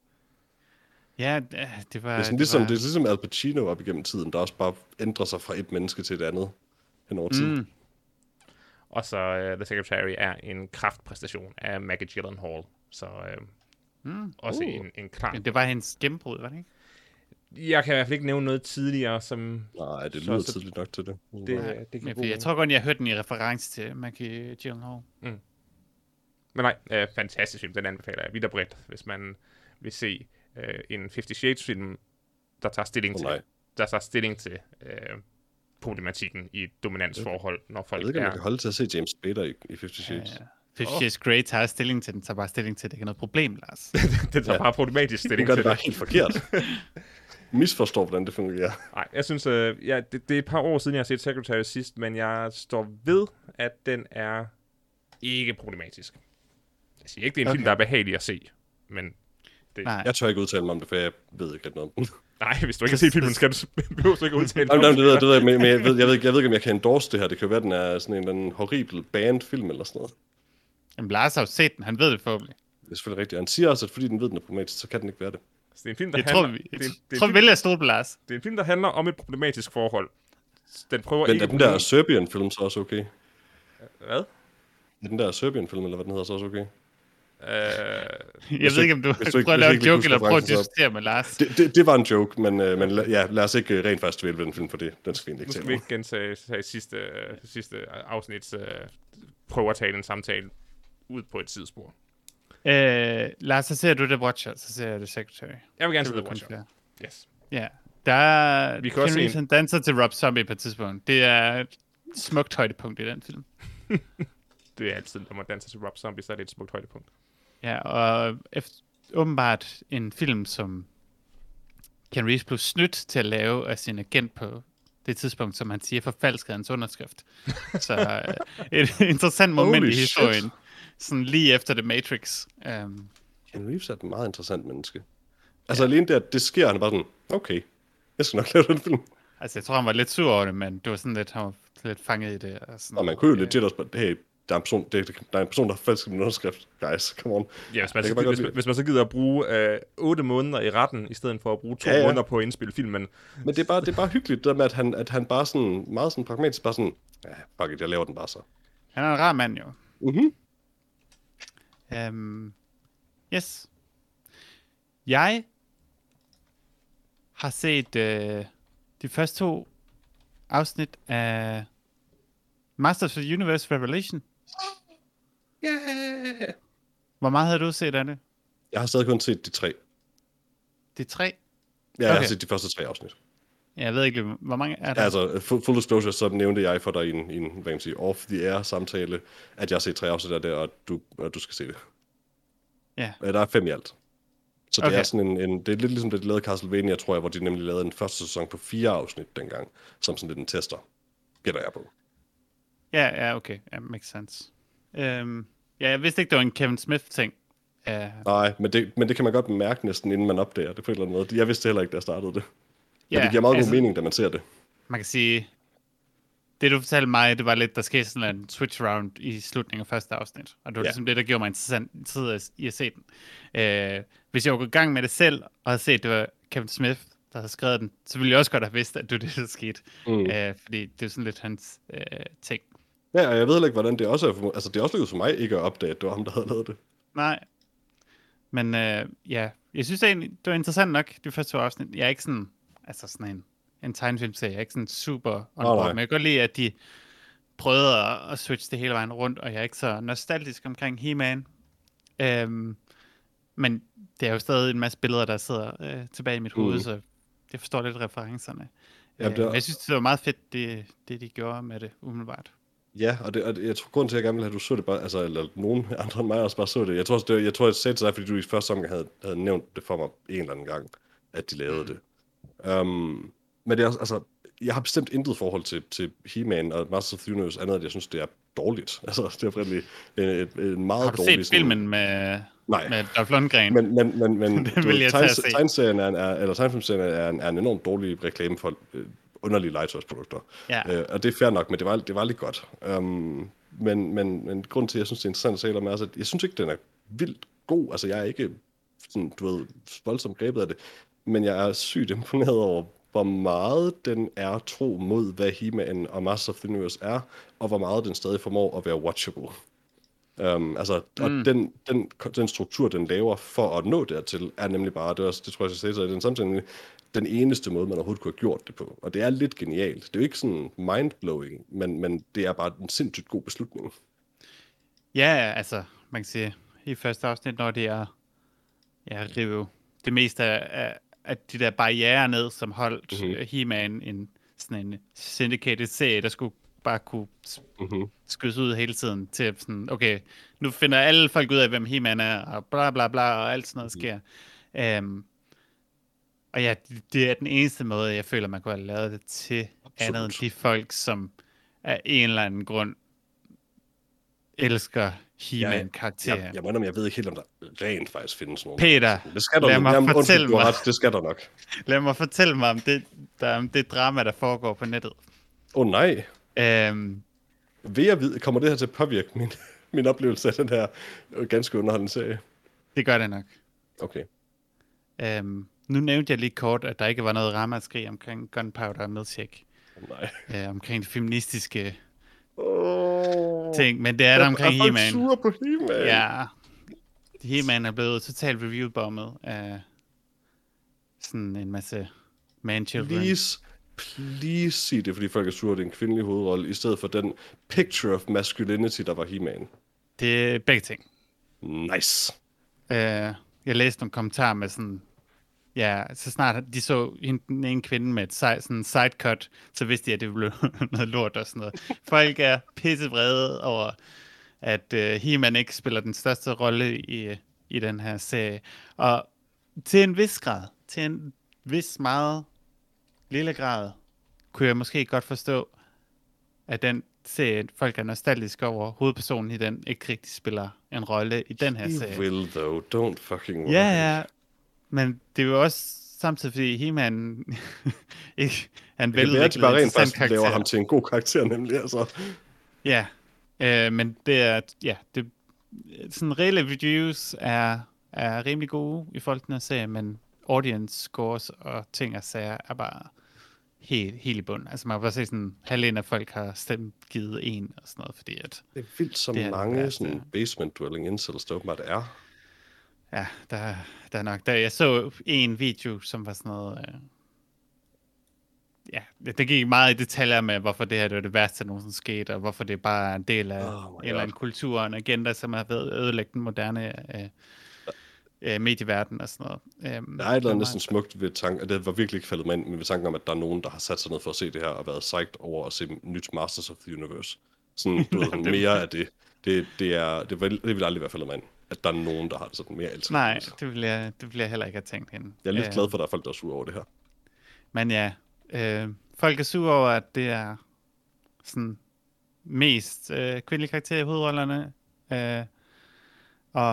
Ja, det var... Det er ligesom Al Pacino op igennem tiden, der også bare ændrer sig fra et menneske til et andet hen over tiden. Og så The Secretary er en kraftpræstation af Maggie Gyllenhaal. Så også en klar... Det var hendes gennembrud, var det ikke? Jeg kan i hvert fald ikke nævne noget tidligere, som... Nej, det lyder tidligt nok til det. Det kan jeg tror godt, jeg hørte den i reference til Maggie Gyllenhaal. Men nej, fantastisk film. Den anbefaler jeg vidt og bredt, hvis man vil se en 50 Shades-film, der tager stilling til problematikken i et dominansforhold, når folk jeg ved ikke, om man kan holde til at se James Spader i 50 Shades. 50 Shades Grey tager stilling til den, tager bare stilling til, at det ikke er noget problem, Lars. Den tager bare problematisk stilling til det. Den gør det bare helt forkert. Misforstår, hvordan det fungerer. Nej, jeg synes, det er et par år siden, jeg har set Secretary sidst, men jeg står ved, at den er ikke problematisk. Jeg siger ikke, det er en film, der er behagelig at se, men... Jeg tør ikke udtale mig om det, for jeg ved ikke noget om den. Nej, hvis du ikke har set filmen, behøver du ikke udtale dig om det. Jeg ved ikke, om jeg kan endorse det her. Det kan jo være, den er sådan en eller anden horribel band-film eller sådan noget. Jamen, Lars har jo set den. Han ved det forhåbentlig. Det er selvfølgelig rigtigt. Han siger også, at fordi den ved, den er problematisk, så kan den ikke være det. Så det er en film, der jeg tror, vi vælger at stole på Lars. Det er en film, der handler om et problematisk forhold. Den prøver ikke... Den der Serbian-film så også okay? Hvad? Den der Serbian-film, eller hvad den hedder, så også okay? Jeg ved ikke, om du prøver at lave en joke, eller prøver at diskutere med Lars. Det var en joke, men ja, lad os ikke rent faktisk dvæle ved den film for det. Den skal vi ikke tale om. Nu skal vi ikke gentage sidste afsnits prøve at tale en samtale ud på et tidsspor. Lars, så ser du The Watcher, så ser jeg The Secretary. Jeg vil gerne se The Watcher. Yes. Ja, der er Ken Reeves, han danser til Rob Zombie på et tidspunkt. Det er et smukt højdepunkt i den film. Det er altid, når man danser til Rob Zombie, så er det et smukt højdepunkt. Ja, og åbenbart en film, som Ken Reeves blev snydt til at lave af sin agent på det tidspunkt, som han siger, forfalskede hans underskrift. Så et interessant moment i historien. Shit. Sådan lige efter The Matrix. Ken Reeves er et meget interessant menneske. Altså alene det, at det sker, han er bare sådan, okay, jeg skal nok lave den film. Altså jeg tror, han var lidt sur over det, men det var sådan lidt, han var lidt fanget i det. Og man kunne jo legit også bare, hey, der er en person, der har falsket min underskrift. Guys, come on. Ja, hvis man så gider at bruge 8 måneder i retten, i stedet for at bruge 2 måneder på at indspille filmen. Men det er bare hyggeligt, det der med, at han bare sådan, meget sådan pragmatisk, bare sådan, ja, fuck it, jeg laver den bare så. Han er en rar mand, jo. Yes. Jeg har set de første 2 afsnit af Masters of the Universe Revelation. Yeah! Hvor meget havde du set af det? Jeg har stadig kun set de 3. De 3? Ja, jeg har set de første 3 afsnit. Jeg ved ikke, hvor mange er der? Ja, altså, full disclosure, så nævnte jeg for dig i en hvad kan man sige, off-the-air samtale, at jeg har set 3 afsnit af det, og du skal se det. Ja. Der er 5 i alt. Så det er sådan det er lidt ligesom det, de lavede Castlevania, tror jeg, hvor de nemlig lavede en første sæson på 4 afsnit dengang, som sådan lidt en tester. Gætter jeg på. Ja, okay. Ja, makes sense. Jeg vidste ikke, det var en Kevin Smith-ting. Nej, men det kan man godt mærke næsten, inden man opdager det på en eller anden måde. Jeg vidste heller ikke, da jeg startede det. Men det giver meget god mening, da man ser det. Man kan sige, det du fortalte mig, det var lidt, der skete sådan en switch round i slutningen af første afsnit. Og det var ligesom det, der gjorde mig interesseret i at se den. Hvis jeg var gået i gang med det selv, og havde set, at det var Kevin Smith, der havde skrevet den, så ville jeg også godt have vidst, at det var det, der skete. Fordi det er sådan lidt hans ting. Ja, og jeg ved heller ikke, hvordan det også er. Altså, det er også lykkedes for mig ikke at opdage, at det var ham, der havde lavet det. Nej. Men ja, jeg synes egentlig, det var interessant nok, de første 2 afsnit. Jeg er ikke sådan, altså sådan en tegnefilmserie. Jeg er ikke sådan super on board, men jeg kan godt lide, at de prøvede at switche det hele vejen rundt, og jeg er ikke så nostalgisk omkring He-Man. Men det er jo stadig en masse billeder, der sidder tilbage i mit hoved, så jeg forstår lidt referencerne. Jeg synes, det var meget fedt, det de gjorde med det umiddelbart. Ja, og jeg tror, grunden til, at jeg gerne ville have, at du så det bare, altså, eller nogen andre end mig også bare så det. Jeg tror, jeg sagde til dig, fordi du i første omgang havde nævnt det for mig en eller anden gang, at de lavede det. Men det er altså, jeg har bestemt intet forhold til He-Man og Masters of the Universe, andet at jeg synes, det er dårligt. Altså, det er oprindeligt en meget dårlig... Har du set filmen med Dolph Lundgren? Men tegnefilmserien er en enormt dårlig reklame for underlige legetøjsprodukter. Ja. Og det er fair nok, men det var lidt godt. Men grund til, at jeg synes, det er interessant at tale om, er, at jeg synes ikke, den er vildt god. Altså, jeg er ikke sådan, du ved, voldsomt grebet af det, men jeg er sygt imponeret over, hvor meget den er tro mod, hvad He-Man og Masters of the Universe er, og hvor meget den stadig formår at være watchable. Og den struktur, den laver for at nå dertil, er nemlig bare, det tror jeg, jeg sagde, den samtidig den eneste måde, man overhovedet kunne have gjort det på. Og det er lidt genialt. Det er jo ikke sådan mind-blowing, men det er bare en sindssygt god beslutning. Ja, altså, man kan sige, i første afsnit, når det er rive det meste af de der barrierer ned, som holdt He-Man sådan en syndicated serie, der skulle bare kunne skydes ud hele tiden til sådan, okay, nu finder alle folk ud af, hvem He-Man er, og bla bla bla, og alt sådan noget sker. Og ja, det er den eneste måde, jeg føler, man kunne have lavet det til, andet end de folk, som af en eller anden grund elsker He-Man-karakterer. Jeg ved ikke helt, om der rent faktisk findes nogen. Peter, lad mig fortælle mig. Det skal der nok. Lad mig fortælle mig om det drama, der foregår på nettet. Nej. Vil jeg vide, kommer det her til at påvirke min oplevelse af den her ganske underholdende serie? Det gør det nok. Okay. Nu nævnte jeg lige kort, at der ikke var noget ramaskrig omkring Gunpowder og Milkshake. Omkring det feministiske ting, men det er der omkring He-Man. Sur på He-Man. Ja. He-Man er blevet totalt review-bommet af sådan en masse man-children. Please sig det, fordi folk er sure, det er en kvindelig hovedrolle, i stedet for den picture of masculinity, der var He-Man. Det er begge ting. Nice. Jeg læste nogle kommentarer med sådan, ja, så snart de så en kvinde med et sådan sidecut, så vidste de, at det blev noget lort og sådan noget. Folk er pissevrede over, at He-Man ikke spiller den største rolle i den her serie. Og til en vis grad, til en vis meget lille grad, kunne jeg måske godt forstå, at den serie, folk er nostalgiske over, hovedpersonen i den ikke rigtig spiller en rolle i den her serie. He will though, don't fucking worry. Ja, men det er jo også samtidig, fordi He-Man ikke er en veludviklet interessant karakter. Laver ham til en god karakter, nemlig. Altså. Ja, men det er, sådan reelle reviews er rimelig gode i forhold til den her serie, men audience scores og ting og sager er bare helt i bund. Altså man kan bare se sådan, halvdelen af folk har stemt givet 1 og sådan noget, fordi at... Det er vildt så mange sådan basement dwelling incels, der åbenbart er. Ja, der er nok. Jeg så en video, som var sådan noget... det gik meget i detaljer med, hvorfor det her det var det værste, der nogensinde skete, og hvorfor det bare er en del af en eller anden kultur og en agenda, som har været ødelægget den moderne medieverden og sådan noget. Der er et eller andet næsten smukt ved tanken, det var virkelig ikke faldet mig ind, men ved tanken om, at der er nogen, der har sat sig ned for at se det her, og været psyched over at se nyt Masters of the Universe. Sådan, du ved, mere af det. Det vil aldrig være faldet mig ind, at der er nogen, der har det sådan mere altid. Nej, det vil jeg heller ikke have tænkt hende. Jeg er lidt glad for, at der er folk, der er sure over det her. Men ja, folk er sure over, at det er sådan mest kvindelige karakterer i hovedrollerne, og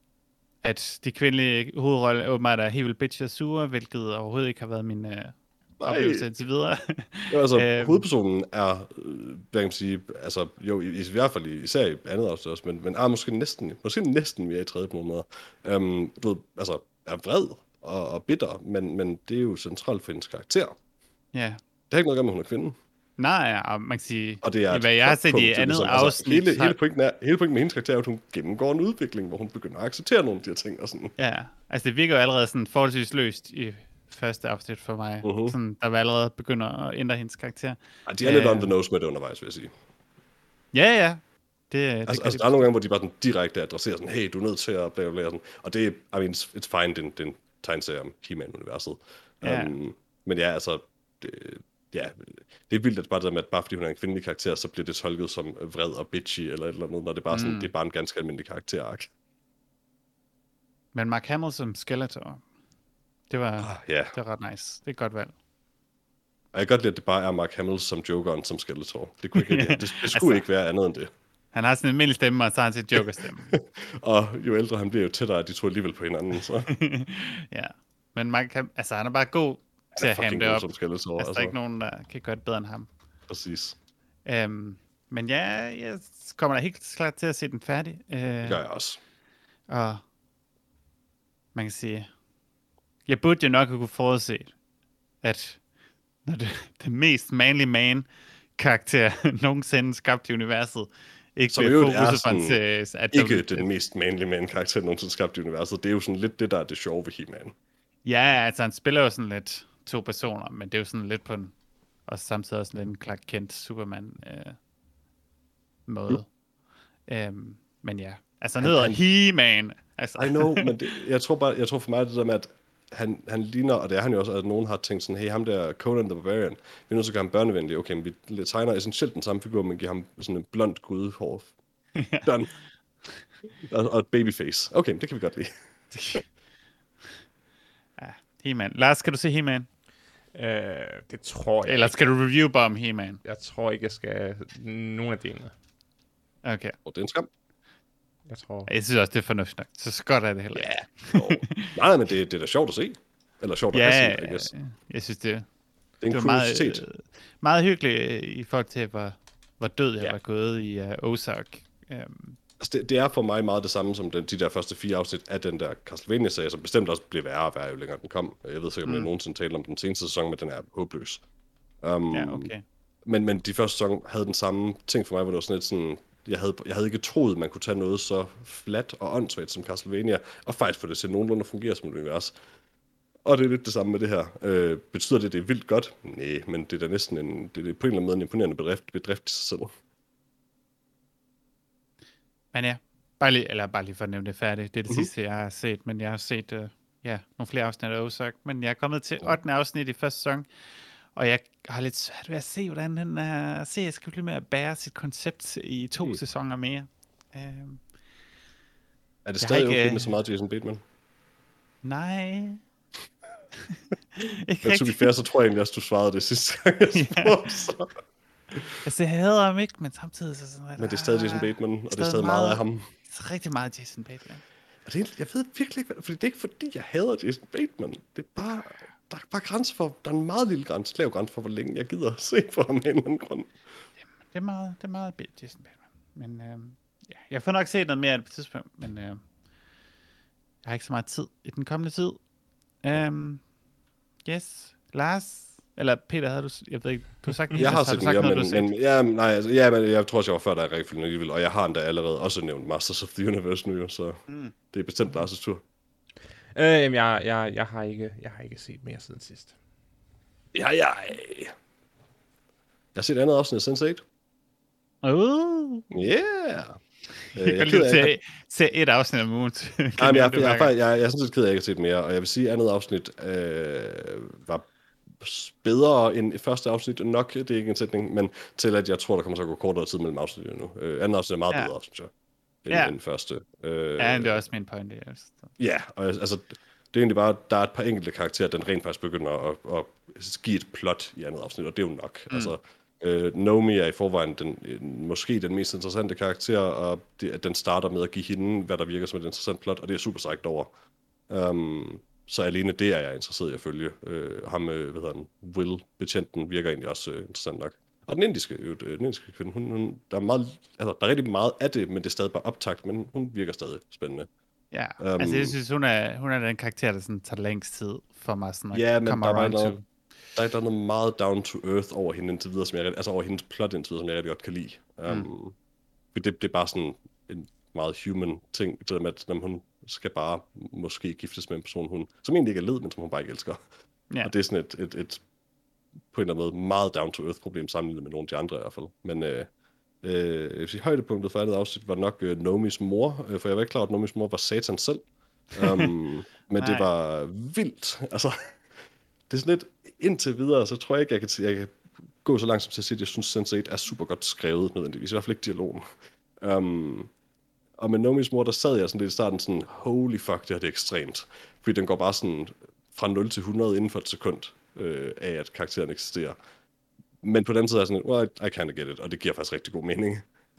at de kvindelige hovedroller åbenbart er helt vildt bitch og sure, hvilket overhovedet ikke har været min oplevelse indtil videre. Jo, altså, hovedpersonen er, hvad kan man sige, altså, jo, i hvert fald især i andet afsnit også, men er måske næsten mere i tredje på nogle måder. Du ved, altså, er vred og bitter, men det er jo centralt for hendes karakter. Ja. Det har ikke noget at gøre med, hun er kvinde. Nej, og man kan sige, og det er hvad jeg har set i andet afsnit... Altså, hele pointen med hendes karakter er, at hun gennemgår en udvikling, hvor hun begynder at acceptere nogle af de her ting. Og sådan. Ja, altså det virker jo allerede sådan forholdsvis løst i første afsnit for mig. Sådan, der var allerede begynder at ændre hendes karakter. Ja, de er lidt on the nose med det undervejs, vil jeg sige. Ja. Det altså der er nogle gange, hvor de bare sådan direkte adresserer sådan, hey, du er nødt til at bla bla sådan. Og det er, I mean, it's fine, den tegneserie om He-Man-universet. Ja. Men ja, altså... det er vildt, at bare fordi hun er en kvindelig karakter, så bliver det tolket som vred og bitchy eller et eller andet, når det er bare sådan, det er bare en ganske almindelig karakterark. Men Mark Hamill som Skeletor, det var ret nice. Det er et godt valg. Og jeg kan godt lide, at det bare er Mark Hamill som Jokeren som Skeletor. Det skulle ikke, det skulle altså, ikke være andet end det. Han har sådan en almindelig stemme, og så har han sit Joker-stemme. Og jo ældre han bliver, jo tættere de to alligevel på hinanden. Så. Ja, men Mark Hamill, altså han er bare god til at have det op. Som Skeletor, altså, der er ikke nogen, der kan gøre det bedre end ham. Præcis. Men ja, jeg kommer da helt klart til at se den færdig. Det gør jeg også. Og man kan sige, jeg burde jo nok kunne forudse, at når det mest manly man karakter nogensinde skabt i universet, ikke som bliver fokuset på en ikke den mest manly man karakter nogensinde skabt i universet. Det er jo sådan lidt det, der er det sjove ved He-Man. Ja, altså han spiller jo sådan lidt to personer, men det er jo sådan lidt på en, og samtidig også lidt en Clark Kent Superman måde. Men ja, altså han hedder He-Man. Altså. I know, men jeg tror for mig det der med, at han ligner, og det er han jo også, at nogen har tænkt sådan, hey, ham der Conan the Barbarian, vi er nødt til at gøre ham børnevenlig. Okay, men vi tegner essentielt den samme figur, men giver ham sådan en blond gudehår. Done. Og et babyface. Okay, det kan vi godt lide. Ja, He-Man. Lars, skal du se He-Man? Det tror jeg. Eller skal du review bare om He-Man? Jeg tror ikke, jeg skal nogen af delene. Okay. Og det er en skam. Jeg synes også, det er fornuftigt nok. Så godt er det heller ikke. Nej, men det er da sjovt at se. Eller sjovt at se, I guess. Jeg synes, det er en kuriositet. Meget hyggeligt i forhold til, hvor død jeg var gået i Ozark. Altså det er for mig meget det samme som de der første 4 afsnit af den der Castlevania-serie, som bestemt også blev værre og værre, jo længere den kom. Jeg ved sikkert, om jeg nogensinde talte om den seneste sæson, men den er håbløs. Okay. Men de første sæson havde den samme ting for mig, hvor det var sådan lidt sådan... Jeg havde ikke troet, man kunne tage noget så flat og åndssvagt som Castlevania, og faktisk få det til nogenlunde at fungere som et univers. Og det er lidt det samme med det her. Betyder det er vildt godt? Nej, men det er da næsten det er på en eller anden måde en imponerende bedrift i sig selv. Men ja, bare lige for at nævne det færdigt. Det er det sidste, jeg har set, men jeg har set nogle flere afsnit af Ozark, men jeg er kommet til 8. afsnit i første sæson, og jeg har lidt svært ved at se, hvordan den serie skal blive med at bære sit koncept i 2 sæsoner mere. Er det stadig okay med så meget Jason Bateman? Nej. Men to be fair, så tror jeg egentlig også, du svarede det sidste gang, jeg spurgte. Altså, jeg hader ham ikke, men samtidig så sådan... Men det er stadig Jason Bateman, og det er stadig meget af ham. Det er rigtig meget Jason Bateman. Jeg ved virkelig ikke, fordi det er ikke fordi, jeg hader Jason Bateman. Det er bare... Der er bare grænse for... Der er en meget lille grænse, lav grænse for, hvor længe jeg gider at se på ham af en eller anden grund. Jamen, det er meget Jason Bateman. Men jeg får nok set noget mere af det på et tidspunkt, men jeg har ikke så meget tid i den kommende tid. Yes. Lars? Eller Peter, havde du... Jeg ved ikke, du har sagt... Jeg har set mere, men jeg tror også, jeg var før dig rigtig alligevel, og jeg har endda allerede også nævnt Masters of the Universe nu, så det er bestemt Lars' tur. Jeg har ikke set mere siden sidst. Jeg har set andet afsnit af Sense8. Yeah! Jeg kan lige til et afsnit om ugen. Jeg er sådan set ked af, at jeg ikke har set mere, og jeg vil sige, at andet afsnit var bedre end første afsnit. Nok, det er ikke en sætning, men til at jeg tror, der kommer så at gå kortere tid mellem afsnit nu. Andet afsnit er meget bedre, synes jeg, end første. Det er også min pointe. Ja, og altså, det er egentlig bare, der er et par enkelte karakterer, den rent faktisk begynder at give et plot i andet afsnit, og det er jo nok. Altså, Nomi er i forvejen måske den mest interessante karakter, og den starter med at give hende, hvad der virker som et interessant plot, og det er super sejt over. så alene det er jeg interesseret i at følge. Ham, hvad hedder han, Will, betjenten, virker egentlig også interessant nok. Og den indiske kvinde, hun, der er meget, altså, der er rigtig meget af det, men det er stadig bare optakt, men hun virker stadig spændende. Ja, altså jeg synes, hun er den karakter, der sådan tager længst tid for mig sådan at ja, men komme der around to. Der er noget meget down to earth over hende indtil videre, altså over hendes plot indtil videre, som jeg rigtig godt kan lide. Det er bare sådan en meget human ting, det med, at hun skal bare måske giftes med en person, som egentlig ikke er led, men som hun bare ikke elsker. Ja. Og det er sådan et på en eller anden måde meget down to earth problem sammenlignet med nogle af de andre i hvert fald. Men jeg vil sige, højdepunktet for andet afsnit var nok Nomis mor, for jeg var ikke klar, at Nomis mor var Satan selv. Men det var vildt. Altså, det er sådan lidt indtil videre, så tror jeg ikke, jeg kan gå så langt som til at sige, at jeg synes, Sense8 er super godt skrevet nødvendigvis. I hvert fald ikke dialogen. Og med Nomis mor, der sad jeg sådan lidt i starten sådan, holy fuck, det her det er ekstremt. Fordi den går bare sådan fra 0 til 100 inden for et sekund af, at karakteren eksisterer. Men på den side er sådan, well, I kinda get it, og det giver faktisk rigtig god mening.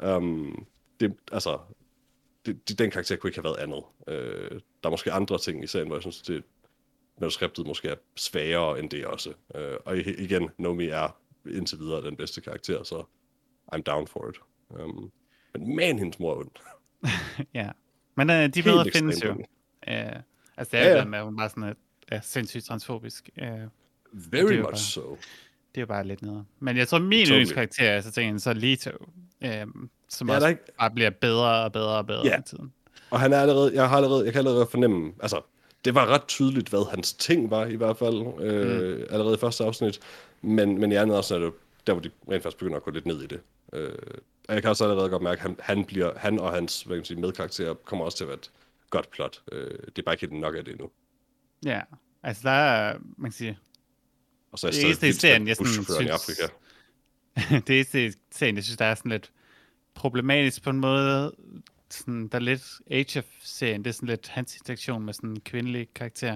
Den karakter kunne ikke have været andet. Der er måske andre ting i serien, hvor jeg synes, det manuskriptet måske er svagere end det også. Og igen, Nomi er indtil videre den bedste karakter, så I'm down for it. Men hendes mor er ond. Ja, men de bedre findes jo. Altså det er jo med, at hun bare sådan er sindssygt transfobisk. Very much so. Det er jo bare lidt nede. Men jeg tror, min yndlingskarakter er så tænker jeg, så Leto, som også bare bliver bedre og bedre og bedre med tiden. Og han er allerede, jeg kan allerede fornemme, altså, det var ret tydeligt, hvad hans ting var, i hvert fald, allerede i første afsnit. Men i andet afsnit er det der, hvor de rent faktisk begynder at gå lidt ned i det. Og jeg kan også allerede godt mærke, at han og hans medkarakterer kommer også til at være et godt plot. Det er bare ikke helt nok af det endnu. Ja, altså der er, man kan sige, og så er det eneste i serien, jeg synes, i Afrika. Det eneste i serien, jeg synes, der er sådan lidt problematisk på en måde. Sådan, der er lidt Age-of-serien, det er sådan lidt hans interaktion med sådan en kvindelig karakter,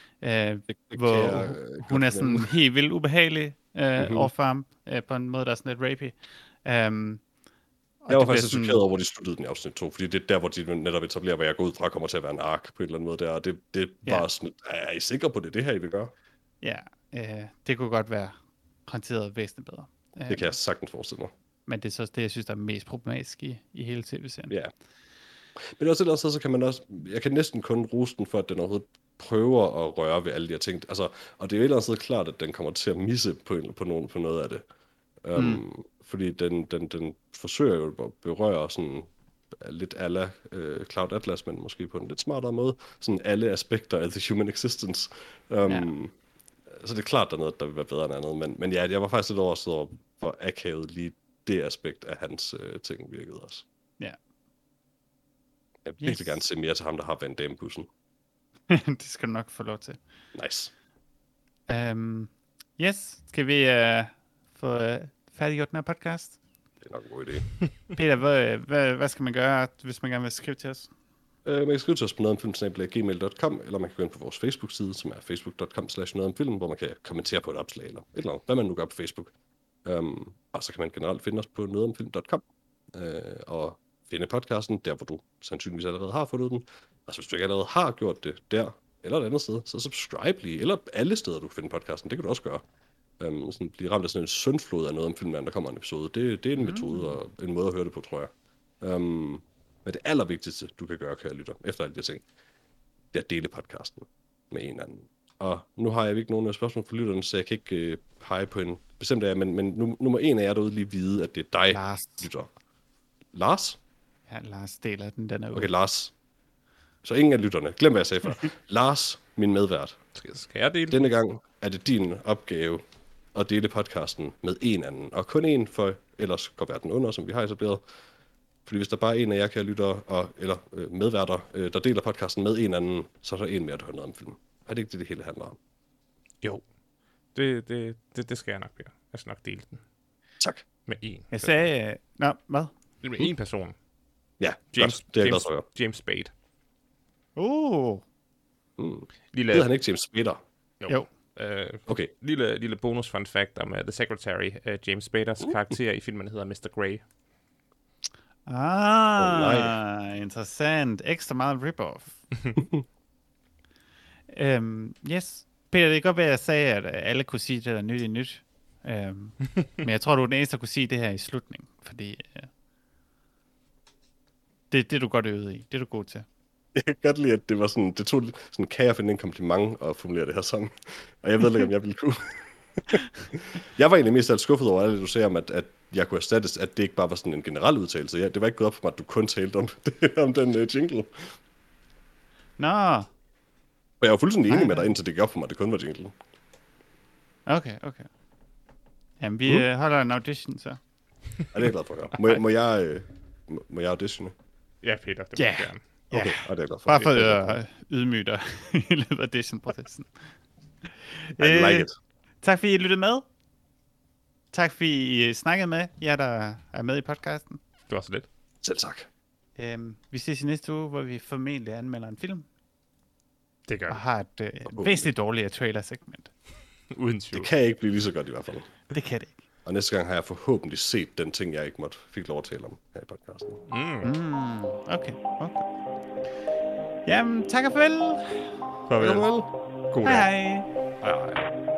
hvor hun er sådan helt vildt ubehagelig overfor ham, på en måde, der er sådan lidt rapey. Jeg var faktisk chokeret over, hvor de sluttede den i afsnit 2, fordi det er der, hvor de netop etablerer, hvor jeg går ud fra, kommer til at være en ark på en eller anden måde der, og det var sådan, er I sikre på det her, I vil gøre? Ja, det kunne godt være håndteret væsentligt bedre. Det kan jeg sagtens forestille mig. Men det er så det, jeg synes, der er mest problematisk i hele tv-serien. Ja. Men også et eller andet sted, så kan man også, jeg kan næsten kun rose den for, at den overhovedet prøver at røre ved alle de her ting. Altså, og det er jo et eller andet sted klart, at den kommer til at misse på noget af det. Fordi den forsøger jo at berøre sådan lidt a la Cloud Atlas, men måske på en lidt smartere måde. Sådan alle aspekter af the human existence. Så det er klart, der er noget, der vil være bedre end andet. Men ja, jeg var faktisk lidt overrasket over, hvor akavet lige det aspekt af hans ting virkede også. Ja. Jeg vil virkelig gerne se mere til ham, der har Van Damme-bussen. Det skal du nok få lov til. Nice. Skal vi få færdiggjort den her podcast? Det er nok en god idé. Peter, hvad skal man gøre, hvis man gerne vil skrive til os? Man kan skrive til os på nogetomfilm@gmail.com, eller man kan gå ind på vores Facebook-side, som er facebook.com/nogetomfilm, hvor man kan kommentere på et opslag, eller et eller andet, hvad man nu gør på Facebook. Og så kan man generelt finde os på nogetomfilm.com, og finde podcasten der, hvor du sandsynligvis allerede har fundet den. Og hvis du ikke allerede har gjort det der, eller et andet sted, så subscribe lige, eller alle steder, du kan finde podcasten, det kan du også gøre. Sådan blive ramt af sådan en syndflod af noget om filmen, der kommer en episode. Det er en metode og en måde at høre det på, tror jeg. Men det allervigtigste, du kan gøre, kære lytter, efter alle de ting, det er at dele podcasten med en anden. Og nu har jeg ikke nogen spørgsmål for lytterne, så jeg kan ikke pege på en bestemt af jer, men nummer 1 af jer derude lige vide, at det er dig, Lars. lytter. Lars? Ja, Lars deler den er ude. Okay, Lars. Så ingen af lytterne. Glem, hvad jeg sagde før. Lars, min medvært. Skal jeg dele? Denne gang er det din opgave at dele podcasten med en anden. Og kun en, for ellers går verden under, som vi har etableret. Fordi hvis der bare er en af jer, kære lyttere, eller medværter, der deler podcasten med en anden, så er der en mere, der hører noget om filmen. Er det ikke det hele handler om? Jo. Det skal jeg nok, Peter. Jeg skal nok dele den. Tak. Med en. Jeg sagde... Nå, hvad? Med en person. Ja, James, godt. Det er jeg glad for. James Spade. Hedder han ikke James Spader? Jo. Okay. Lille bonus fun fact om The Secretary. James Spaders karakter i filmen hedder Mr. Grey. Interessant. Ekstra meget rip-off. Yes. Peter, det kan godt være, at jeg sagde, at alle kunne sige det der nyt i nyt. Men jeg tror, du er den eneste, der kunne sige det her i slutningen. Fordi det er du godt øvet i. Det er du god til. Jeg kan godt lide, at det var sådan, det tog sådan, kan jeg finde en kompliment og formulere det her sammen. Og jeg ved ikke, om jeg ville kunne. Jeg var egentlig mest alt skuffet over alt det, du sagde om, at jeg kunne erstattes, at det ikke bare var sådan en generel udtalelse. Ja, det var ikke gået op for mig, at du kun talte om den jingle. Nå. Og jeg var fuldstændig enig med dig, indtil det gik op for mig, at det kun var jingle. Okay. Jamen, vi holder en audition, så. Ja, det er jeg glad for at gøre. Må jeg auditione? Ja, Peter, det må jeg gerne. Okay, det er jeg glad for. Bare for at ydmyge dig i løbet af audition-processen. I like it. Tak fordi I lyttede med. Tak fordi I snakkede med jer, der er med i podcasten. Det var så lidt. Selv tak. Vi ses i næste uge, hvor vi formentlig anmelder en film. Det gør og har et væsentligt dårligere trailer-segment. Uden tvivl. Det kan ikke blive lige så godt i hvert fald. Det kan det ikke. Og næste gang har jeg forhåbentlig set den ting, jeg ikke fik lov at tale om her i podcasten. Okay. Jamen, tak og farvel. Farvel. God dag. Hej. Hej.